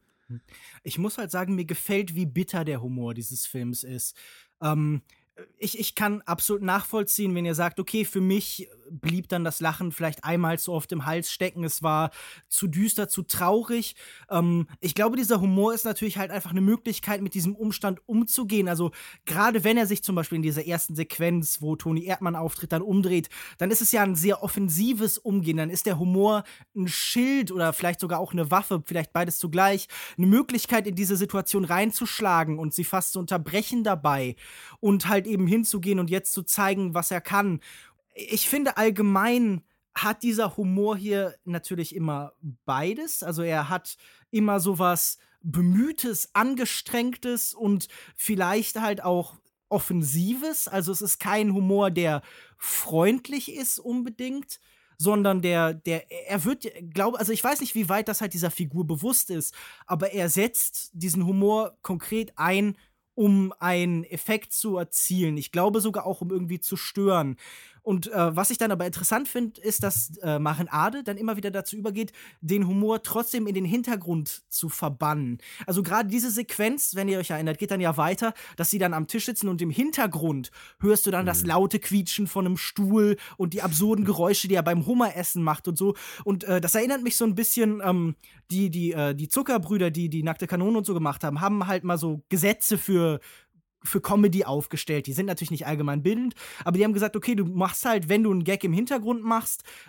Ich muss halt sagen, mir gefällt, wie bitter der Humor dieses Films ist. Ähm, ich, ich kann absolut nachvollziehen, wenn ihr sagt, okay, für mich blieb dann das Lachen vielleicht einmal zu oft im Hals stecken. Es war zu düster, zu traurig. Ähm, ich glaube, dieser Humor ist natürlich halt einfach eine Möglichkeit, mit diesem Umstand umzugehen. Also gerade wenn er sich zum Beispiel in dieser ersten Sequenz, wo Toni Erdmann auftritt, dann umdreht, dann ist es ja ein sehr offensives Umgehen. Dann ist der Humor ein Schild oder vielleicht sogar auch eine Waffe, vielleicht beides zugleich. Eine Möglichkeit, in diese Situation reinzuschlagen und sie fast zu unterbrechen dabei und halt eben hinzugehen und jetzt zu zeigen, was er kann. Ich finde, allgemein hat dieser Humor hier natürlich immer beides. Also er hat immer sowas Bemühtes, Angestrengtes und vielleicht halt auch Offensives. Also es ist kein Humor, der freundlich ist unbedingt, sondern der, der, er wird, glaube, also ich weiß nicht, wie weit das halt dieser Figur bewusst ist, aber er setzt diesen Humor konkret ein, um einen Effekt zu erzielen. Ich glaube sogar auch, um irgendwie zu stören. Und äh, was ich dann aber interessant finde, ist, dass äh, Maren Ade dann immer wieder dazu übergeht, den Humor trotzdem in den Hintergrund zu verbannen. Also gerade diese Sequenz, wenn ihr euch erinnert, geht dann ja weiter, dass sie dann am Tisch sitzen und im Hintergrund hörst du dann mhm. das laute Quietschen von einem Stuhl und die absurden Geräusche, die er beim Hummeressen macht und so. Und äh, das erinnert mich so ein bisschen, ähm, die, die, äh, die Zuckerbrüder, die die Nackte Kanone und so gemacht haben, haben halt mal so Gesetze für für Comedy aufgestellt. Die sind natürlich nicht allgemein bildend, aber die haben gesagt, okay, du machst halt, wenn du einen Gag im Hintergrund machst, was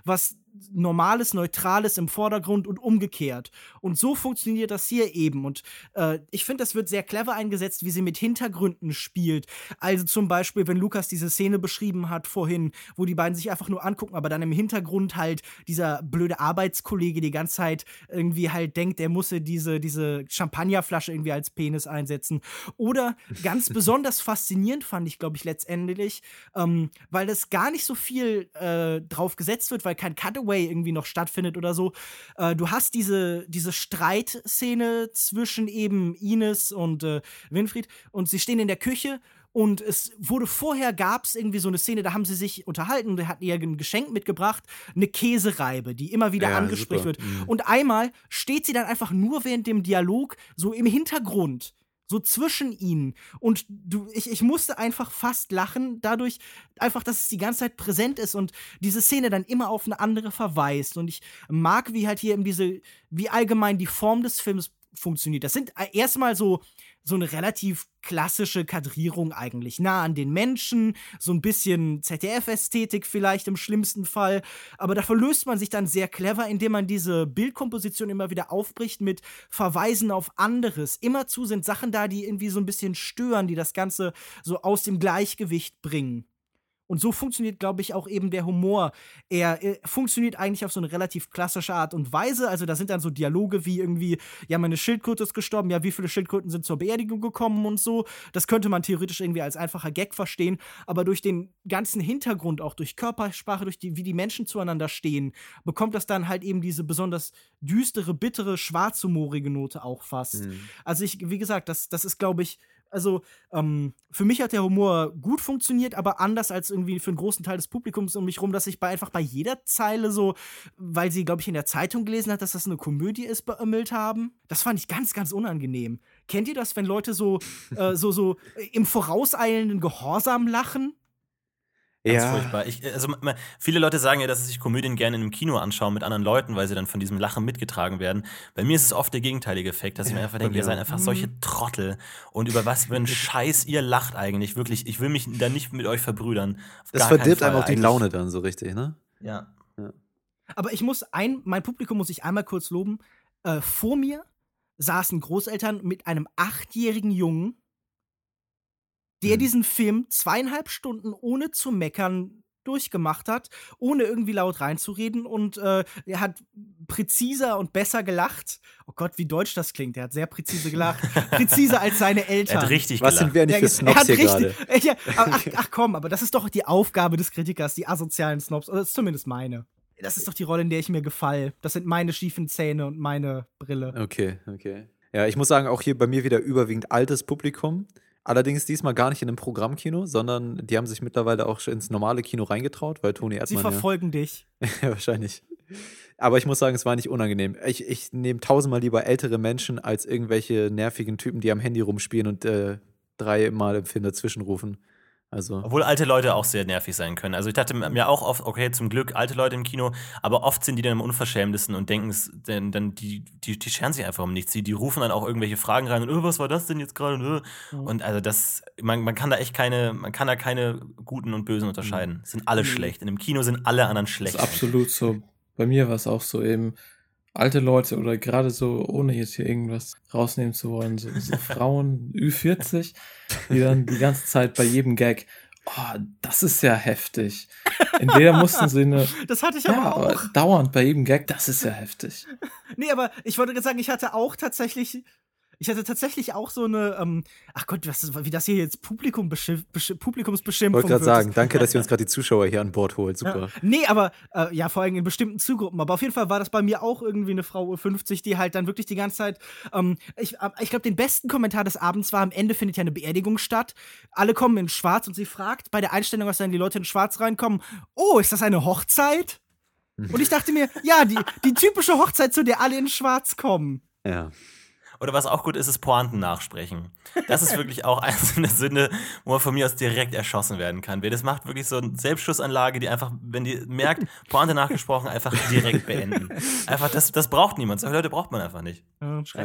Normales, Neutrales im Vordergrund und umgekehrt. Und so funktioniert das hier eben. Und äh, ich finde, das wird sehr clever eingesetzt, wie sie mit Hintergründen spielt. Also zum Beispiel, wenn Lukas diese Szene beschrieben hat vorhin, wo die beiden sich einfach nur angucken, aber dann im Hintergrund halt dieser blöde Arbeitskollege die ganze Zeit irgendwie halt denkt, der müsse diese, diese Champagnerflasche irgendwie als Penis einsetzen. Oder ganz besonders faszinierend fand ich, glaube ich, letztendlich, ähm, weil das gar nicht so viel äh, drauf gesetzt wird, weil kein Cutaway irgendwie noch stattfindet oder so. Äh, du hast diese, diese Streitszene zwischen eben Ines und äh, Winfried und sie stehen in der Küche und es wurde vorher, gab es irgendwie so eine Szene, da haben sie sich unterhalten und er hat ihr ein Geschenk mitgebracht, eine Käsereibe, die immer wieder Ja, angesprochen super. wird. Mhm. Und einmal steht sie dann einfach nur während dem Dialog so im Hintergrund, so zwischen ihnen. Und du, ich, ich musste einfach fast lachen, dadurch einfach, dass es die ganze Zeit präsent ist und diese Szene dann immer auf eine andere verweist. Und ich mag, wie halt hier eben diese, wie allgemein die Form des Films funktioniert. Das sind erstmal so, so eine relativ klassische Kadrierung eigentlich. Nah an den Menschen, so ein bisschen Z D F-Ästhetik vielleicht im schlimmsten Fall. Aber da verlöst man sich dann sehr clever, indem man diese Bildkomposition immer wieder aufbricht mit Verweisen auf anderes. Immerzu sind Sachen da, die irgendwie so ein bisschen stören, die das Ganze so aus dem Gleichgewicht bringen. Und so funktioniert, glaube ich, auch eben der Humor. Er, er funktioniert eigentlich auf so eine relativ klassische Art und Weise. Also da sind dann so Dialoge wie irgendwie, ja, meine Schildkröte ist gestorben, ja, wie viele Schildkröten sind zur Beerdigung gekommen und so. Das könnte man theoretisch irgendwie als einfacher Gag verstehen. Aber durch den ganzen Hintergrund, auch durch Körpersprache, durch die, wie die Menschen zueinander stehen, bekommt das dann halt eben diese besonders düstere, bittere, schwarzhumorige Note auch fast. Mhm. Also ich, wie gesagt, das, das ist, glaube ich, also ähm, für mich hat der Humor gut funktioniert, aber anders als irgendwie für einen großen Teil des Publikums um mich rum, dass ich bei, einfach bei jeder Zeile so, weil sie, glaube ich, in der Zeitung gelesen hat, dass das eine Komödie ist, beömmelt haben. Das fand ich ganz, ganz unangenehm. Kennt ihr das, wenn Leute so, äh, so, so im vorauseilenden Gehorsam lachen? Ganz Ja. furchtbar. Ich, also, ma- viele Leute sagen ja, dass sie sich Komödien gerne in einem Kino anschauen mit anderen Leuten, weil sie dann von diesem Lachen mitgetragen werden. Bei mir ist es oft der gegenteilige Effekt, dass ich mir einfach denke, ihr seid einfach solche Trottel. Und über was für einen Scheiß ihr lacht eigentlich. Wirklich, ich will mich da nicht mit euch verbrüdern. Auf Das gar keinen verdirbt Fall. einem auch die Eigentlich- Laune dann so richtig, ne? Ja. Aber ich muss ein, mein Publikum muss ich einmal kurz loben. Äh, vor mir saßen Großeltern mit einem achtjährigen Jungen, der Mhm. diesen Film zweieinhalb Stunden ohne zu meckern durchgemacht hat, ohne irgendwie laut reinzureden und äh, er hat präziser und besser gelacht. Oh Gott, wie deutsch das klingt. Er hat sehr präzise gelacht. Präziser als seine Eltern. Er hat richtig Was sind gelacht. wir eigentlich Der- für er Snobs hat hier gerade? richtig, ja, ach, ach komm, aber das ist doch die Aufgabe des Kritikers, die asozialen Snobs. Oder das ist zumindest meine. Das ist doch die Rolle, in der ich mir gefall. Das sind meine schiefen Zähne und meine Brille. Okay, okay. Ja, ich muss sagen, auch hier bei mir wieder überwiegend altes Publikum. Allerdings diesmal gar nicht in einem Programmkino, sondern die haben sich mittlerweile auch schon ins normale Kino reingetraut, weil Toni Sie Erdmann ja, verfolgen dich. ja wahrscheinlich. Aber ich muss sagen, es war nicht unangenehm. Ich, ich nehme tausendmal lieber ältere Menschen als irgendwelche nervigen Typen, die am Handy rumspielen und äh, dreimal im Film dazwischen rufen. Also, Obwohl alte Leute auch sehr nervig sein können. Also ich dachte mir auch oft, okay, zum Glück alte Leute im Kino, aber oft sind die dann am unverschämtesten und denken, es- denn, dann die, die, die scheren sich einfach um nichts. Die, die rufen dann auch irgendwelche Fragen rein und, oh, was war das denn jetzt gerade? Und, oh. Und also das, man, man kann da echt keine, man kann da keine Guten und Bösen unterscheiden. Es sind alle schlecht. In einem Kino sind alle anderen Das schlecht. ist absolut so. Bei mir war es auch so eben alte Leute oder gerade so, ohne jetzt hier irgendwas rausnehmen zu wollen, so, so Frauen Ü vierzig, die dann die ganze Zeit bei jedem Gag, oh, das ist ja heftig. Entweder mussten sie eine, Das hatte ich ja, aber auch. aber dauernd bei jedem Gag, das ist ja heftig. Nee, aber ich wollte gerade sagen, ich hatte auch tatsächlich, ich hatte tatsächlich auch so eine, ähm, ach Gott, was ist, wie das hier jetzt Publikum beschimpf, besch, ich Publikumsbeschimpfung wollte gerade wird. sagen, danke, dass ihr uns gerade die Zuschauer hier an Bord holt. Super. Ja. Nee, aber äh, ja, vor allem in bestimmten Zugruppen. Aber auf jeden Fall war das bei mir auch irgendwie eine Frau fünfzig, die halt dann wirklich die ganze Zeit. Ähm, ich äh, ich glaube, den besten Kommentar des Abends war: Am Ende findet ja eine Beerdigung statt. Alle kommen in Schwarz und sie fragt bei der Einstellung, als dann die Leute in Schwarz reinkommen: Oh, ist das eine Hochzeit? Und ich dachte mir: Ja, die, die typische Hochzeit, zu der alle in Schwarz kommen. Ja. Oder was auch gut ist, ist Pointen nachsprechen. Das ist wirklich auch eine so eine Sünde, wo man von mir aus direkt erschossen werden kann. Wer das macht, wirklich so eine Selbstschussanlage, die einfach, wenn die merkt, Pointe nachgesprochen, einfach direkt beenden. Einfach, das, das braucht niemand. Solche Leute braucht man einfach nicht. Ja. Schrecklich.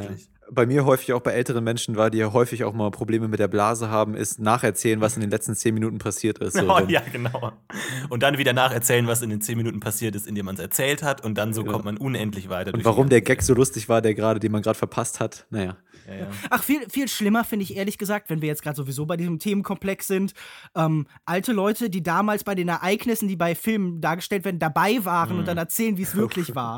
bei mir häufig auch bei älteren Menschen war, die ja häufig auch mal Probleme mit der Blase haben, ist nacherzählen, was in den letzten zehn Minuten passiert ist. So, Oh, wenn- ja, genau. Und dann wieder nacherzählen, was in den zehn Minuten passiert ist, indem man es erzählt hat. Und dann so Ja. kommt man unendlich weiter. Und durch warum die der ganze Gag so lustig war, der gerade, den man gerade verpasst hat, naja. Ja, ja. Ach, viel, viel schlimmer finde ich ehrlich gesagt, wenn wir jetzt gerade sowieso bei diesem Themenkomplex sind, ähm, alte Leute, die damals bei den Ereignissen, die bei Filmen dargestellt werden, dabei waren Mhm. und dann erzählen, wie es wirklich war.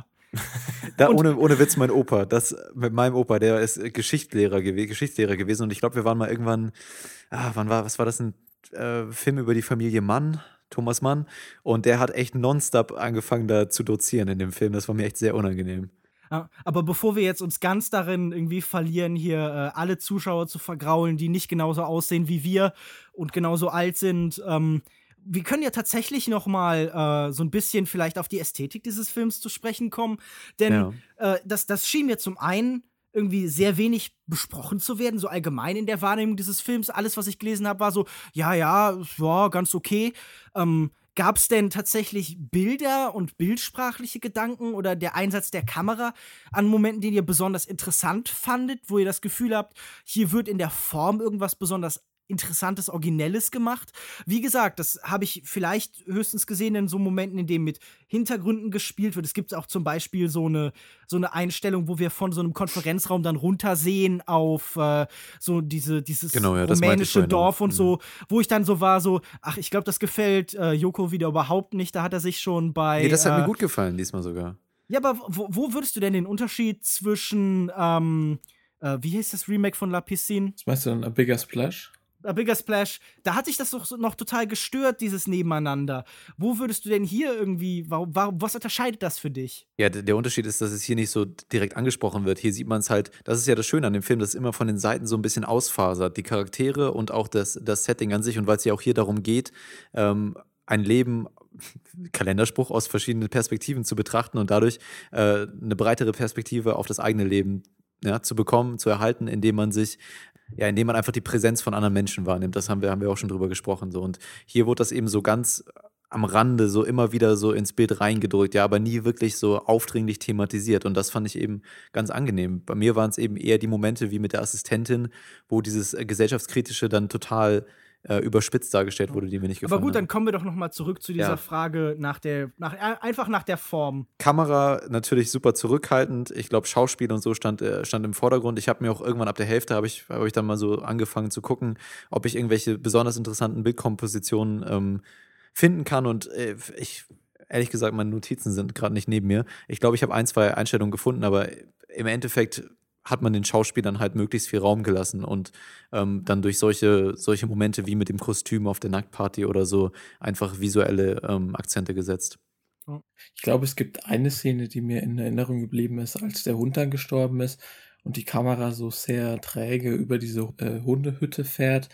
Da, Und- ohne, ohne Witz, mein Opa, das mit meinem Opa, der ist Geschichtslehrer, gew Geschichtslehrer gewesen und ich glaube, wir waren mal irgendwann, ah, wann war, was war das, ein äh, Film über die Familie Mann, Thomas Mann, und der hat echt nonstop angefangen, da zu dozieren in dem Film. Das war mir echt sehr unangenehm. Ja, aber bevor wir jetzt uns ganz darin irgendwie verlieren, hier äh, alle Zuschauer zu vergraulen, die nicht genauso aussehen wie wir und genauso alt sind, ähm, wir können ja tatsächlich noch mal äh, so ein bisschen vielleicht auf die Ästhetik dieses Films zu sprechen kommen, denn Ja. äh, das, das schien mir zum einen irgendwie sehr wenig besprochen zu werden, so allgemein in der Wahrnehmung dieses Films. Alles, was ich gelesen habe, war so, ja, ja, ja, ganz okay. Ähm, Gab es denn tatsächlich Bilder und bildsprachliche Gedanken oder der Einsatz der Kamera an Momenten, den ihr besonders interessant fandet, wo ihr das Gefühl habt, hier wird in der Form irgendwas besonders Interessantes, Originelles gemacht? Wie gesagt, das habe ich vielleicht höchstens gesehen in so Momenten, in denen mit Hintergründen gespielt wird. Es gibt auch zum Beispiel so eine, so eine Einstellung, wo wir von so einem Konferenzraum dann runtersehen auf äh, so diese, dieses Genau, ja, das meinte ich rumänische vorhin auch. Dorf und Mhm. so, wo ich dann so war, so, ach, ich glaube, das gefällt äh, Joko wieder überhaupt nicht. Da hat er sich schon bei. Nee, das hat äh, mir gut gefallen, diesmal sogar. Ja, aber wo, wo würdest du denn den Unterschied zwischen, ähm, äh, wie hieß das Remake von La Piscine? Was meinst du dann, A Bigger Splash? A Bigger Splash, da hat sich das doch so- noch total gestört, dieses Nebeneinander. Wo würdest du denn hier irgendwie, warum, warum, was unterscheidet das für dich? Ja, d- der Unterschied ist, dass es hier nicht so direkt angesprochen wird. Hier sieht man es halt, das ist ja das Schöne an dem Film, dass es immer von den Seiten so ein bisschen ausfasert. Die Charaktere und auch das, das Setting an sich. Und weil es ja auch hier darum geht, ähm, ein Leben, Kalenderspruch, aus verschiedenen Perspektiven zu betrachten und dadurch äh, eine breitere Perspektive auf das eigene Leben, ja, zu bekommen, zu erhalten, indem man sich, ja, indem man einfach die Präsenz von anderen Menschen wahrnimmt. Das haben wir, haben wir auch schon drüber gesprochen. So. Und hier wurde das eben so ganz am Rande so immer wieder so ins Bild reingedrückt, ja, aber nie wirklich so aufdringlich thematisiert. Und das fand ich eben ganz angenehm. Bei mir waren es eben eher die Momente wie mit der Assistentin, wo dieses äh, gesellschaftskritische dann total äh, überspitzt dargestellt wurde, die mir nicht gefallen Aber gut, dann hat. kommen wir doch noch mal zurück zu dieser Ja. Frage nach der, nach, äh, einfach nach der Form. Kamera natürlich super zurückhaltend. Ich glaube, Schauspiel und so stand, äh, stand im Vordergrund. Ich habe mir auch irgendwann ab der Hälfte, habe ich, hab ich dann mal so angefangen zu gucken, ob ich irgendwelche besonders interessanten Bildkompositionen ähm, finden kann. Und äh, ich, ehrlich gesagt, meine Notizen sind gerade nicht neben mir. Ich glaube, ich habe ein, zwei Einstellungen gefunden, aber im Endeffekt hat man den Schauspielern halt möglichst viel Raum gelassen und ähm, dann durch solche, solche Momente wie mit dem Kostüm auf der Nacktparty oder so einfach visuelle ähm, Akzente gesetzt. Ich glaube, es gibt eine Szene, die mir in Erinnerung geblieben ist, als der Hund dann gestorben ist und die Kamera so sehr träge über diese äh, Hundehütte fährt.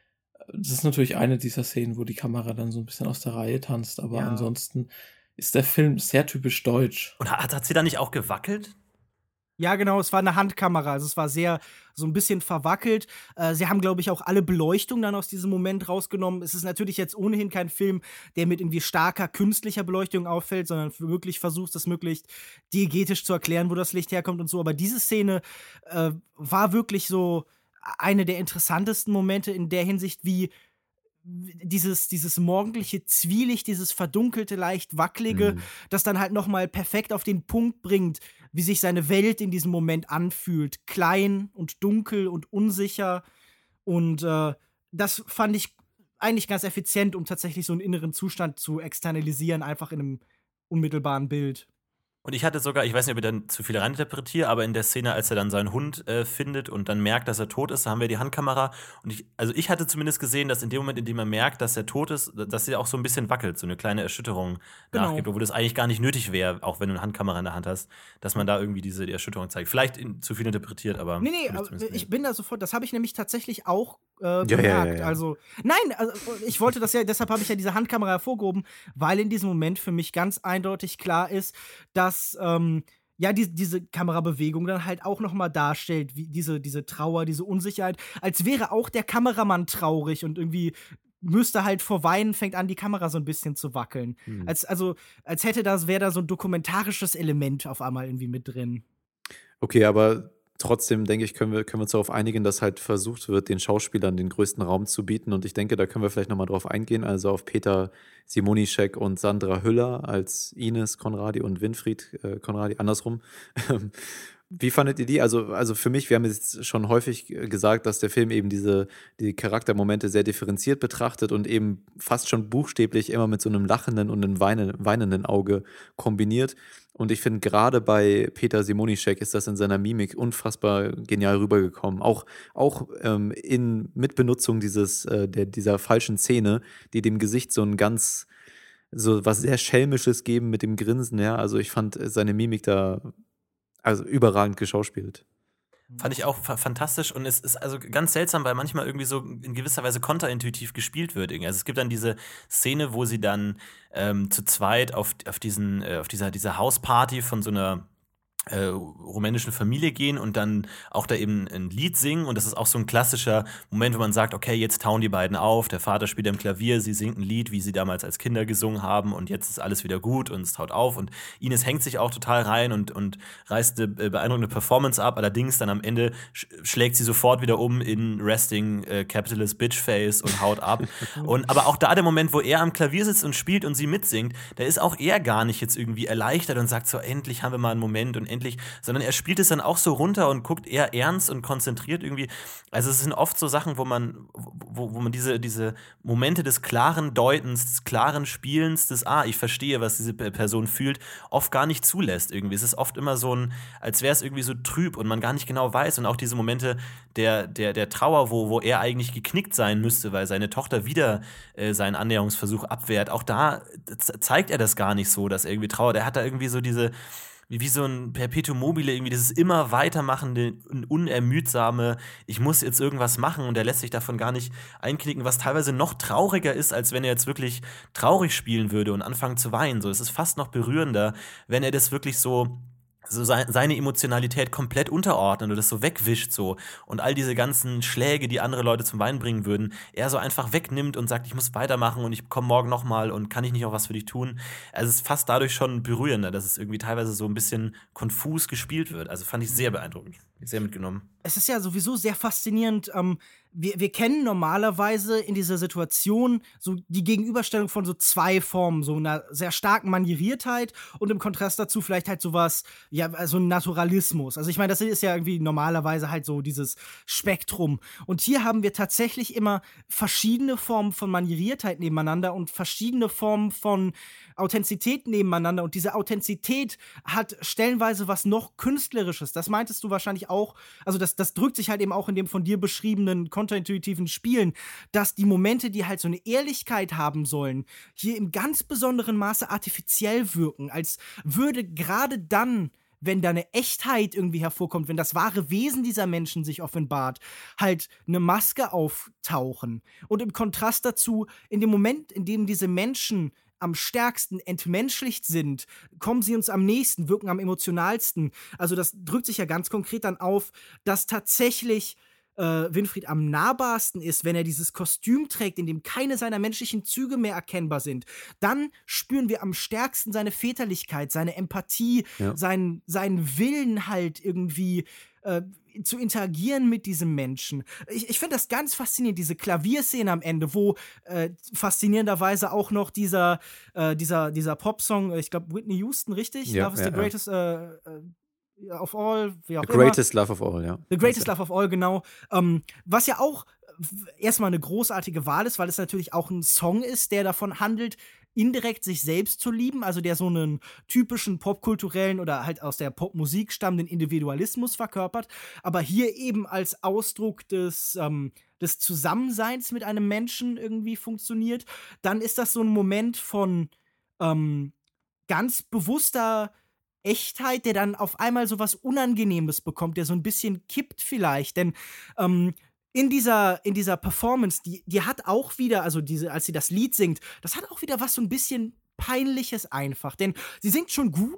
Das ist natürlich eine dieser Szenen, wo die Kamera dann so ein bisschen aus der Reihe tanzt, aber Ja. ansonsten ist der Film sehr typisch deutsch. Und hat, hat sie da nicht auch gewackelt? Ja, genau, es war eine Handkamera, also es war sehr, so ein bisschen verwackelt. Äh, sie haben, glaube ich, auch alle Beleuchtung dann aus diesem Moment rausgenommen. Es ist natürlich jetzt ohnehin kein Film, der mit irgendwie starker künstlicher Beleuchtung auffällt, sondern wirklich versucht, das möglichst diegetisch zu erklären, wo das Licht herkommt und so. Aber diese Szene äh, war wirklich so eine der interessantesten Momente in der Hinsicht, wie dieses, dieses morgendliche Zwielicht, dieses verdunkelte, leicht wackelige, Mhm. das dann halt nochmal perfekt auf den Punkt bringt, wie sich seine Welt in diesem Moment anfühlt. Klein und dunkel und unsicher. Und äh, das fand ich eigentlich ganz effizient, um tatsächlich so einen inneren Zustand zu externalisieren, einfach in einem unmittelbaren Bild. Und ich hatte sogar, ich weiß nicht, ob ich dann zu viel reininterpretiere, aber in der Szene, als er dann seinen Hund äh, findet und dann merkt, dass er tot ist, da haben wir die Handkamera. Und ich, also ich hatte zumindest gesehen, dass in dem Moment, in dem er merkt, dass er tot ist, dass sie auch so ein bisschen wackelt, so eine kleine Erschütterung Genau. nachgibt, obwohl das eigentlich gar nicht nötig wäre, auch wenn du eine Handkamera in der Hand hast, dass man da irgendwie diese die Erschütterung zeigt. Vielleicht in, zu viel interpretiert, aber. Nee, nee, hab ich aber zumindest ich gesehen. bin da sofort, das habe ich nämlich tatsächlich auch äh, ja, bemerkt. ja, ja. Also, nein, also, ich wollte das ja, deshalb habe ich ja diese Handkamera hervorgehoben, weil in diesem Moment für mich ganz eindeutig klar ist, dass ähm, ja, die, diese Kamerabewegung dann halt auch nochmal darstellt, wie diese, diese Trauer, diese Unsicherheit, als wäre auch der Kameramann traurig und irgendwie müsste halt vor Weinen, fängt an, die Kamera so ein bisschen zu wackeln. Hm. Als, also, als hätte das, wäre da so ein dokumentarisches Element auf einmal irgendwie mit drin. Okay, aber trotzdem, denke ich, können wir, können wir uns darauf einigen, dass halt versucht wird, den Schauspielern den größten Raum zu bieten. Und ich denke, da können wir vielleicht nochmal drauf eingehen. Also auf Peter Simonischek und Sandra Hüller als Ines Conradi und Winfried äh, Conradi, andersrum. Wie fandet ihr die? Also, also für mich, wir haben jetzt schon häufig gesagt, dass der Film eben diese die Charaktermomente sehr differenziert betrachtet und eben fast schon buchstäblich immer mit so einem lachenden und einem weinen, weinenden Auge kombiniert. Und ich finde, gerade bei Peter Simonischek ist das in seiner Mimik unfassbar genial rübergekommen. Auch, auch ähm, in Mitbenutzung dieses, äh, der, dieser falschen Szene, die dem Gesicht so ein ganz, so was sehr Schelmisches geben mit dem Grinsen, ja. Also ich fand seine Mimik da also überragend geschauspielt. Fand ich auch fa- fantastisch und es ist also ganz seltsam, weil manchmal irgendwie so in gewisser Weise konterintuitiv gespielt wird. irgendwie. Also es gibt dann diese Szene, wo sie dann ähm, zu zweit auf, auf, diesen, äh, auf dieser, dieser Hausparty von so einer äh, rumänischen Familie gehen und dann auch da eben ein Lied singen und das ist auch so ein klassischer Moment, wo man sagt, okay, jetzt tauen die beiden auf, der Vater spielt am Klavier, sie singt ein Lied, wie sie damals als Kinder gesungen haben und jetzt ist alles wieder gut und es taut auf und Ines hängt sich auch total rein und, und reißt eine beeindruckende Performance ab, allerdings dann am Ende sch- schlägt sie sofort wieder um in Resting äh, Capitalist Bitch Face und haut ab und aber auch da der Moment, wo er am Klavier sitzt und spielt und sie mitsingt, da ist auch er gar nicht jetzt irgendwie erleichtert und sagt so, endlich haben wir mal einen Moment und endlich, sondern er spielt es dann auch so runter und guckt eher ernst und konzentriert irgendwie. Also es sind oft so Sachen, wo man, wo, wo man diese, diese Momente des klaren Deutens, des klaren Spielens, des, ah, ich verstehe, was diese Person fühlt, oft gar nicht zulässt irgendwie. Es ist oft immer so ein, als wäre es irgendwie so trüb und man gar nicht genau weiß und auch diese Momente der, der, der Trauer, wo, wo er eigentlich geknickt sein müsste, weil seine Tochter wieder äh, seinen Annäherungsversuch abwehrt, auch da z- zeigt er das gar nicht so, dass er irgendwie trauert. Er hat da irgendwie so diese Wie, wie so ein Perpetuum mobile, irgendwie dieses immer weitermachende, unermüdsame, ich muss jetzt irgendwas machen und er lässt sich davon gar nicht einknicken, was teilweise noch trauriger ist, als wenn er jetzt wirklich traurig spielen würde und anfangen zu weinen. So, es ist fast noch berührender, wenn er das wirklich so so sei- seine Emotionalität komplett unterordnet und das so wegwischt so und all diese ganzen Schläge, die andere Leute zum Weinen bringen würden, er so einfach wegnimmt und sagt, ich muss weitermachen und ich komme morgen nochmal und kann ich nicht auch was für dich tun? Also es ist fast dadurch schon berührender, dass es irgendwie teilweise so ein bisschen konfus gespielt wird. Also fand ich sehr beeindruckend, sehr mitgenommen. Es ist ja sowieso sehr faszinierend. Ähm, wir, wir kennen normalerweise in dieser Situation so die Gegenüberstellung von so zwei Formen, so einer sehr starken Manieriertheit und im Kontrast dazu vielleicht halt sowas, ja, so ein Naturalismus. Also ich meine, das ist ja irgendwie normalerweise halt so dieses Spektrum. Und hier haben wir tatsächlich immer verschiedene Formen von Manieriertheit nebeneinander und verschiedene Formen von Authentizität nebeneinander. Und diese Authentizität hat stellenweise was noch Künstlerisches. Das meintest du wahrscheinlich auch. Also das, das drückt sich halt eben auch in dem von dir beschriebenen konterintuitiven Spielen, dass die Momente, die halt so eine Ehrlichkeit haben sollen, hier im ganz besonderen Maße artifiziell wirken. Als würde gerade dann, wenn da eine Echtheit irgendwie hervorkommt, wenn das wahre Wesen dieser Menschen sich offenbart, halt eine Maske auftauchen. Und im Kontrast dazu, in dem Moment, in dem diese Menschen am stärksten entmenschlicht sind, kommen sie uns am nächsten, wirken am emotionalsten. Also das drückt sich ja ganz konkret dann auf, dass tatsächlich äh, Winfried am nahbarsten ist, wenn er dieses Kostüm trägt, in dem keine seiner menschlichen Züge mehr erkennbar sind. Dann spüren wir am stärksten seine Väterlichkeit, seine Empathie, Ja. seinen, seinen Willen halt irgendwie äh, zu interagieren mit diesem Menschen. Ich, ich finde das ganz faszinierend, diese Klavierszene am Ende, wo äh, faszinierenderweise auch noch dieser, äh, dieser, dieser Popsong, äh, ich glaube Whitney Houston, richtig? Ja, Love is ja, the ja. greatest äh, äh, of all, wie auch The immer. greatest love of all, ja. The Greatest Love of All, genau. Ähm, was ja auch w- erstmal eine großartige Wahl ist, weil es natürlich auch ein Song ist, der davon handelt, indirekt sich selbst zu lieben, also der so einen typischen popkulturellen oder halt aus der Popmusik stammenden Individualismus verkörpert, aber hier eben als Ausdruck des, ähm, des Zusammenseins mit einem Menschen irgendwie funktioniert. Dann ist das so ein Moment von ähm, ganz bewusster Echtheit, der dann auf einmal so was Unangenehmes bekommt, der so ein bisschen kippt vielleicht, denn ähm, in dieser, in dieser Performance, die, die hat auch wieder, also diese, als sie das Lied singt, das hat auch wieder was so ein bisschen Peinliches einfach, denn sie singt schon gut,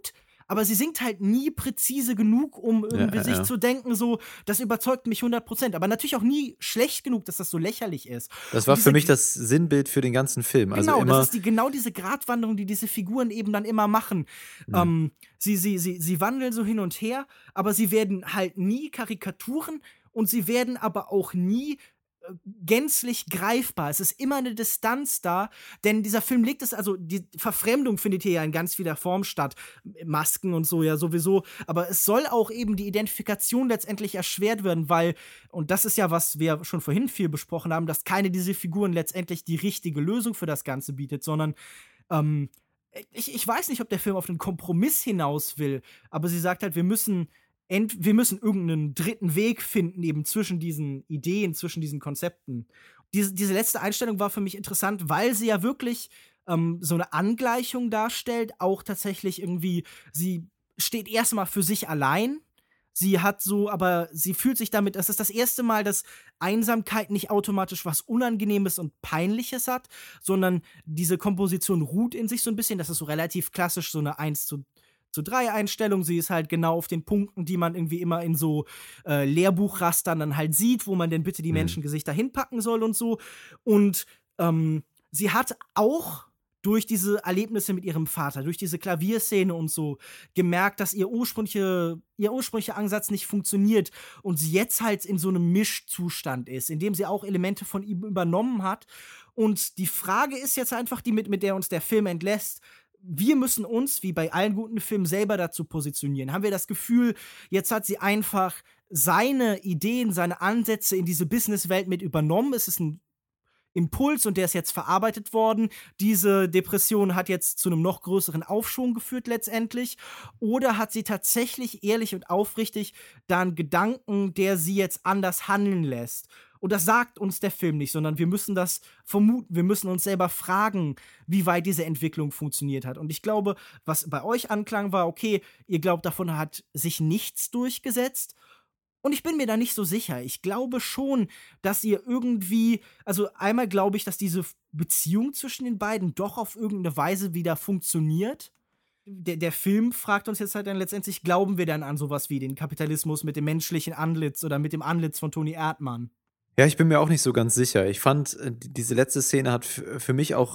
aber sie singt halt nie präzise genug, um irgendwie Ja, ja, sich ja. zu denken, so, das überzeugt mich hundert Prozent. Aber natürlich auch nie schlecht genug, dass das so lächerlich ist. Das Und war diese- für mich das Sinnbild für den ganzen Film. Also Genau, immer, das ist die, genau diese Gratwanderung, die diese Figuren eben dann immer machen. Mhm. Ähm, sie, sie, sie, sie wandeln so hin und her, aber sie werden halt nie Karikaturen und sie werden aber auch nie äh, gänzlich greifbar. Es ist immer eine Distanz da, denn dieser Film legt es, also die Verfremdung findet hier ja in ganz vieler Form statt. Masken und so ja sowieso, aber es soll auch eben die Identifikation letztendlich erschwert werden, weil, und das ist ja, was wir schon vorhin viel besprochen haben, dass keine dieser Figuren letztendlich die richtige Lösung für das Ganze bietet, sondern ähm, ich, ich weiß nicht, ob der Film auf einen Kompromiss hinaus will, aber sie sagt halt, wir müssen ent wir müssen irgendeinen dritten Weg finden, eben zwischen diesen Ideen, zwischen diesen Konzepten. Diese, diese letzte Einstellung war für mich interessant, weil sie ja wirklich ähm, so eine Angleichung darstellt, auch tatsächlich irgendwie, sie steht erstmal für sich allein. Sie hat so, aber sie fühlt sich damit, das ist das erste Mal, dass Einsamkeit nicht automatisch was Unangenehmes und Peinliches hat, sondern diese Komposition ruht in sich so ein bisschen. Das ist so relativ klassisch, so eine eins zu drei Einstellung. Sie ist halt genau auf den Punkten, die man irgendwie immer in so äh, Lehrbuchrastern dann halt sieht, wo man denn bitte die Mhm. Menschengesichter hinpacken soll und so. Und ähm, sie hat auch durch diese Erlebnisse mit ihrem Vater, durch diese Klavierszene und so, gemerkt, dass ihr, ursprüngliche, ihr ursprünglicher Ansatz nicht funktioniert und sie jetzt halt in so einem Mischzustand ist, in dem sie auch Elemente von ihm übernommen hat. Und die Frage ist jetzt einfach die, mit, mit der uns der Film entlässt: Wir müssen uns, wie bei allen guten Filmen, selber dazu positionieren. Haben wir das Gefühl, jetzt hat sie einfach seine Ideen, seine Ansätze in diese Businesswelt mit übernommen? Es ist ein Impuls und der ist jetzt verarbeitet worden. Diese Depression hat jetzt zu einem noch größeren Aufschwung geführt letztendlich. Oder hat sie tatsächlich ehrlich und aufrichtig da einen Gedanken, der sie jetzt anders handeln lässt? Und das sagt uns der Film nicht, sondern wir müssen das vermuten. Wir müssen uns selber fragen, wie weit diese Entwicklung funktioniert hat. Und ich glaube, was bei euch anklang, war, okay, ihr glaubt, davon hat sich nichts durchgesetzt. Und ich bin mir da nicht so sicher. Ich glaube schon, dass ihr irgendwie, also einmal glaube ich, dass diese Beziehung zwischen den beiden doch auf irgendeine Weise wieder funktioniert. Der, der Film fragt uns jetzt halt dann letztendlich, glauben wir dann an sowas wie den Kapitalismus mit dem menschlichen Antlitz oder mit dem Antlitz von Toni Erdmann? Ja, ich bin mir auch nicht so ganz sicher. Ich fand, äh, die- diese letzte Szene hat f- für mich auch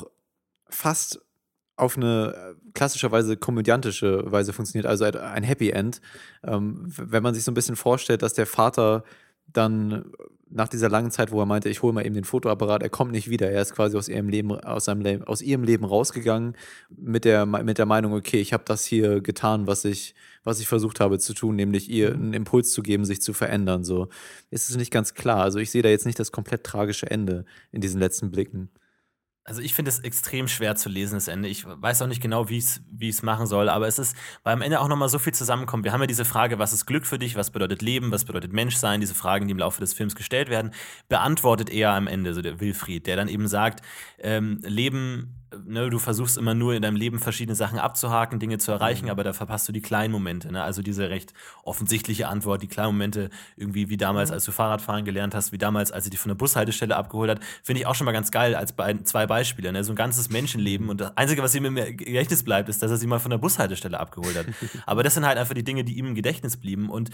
fast auf eine äh, klassischerweise komödiantische Weise funktioniert, also ein- ein Happy End. Ähm, w- wenn man sich so ein bisschen vorstellt, dass der Vater dann nach dieser langen Zeit, wo er meinte, ich hole mal eben den Fotoapparat, er kommt nicht wieder, er ist quasi aus ihrem Leben, aus seinem Leben, aus ihrem Leben rausgegangen mit der, mit der Meinung, okay, ich habe das hier getan, was ich, was ich versucht habe zu tun, nämlich ihr einen Impuls zu geben, sich zu verändern. So ist es nicht ganz klar. Also ich sehe da jetzt nicht das komplett tragische Ende in diesen letzten Blicken. Also ich finde es extrem schwer zu lesen, das Ende. Ich weiß auch nicht genau, wie ich es wie ich's machen soll, aber es ist, weil am Ende auch nochmal so viel zusammenkommt. Wir haben ja diese Frage, was ist Glück für dich, was bedeutet Leben, was bedeutet Menschsein, diese Fragen, die im Laufe des Films gestellt werden, beantwortet er am Ende, so der Wilfried, der dann eben sagt, ähm, Leben, ne, du versuchst immer nur in deinem Leben verschiedene Sachen abzuhaken, Dinge zu erreichen, aber da verpasst du die kleinen Momente, ne? Also diese recht offensichtliche Antwort, die kleinen Momente, irgendwie wie damals, als du Fahrradfahren gelernt hast, wie damals, als sie dich von der Bushaltestelle abgeholt hat, finde ich auch schon mal ganz geil als bei, zwei Beispiele, ne? So ein ganzes Menschenleben und das Einzige, was ihm im Gedächtnis bleibt, ist, dass er sie mal von der Bushaltestelle abgeholt hat. Aber das sind halt einfach die Dinge, die ihm im Gedächtnis blieben und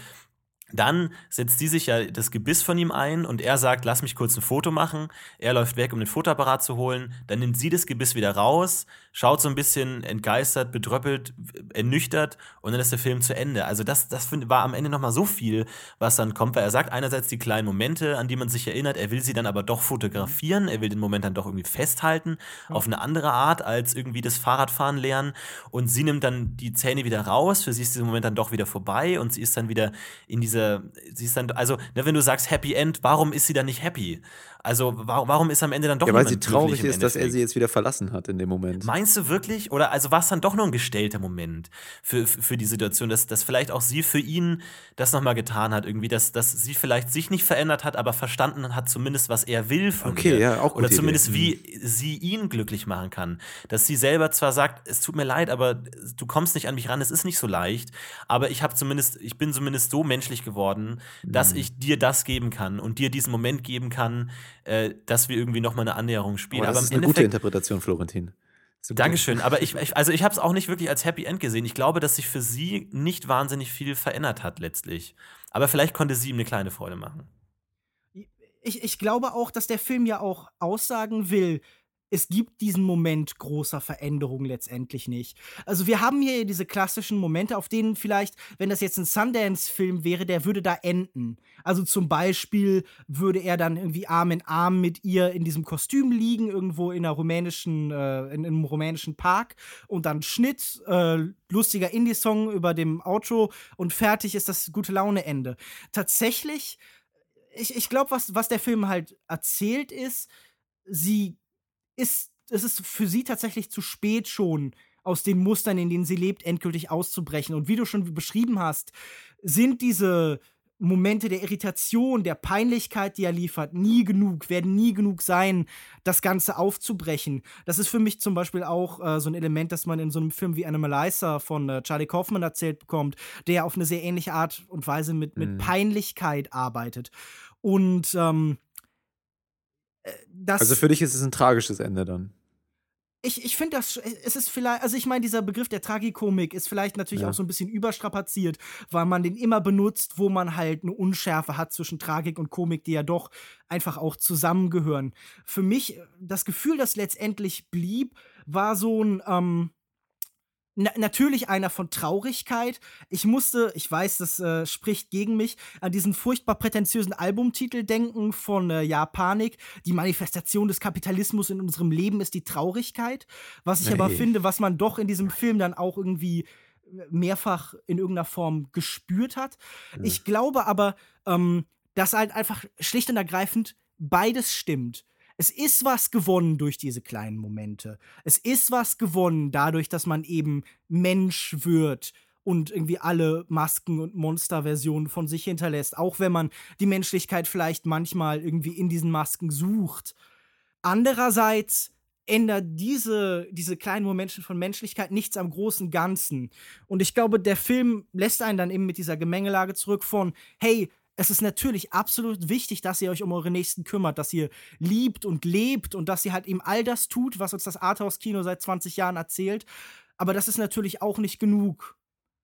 dann setzt sie sich ja das Gebiss von ihm ein und er sagt, lass mich kurz ein Foto machen. Er läuft weg, um den Fotoapparat zu holen. Dann nimmt sie das Gebiss wieder raus, schaut so ein bisschen entgeistert, bedröppelt, ernüchtert und dann ist der Film zu Ende. Also das, das war am Ende nochmal so viel, was dann kommt, weil er sagt einerseits die kleinen Momente, an die man sich erinnert, er will sie dann aber doch fotografieren, er will den Moment dann doch irgendwie festhalten, mhm. auf eine andere Art als irgendwie das Fahrradfahren lernen und sie nimmt dann die Zähne wieder raus, für sie ist dieser Moment dann doch wieder vorbei und sie ist dann wieder in dieser sie ist dann, also, ne, wenn du sagst Happy End, warum ist sie dann nicht happy? Also, warum, warum ist am Ende dann doch ja, niemand weil sie traurig glücklich im ist, dass er Endeffekt? sie jetzt wieder verlassen hat in dem Moment. Meinst du wirklich? Oder also war es dann doch nur ein gestellter Moment für, für, für die Situation, dass, dass vielleicht auch sie für ihn das nochmal getan hat, irgendwie, dass, dass sie vielleicht sich nicht verändert hat, aber verstanden hat zumindest, was er will von Okay, ihr. ja, auch gute Oder zumindest, Idee. wie sie ihn glücklich machen kann. Dass sie selber zwar sagt, es tut mir leid, aber du kommst nicht an mich ran, es ist nicht so leicht, aber ich habe zumindest, ich bin zumindest so menschlich geworden, dass ich dir das geben kann und dir diesen Moment geben kann, äh, dass wir irgendwie nochmal eine Annäherung spielen. Aber das aber ist im eine gute Endeffekt Interpretation, Florentin. So Dankeschön, aber ich, ich also ich habe es auch nicht wirklich als Happy End gesehen. Ich glaube, dass sich für sie nicht wahnsinnig viel verändert hat letztlich. Aber vielleicht konnte sie ihm eine kleine Freude machen. Ich, ich glaube auch, dass der Film ja auch aussagen will, es gibt diesen Moment großer Veränderung letztendlich nicht. Also wir haben hier diese klassischen Momente, auf denen vielleicht, wenn das jetzt ein Sundance-Film wäre, der würde da enden. Also zum Beispiel würde er dann irgendwie Arm in Arm mit ihr in diesem Kostüm liegen, irgendwo in einer rumänischen, äh, in, in einem rumänischen Park und dann Schnitt, äh, lustiger Indie-Song über dem Outro und fertig ist das gute Laune-Ende. Tatsächlich, ich, ich glaube, was, was der Film halt erzählt ist, sie ist, es ist für sie tatsächlich zu spät schon, aus den Mustern, in denen sie lebt, endgültig auszubrechen. Und wie du schon beschrieben hast, sind diese Momente der Irritation, der Peinlichkeit, die er liefert, nie genug, werden nie genug sein, das Ganze aufzubrechen. Das ist für mich zum Beispiel auch äh, so ein Element, das man in so einem Film wie Anomalisa von äh, Charlie Kaufman erzählt bekommt, der auf eine sehr ähnliche Art und Weise mit, mit mhm. Peinlichkeit arbeitet. Und ähm, Das, also für dich ist es ein tragisches Ende dann? Ich, ich finde das, es ist vielleicht, also ich meine, dieser Begriff der Tragikomik ist vielleicht natürlich ja. auch so ein bisschen überstrapaziert, weil man den immer benutzt, wo man halt eine Unschärfe hat zwischen Tragik und Komik, die ja doch einfach auch zusammengehören. Für mich, das Gefühl, das letztendlich blieb, war so ein, ähm, Na, natürlich einer von Traurigkeit. Ich musste, ich weiß, das äh, spricht gegen mich, an diesen furchtbar prätentiösen Albumtitel denken von äh, Ja, Panik. Die Manifestation des Kapitalismus in unserem Leben ist die Traurigkeit. Was ich nee. aber finde, was man doch in diesem Film dann auch irgendwie mehrfach in irgendeiner Form gespürt hat. Ja. Ich glaube aber, ähm, dass halt einfach schlicht und ergreifend beides stimmt. Es ist was gewonnen durch diese kleinen Momente. Es ist was gewonnen dadurch, dass man eben Mensch wird und irgendwie alle Masken- und Monsterversionen von sich hinterlässt, auch wenn man die Menschlichkeit vielleicht manchmal irgendwie in diesen Masken sucht. Andererseits ändert diese, diese kleinen Momente von Menschlichkeit nichts am großen Ganzen. Und ich glaube, der Film lässt einen dann eben mit dieser Gemengelage zurück von, hey, es ist natürlich absolut wichtig, dass ihr euch um eure Nächsten kümmert, dass ihr liebt und lebt und dass ihr halt eben all das tut, was uns das Arthouse-Kino seit zwanzig Jahren erzählt. Aber das ist natürlich auch nicht genug.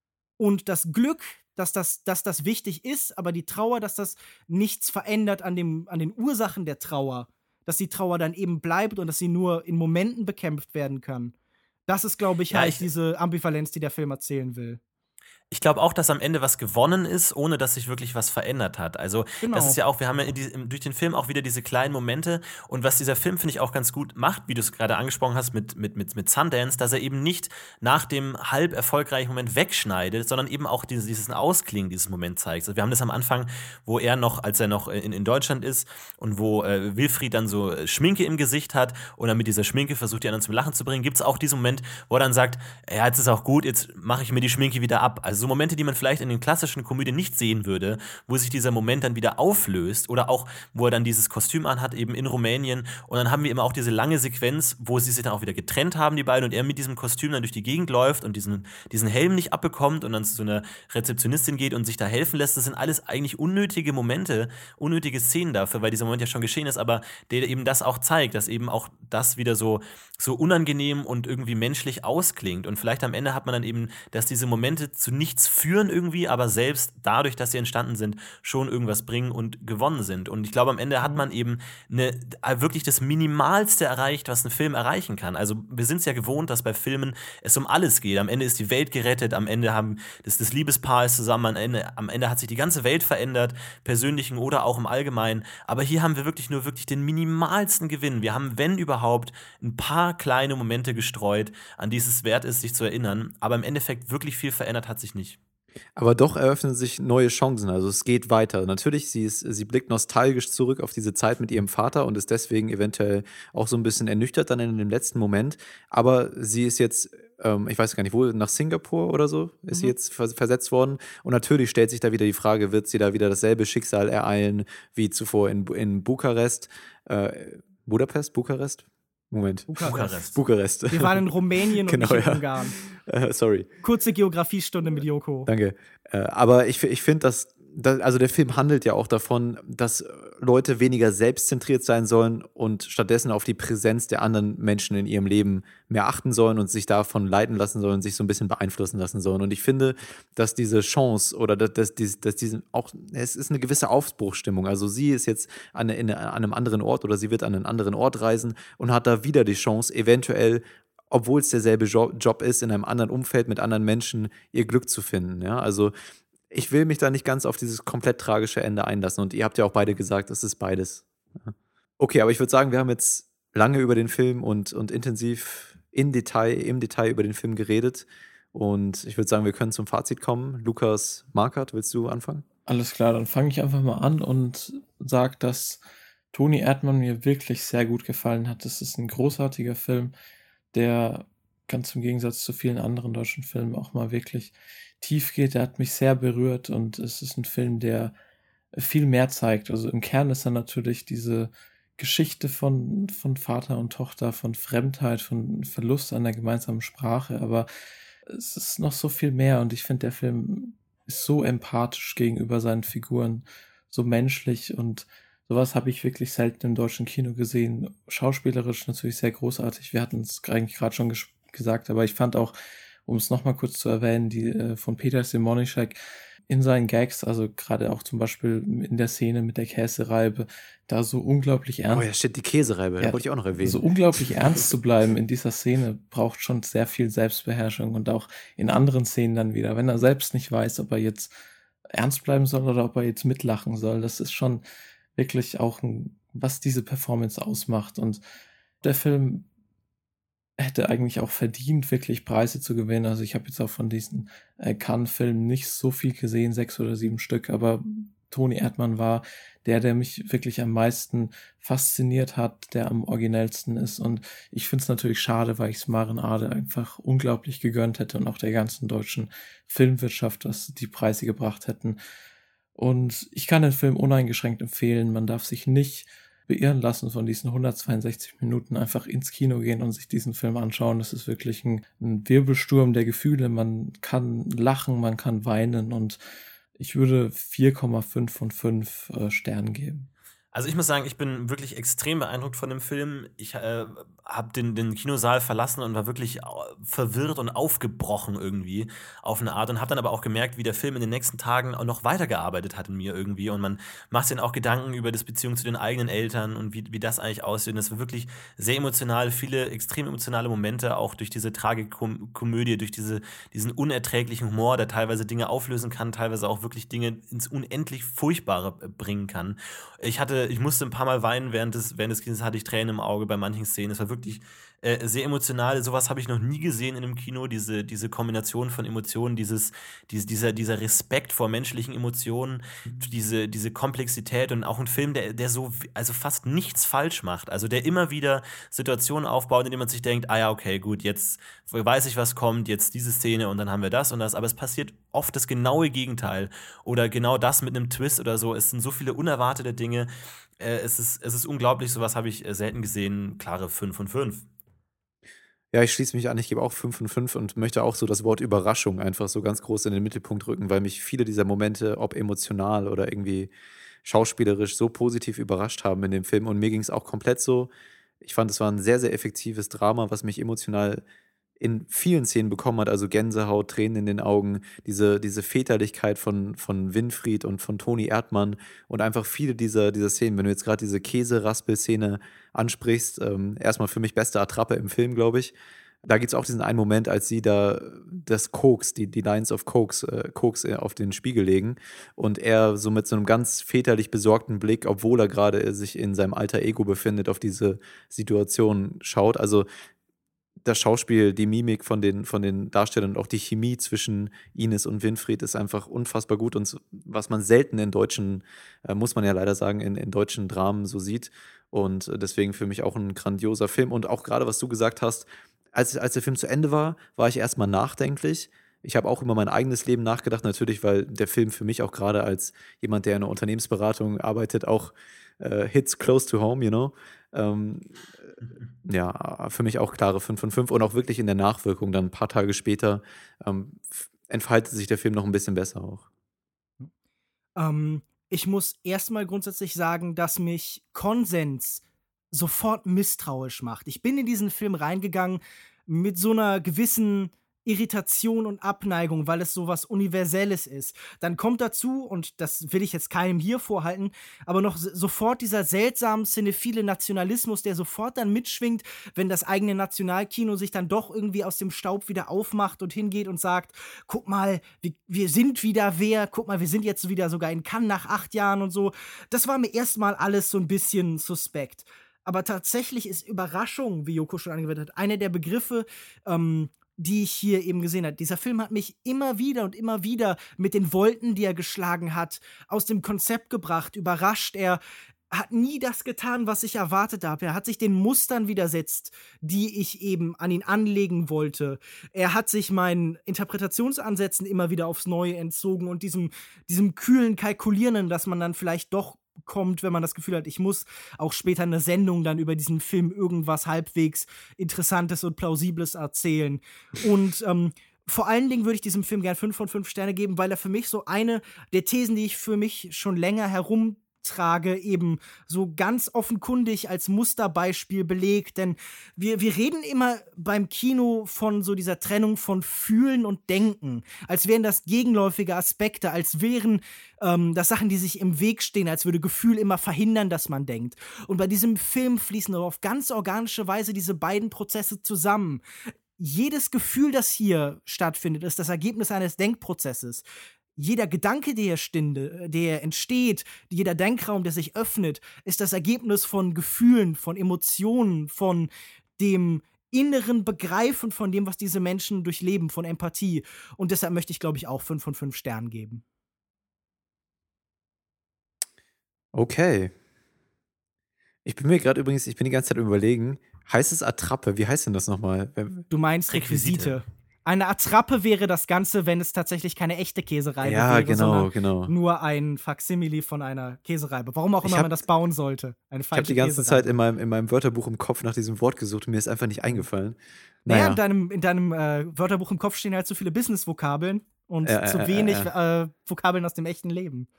Und das Glück, dass das, dass das wichtig ist, aber die Trauer, dass das nichts verändert an, dem, an den Ursachen der Trauer, dass die Trauer dann eben bleibt und dass sie nur in Momenten bekämpft werden kann. Das ist, glaube ich, ja, halt ich diese Ambivalenz, die der Film erzählen will. Ich glaube auch, dass am Ende was gewonnen ist, ohne dass sich wirklich was verändert hat. Also genau. Das ist ja auch, wir haben ja in die, durch den Film auch wieder diese kleinen Momente. Und was dieser Film, finde ich, auch ganz gut macht, wie du es gerade angesprochen hast mit, mit, mit, mit Sundance, dass er eben nicht nach dem halb erfolgreichen Moment wegschneidet, sondern eben auch dieses, dieses Ausklingen dieses Moment zeigt. Also wir haben das am Anfang, wo er noch, als er noch in, in Deutschland ist und wo äh, Wilfried dann so Schminke im Gesicht hat und dann mit dieser Schminke versucht, die anderen zum Lachen zu bringen, gibt es auch diesen Moment, wo er dann sagt, ja, jetzt ist auch gut, jetzt mache ich mir die Schminke wieder ab. Also so Momente, die man vielleicht in den klassischen Komödien nicht sehen würde, wo sich dieser Moment dann wieder auflöst oder auch, wo er dann dieses Kostüm anhat, eben in Rumänien und dann haben wir immer auch diese lange Sequenz, wo sie sich dann auch wieder getrennt haben, die beiden, und er mit diesem Kostüm dann durch die Gegend läuft und diesen, diesen Helm nicht abbekommt und dann zu so einer Rezeptionistin geht und sich da helfen lässt. Das sind alles eigentlich unnötige Momente, unnötige Szenen dafür, weil dieser Moment ja schon geschehen ist, aber der eben das auch zeigt, dass eben auch das wieder so, so unangenehm und irgendwie menschlich ausklingt und vielleicht am Ende hat man dann eben, dass diese Momente zu nichts führen irgendwie, aber selbst dadurch, dass sie entstanden sind, schon irgendwas bringen und gewonnen sind. Und ich glaube, am Ende hat man eben eine, wirklich das Minimalste erreicht, was ein Film erreichen kann. Also wir sind es ja gewohnt, dass bei Filmen es um alles geht. Am Ende ist die Welt gerettet, am Ende haben das, das Liebespaar ist zusammen, am Ende, am Ende hat sich die ganze Welt verändert, persönlichen oder auch im Allgemeinen. Aber hier haben wir wirklich nur wirklich den minimalsten Gewinn. Wir haben, wenn überhaupt, ein paar kleine Momente gestreut, an die es wert ist, sich zu erinnern. Aber im Endeffekt wirklich viel verändert hat sich nicht. Aber doch eröffnen sich neue Chancen, also es geht weiter. Natürlich, sie, ist, sie blickt nostalgisch zurück auf diese Zeit mit ihrem Vater und ist deswegen eventuell auch so ein bisschen ernüchtert dann in dem letzten Moment. Aber sie ist jetzt, ähm, ich weiß gar nicht wo, nach Singapur oder so ist mhm. sie jetzt vers- versetzt worden. Und natürlich stellt sich da wieder die Frage, wird sie da wieder dasselbe Schicksal ereilen wie zuvor in, in Bukarest? Äh, Budapest? Bukarest? Moment. Bukarest. Bukarest. Wir waren in Rumänien und genau, nicht in ja. Ungarn. Äh, sorry. Kurze Geografiestunde mit Joko. Danke. Äh, aber ich, ich finde, dass da, also der Film handelt ja auch davon, dass Leute weniger selbstzentriert sein sollen und stattdessen auf die Präsenz der anderen Menschen in ihrem Leben mehr achten sollen und sich davon leiten lassen sollen, sich so ein bisschen beeinflussen lassen sollen. Und ich finde, dass diese Chance oder dass, dass, dies- dass diesen auch, es ist eine gewisse Aufbruchsstimmung. Also sie ist jetzt an, in, an einem anderen Ort oder sie wird an einen anderen Ort reisen und hat da wieder die Chance, eventuell, obwohl es derselbe Jo- Job ist, in einem anderen Umfeld mit anderen Menschen ihr Glück zu finden. Ja, also ich will mich da nicht ganz auf dieses komplett tragische Ende einlassen. Und ihr habt ja auch beide gesagt, es ist beides. Ja. Okay, aber ich würde sagen, wir haben jetzt lange über den Film und, und intensiv in Detail, im Detail über den Film geredet. Und ich würde sagen, wir können zum Fazit kommen. Lukas Markert, willst du anfangen? Alles klar, dann fange ich einfach mal an und sage, dass Toni Erdmann mir wirklich sehr gut gefallen hat. Das ist ein großartiger Film, der ganz im Gegensatz zu vielen anderen deutschen Filmen auch mal wirklich tief geht. Der hat mich sehr berührt und es ist ein Film, der viel mehr zeigt. Also im Kern ist er natürlich diese Geschichte von, von Vater und Tochter, von Fremdheit, von Verlust an der gemeinsamen Sprache, aber es ist noch so viel mehr und ich finde, der Film ist so empathisch gegenüber seinen Figuren, so menschlich und sowas habe ich wirklich selten im deutschen Kino gesehen. Schauspielerisch natürlich sehr großartig. Wir hatten es eigentlich gerade schon ges- gesagt, aber ich fand auch, um es nochmal kurz zu erwähnen, die äh, von Peter Simonischek in seinen Gags, also gerade auch zum Beispiel in der Szene mit der Käsereibe, da so unglaublich ernst. Oh ja, shit, die Käsereibe, Ja, ja, wollte ich auch noch erwähnen. So unglaublich ernst zu bleiben in dieser Szene braucht schon sehr viel Selbstbeherrschung und auch in anderen Szenen dann wieder, wenn er selbst nicht weiß, ob er jetzt ernst bleiben soll oder ob er jetzt mitlachen soll. Das ist schon wirklich auch ein, was diese Performance ausmacht und der Film hätte eigentlich auch verdient, wirklich Preise zu gewinnen. Also ich habe jetzt auch von diesen äh, Cannes-Filmen nicht so viel gesehen, sechs oder sieben Stück, aber Toni Erdmann war der, der mich wirklich am meisten fasziniert hat, der am originellsten ist. Und ich finde es natürlich schade, weil ich es Maren Ade einfach unglaublich gegönnt hätte und auch der ganzen deutschen Filmwirtschaft, dass die Preise gebracht hätten. Und ich kann den Film uneingeschränkt empfehlen. Man darf sich nicht beirren lassen von diesen hundertzweiundsechzig Minuten, einfach ins Kino gehen und sich diesen Film anschauen. Das ist wirklich ein, ein Wirbelsturm der Gefühle. Man kann lachen, man kann weinen und ich würde vier Komma fünf von fünf äh, Sternen geben. Also ich muss sagen, ich bin wirklich extrem beeindruckt von dem Film. Ich äh, habe den, den Kinosaal verlassen und war wirklich au- verwirrt und aufgebrochen irgendwie auf eine Art und habe dann aber auch gemerkt, wie der Film in den nächsten Tagen auch noch weitergearbeitet hat in mir irgendwie und man macht sich dann auch Gedanken über das Beziehung zu den eigenen Eltern und wie, wie das eigentlich aussieht. Und das war wirklich sehr emotional, viele extrem emotionale Momente, auch durch diese Tragikomödie, durch diese, diesen unerträglichen Humor, der teilweise Dinge auflösen kann, teilweise auch wirklich Dinge ins unendlich Furchtbare äh, bringen kann. Ich hatte Ich musste ein paar Mal weinen während des, während des Kinos, hatte ich Tränen im Auge bei manchen Szenen. Es war wirklich äh, sehr emotional. Sowas habe ich noch nie gesehen in einem Kino. Diese, diese Kombination von Emotionen, dieses, diese, dieser, dieser Respekt vor menschlichen Emotionen, diese, diese Komplexität und auch ein Film, der, der so also fast nichts falsch macht. Also der immer wieder Situationen aufbaut, in denen man sich denkt, ah ja, okay, gut, jetzt weiß ich, was kommt, jetzt diese Szene und dann haben wir das und das. Aber es passiert oft das genaue Gegenteil oder genau das mit einem Twist oder so. Es sind so viele unerwartete Dinge. Äh, es ist, es ist unglaublich, sowas habe ich äh, selten gesehen. Klare fünf von fünf. Ja, ich schließe mich an, ich gebe auch fünf von fünf und möchte auch so das Wort Überraschung einfach so ganz groß in den Mittelpunkt rücken, weil mich viele dieser Momente, ob emotional oder irgendwie schauspielerisch, so positiv überrascht haben in dem Film. Und mir ging es auch komplett so. Ich fand, es war ein sehr, sehr effektives Drama, was mich emotional in vielen Szenen bekommen hat, also Gänsehaut, Tränen in den Augen, diese, diese Väterlichkeit von, von Winfried und von Toni Erdmann und einfach viele dieser, dieser Szenen. Wenn du jetzt gerade diese Käse-Raspel-Szene ansprichst, ähm, erstmal für mich beste Attrappe im Film, glaube ich. Da gibt es auch diesen einen Moment, als sie da das Koks, die, die Lines of Koks, äh, Koks äh, auf den Spiegel legen und er so mit so einem ganz väterlich besorgten Blick, obwohl er gerade sich in seinem alter Ego befindet, auf diese Situation schaut. Also das Schauspiel, die Mimik von den, von den Darstellern und auch die Chemie zwischen Ines und Winfried ist einfach unfassbar gut und so, was man selten in deutschen, äh, muss man ja leider sagen, in, in deutschen Dramen so sieht und äh, deswegen für mich auch ein grandioser Film und auch gerade, was du gesagt hast, als, als der Film zu Ende war, war ich erstmal nachdenklich. Ich habe auch über mein eigenes Leben nachgedacht, natürlich, weil der Film für mich auch gerade als jemand, der in einer Unternehmensberatung arbeitet, auch äh, hits close to home, you know. Ähm, ja, für mich auch klare fünf von fünf und auch wirklich in der Nachwirkung dann ein paar Tage später ähm, f- entfaltet sich der Film noch ein bisschen besser auch. Ähm, ich muss erstmal grundsätzlich sagen, dass mich Konsens sofort misstrauisch macht. Ich bin in diesen Film reingegangen mit so einer gewissen Irritation und Abneigung, weil es so was Universelles ist. Dann kommt dazu, und das will ich jetzt keinem hier vorhalten, aber noch s- sofort dieser seltsame cinephile Nationalismus, der sofort dann mitschwingt, wenn das eigene Nationalkino sich dann doch irgendwie aus dem Staub wieder aufmacht und hingeht und sagt, guck mal, wir, wir sind wieder wer, guck mal, wir sind jetzt wieder sogar in Cannes nach acht Jahren und so. Das war mir erstmal alles so ein bisschen suspekt. Aber tatsächlich ist Überraschung, wie Joko schon angewendet hat, einer der Begriffe, ähm, die ich hier eben gesehen habe. Dieser Film hat mich immer wieder und immer wieder mit den Volten, die er geschlagen hat, aus dem Konzept gebracht, überrascht. Er hat nie das getan, was ich erwartet habe. Er hat sich den Mustern widersetzt, die ich eben an ihn anlegen wollte. Er hat sich meinen Interpretationsansätzen immer wieder aufs Neue entzogen und diesem, diesem kühlen Kalkulierenden, dass man dann vielleicht doch kommt, wenn man das Gefühl hat, ich muss auch später eine Sendung dann über diesen Film irgendwas halbwegs Interessantes und Plausibles erzählen. Und ähm, vor allen Dingen würde ich diesem Film gern fünf von fünf Sterne geben, weil er für mich so eine der Thesen, die ich für mich schon länger herumtrage, eben so ganz offenkundig als Musterbeispiel belegt. Denn wir, wir reden immer beim Kino von so dieser Trennung von Fühlen und Denken, als wären das gegenläufige Aspekte, als wären ähm, das Sachen, die sich im Weg stehen, als würde Gefühl immer verhindern, dass man denkt. Und bei diesem Film fließen aber auf ganz organische Weise diese beiden Prozesse zusammen. Jedes Gefühl, das hier stattfindet, ist das Ergebnis eines Denkprozesses. Jeder Gedanke, der, stinde, der entsteht, jeder Denkraum, der sich öffnet, ist das Ergebnis von Gefühlen, von Emotionen, von dem inneren Begreifen von dem, was diese Menschen durchleben, von Empathie. Und deshalb möchte ich, glaube ich, auch fünf von fünf Sternen geben. Okay. Ich bin mir gerade übrigens, ich bin die ganze Zeit am Überlegen, heißt es Attrappe? Wie heißt denn das nochmal? Wer- Du meinst Requisite. Requisite. Eine Attrappe wäre das Ganze, wenn es tatsächlich keine echte Käsereibe Ja, wäre, genau, sondern genau. nur ein Faksimile von einer Käsereibe. Warum auch Ich immer hab- man das bauen sollte. Eine Ich habe falsche die ganze Käsereibe. Zeit in meinem, in meinem Wörterbuch im Kopf nach diesem Wort gesucht und mir ist einfach nicht eingefallen. Naja, Naja, in deinem, in deinem äh, Wörterbuch im Kopf stehen halt so viele Business-Vokabeln und Ja, zu äh, äh, wenig äh. äh, Vokabeln aus dem echten Leben.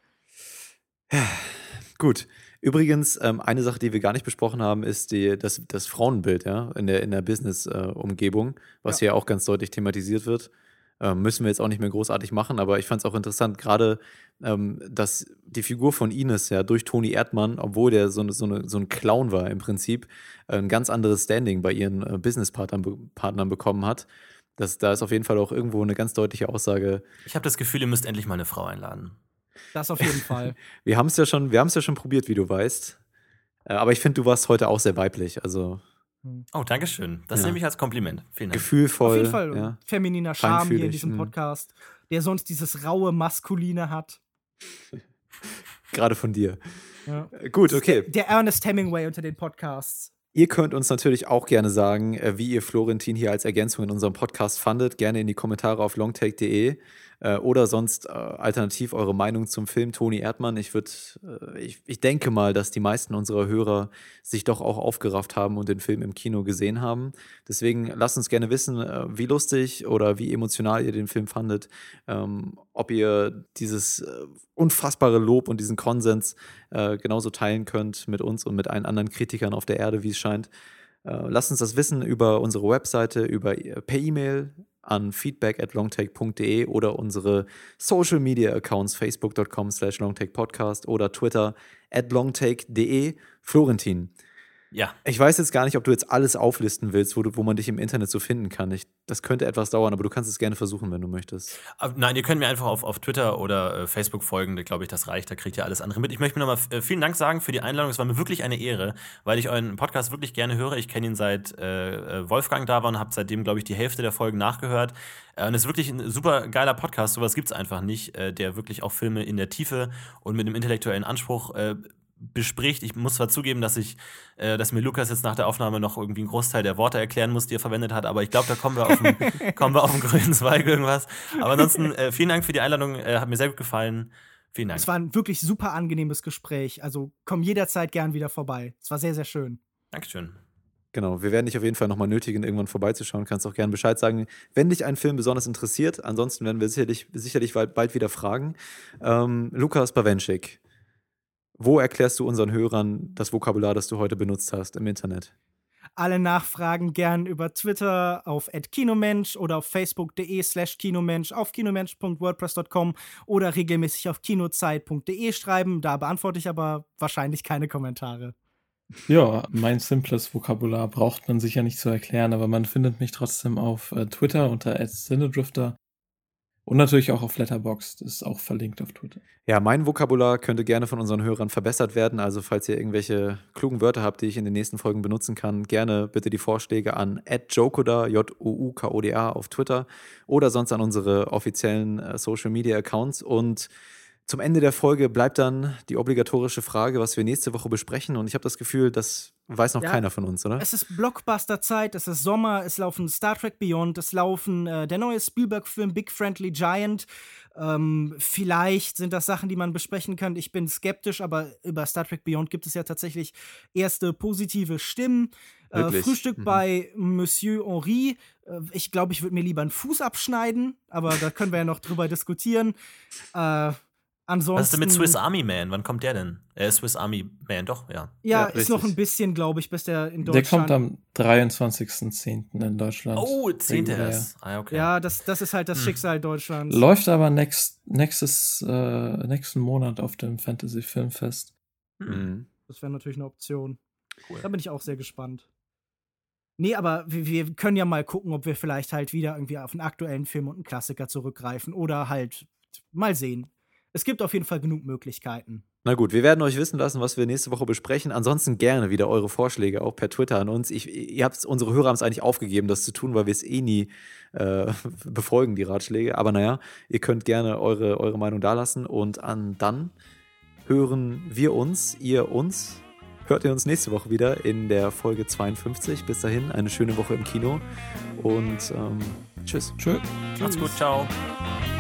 gut. Übrigens, ähm, eine Sache, die wir gar nicht besprochen haben, ist die, das, das Frauenbild, ja, in der, in der Business-Umgebung, was Ja. hier auch ganz deutlich thematisiert wird. Ähm, müssen wir jetzt auch nicht mehr großartig machen, aber ich fand es auch interessant, gerade, ähm, dass die Figur von Ines ja durch Toni Erdmann, obwohl der so, eine, so, eine, so ein Clown war im Prinzip, äh, ein ganz anderes Standing bei ihren äh, Businesspartnern be Partnern bekommen hat. Das, da ist auf jeden Fall auch irgendwo eine ganz deutliche Aussage. Ich habe das Gefühl, ihr müsst endlich mal eine Frau einladen. Das auf jeden Fall. Wir haben es ja schon, wir haben es ja schon probiert, wie du weißt. Äh, aber ich finde, du warst heute auch sehr weiblich. Also Oh, Dankeschön. Das Ja. nehme ich als Kompliment. Vielen Dank. gefühlvoll. Auf jeden Fall Ja. femininer Charme hier in Feinfühlig, diesem mhm. Podcast, der sonst dieses raue Maskuline hat. Gerade von dir. Ja. Äh, Gut, okay. Der Ernest Hemingway unter den Podcasts. Ihr könnt uns natürlich auch gerne sagen, äh, wie ihr Florentin hier als Ergänzung in unserem Podcast fandet. Gerne in die Kommentare auf longtake punkt de äh, oder sonst äh, alternativ eure Meinung zum Film Toni Erdmann. Ich, würd, äh, ich, ich denke mal, dass die meisten unserer Hörer sich doch auch aufgerafft haben und den Film im Kino gesehen haben. Deswegen lasst uns gerne wissen, äh, wie lustig oder wie emotional ihr den Film fandet. Ähm, ob ihr dieses äh, unfassbare Lob und diesen Konsens äh, genauso teilen könnt mit uns und mit allen anderen Kritikern auf der Erde, wie es scheint. Äh, lasst uns das wissen über unsere Webseite, über, per E-Mail an feedback at longtake punkt de oder unsere Social Media Accounts facebook punkt com slash longtake podcast oder Twitter at longtake punkt de. Florentin, Ja. ich weiß jetzt gar nicht, ob du jetzt alles auflisten willst, wo, du, wo man dich im Internet so finden kann. Ich, das könnte etwas dauern, aber du kannst es gerne versuchen, wenn du möchtest. Aber nein, ihr könnt mir einfach auf, auf Twitter oder äh, Facebook folgen, da glaube ich, das reicht, da kriegt ihr alles andere mit. Ich möchte mir nochmal äh, vielen Dank sagen für die Einladung, es war mir wirklich eine Ehre, weil ich euren Podcast wirklich gerne höre. Ich kenne ihn seit äh, Wolfgang da war und habe seitdem, glaube ich, die Hälfte der Folgen nachgehört. Äh, und es ist wirklich ein super geiler Podcast, sowas gibt es einfach nicht, äh, der wirklich auch Filme in der Tiefe und mit einem intellektuellen Anspruch äh, bespricht. Ich muss zwar zugeben, dass ich, äh, dass mir Lukas jetzt nach der Aufnahme noch irgendwie einen Großteil der Worte erklären muss, die er verwendet hat, aber ich glaube, da kommen wir auf den, kommen wir auf den grünen Zweig irgendwas. Aber ansonsten, äh, vielen Dank für die Einladung, äh, hat mir sehr gut gefallen. Vielen Dank. Es war ein wirklich super angenehmes Gespräch. Also komm jederzeit gern wieder vorbei. Es war sehr, sehr schön. Dankeschön. Genau, wir werden dich auf jeden Fall nochmal nötigen, irgendwann vorbeizuschauen. Kannst auch gerne Bescheid sagen, wenn dich ein Film besonders interessiert. Ansonsten werden wir sicherlich, sicherlich bald wieder fragen. Ähm, Lukas Bawenschik, wo erklärst du unseren Hörern das Vokabular, das du heute benutzt hast im Internet? Alle Nachfragen gern über Twitter auf at kinomensch oder auf facebook.de slash kinomensch, auf kinomensch punkt wordpress punkt com oder regelmäßig auf kinozeit punkt de schreiben. Da beantworte ich aber wahrscheinlich keine Kommentare. Ja, mein simples Vokabular braucht man sicher nicht zu erklären, aber man findet mich trotzdem auf äh, Twitter unter at cinedrifter und natürlich auch auf Letterboxd, ist auch verlinkt auf Twitter. Ja, mein Vokabular könnte gerne von unseren Hörern verbessert werden, also falls ihr irgendwelche klugen Wörter habt, die ich in den nächsten Folgen benutzen kann, gerne bitte die Vorschläge an at jokoda, J O U K O D A auf Twitter oder sonst an unsere offiziellen äh, Social-Media-Accounts. Und zum Ende der Folge bleibt dann die obligatorische Frage, was wir nächste Woche besprechen. Und ich habe das Gefühl, das weiß noch Ja, keiner von uns, oder? Es ist Blockbuster-Zeit, es ist Sommer, es laufen Star Trek Beyond, es laufen äh, der neue Spielberg-Film Big Friendly Giant. Ähm, vielleicht sind das Sachen, die man besprechen kann. Ich bin skeptisch, aber über Star Trek Beyond gibt es ja tatsächlich erste positive Stimmen. Äh, Wirklich? Frühstück Mhm. bei Monsieur Henri. Äh, ich glaube, ich würde mir lieber einen Fuß abschneiden, aber da können wir ja noch drüber diskutieren. Äh, Ansonsten, Was ist denn mit Swiss Army Man? Wann kommt der denn? Er ist Swiss Army Man, doch, ja. Ja, Ja, ist noch richtig. ein bisschen, glaube ich, bis der in Der Deutschland. kommt am dreiundzwanzigsten zehnten in Deutschland. Oh, zehnte regulär. erst. Ah, okay. Ja, das, das ist halt das Hm. Schicksal Deutschlands. Läuft aber next, nächstes, äh, nächsten Monat auf dem Fantasy Filmfest. Hm. Mhm. Das wäre natürlich eine Option. Cool. Da bin ich auch sehr gespannt. Nee, aber wir, wir können ja mal gucken, ob wir vielleicht halt wieder irgendwie auf einen aktuellen Film und einen Klassiker zurückgreifen oder halt mal sehen. Es gibt auf jeden Fall genug Möglichkeiten. Na gut, wir werden euch wissen lassen, was wir nächste Woche besprechen. Ansonsten gerne wieder eure Vorschläge, auch per Twitter an uns. Ich, ihr habt's, unsere Hörer haben es eigentlich aufgegeben, das zu tun, weil wir es eh nie äh, befolgen, die Ratschläge. Aber naja, ihr könnt gerne eure, eure Meinung dalassen. Und an dann hören wir uns, ihr uns. Hört ihr uns nächste Woche wieder in der Folge zweiundfünfzig. Bis dahin, eine schöne Woche im Kino. Und ähm, tschüss. Tschö. Macht's gut, ciao.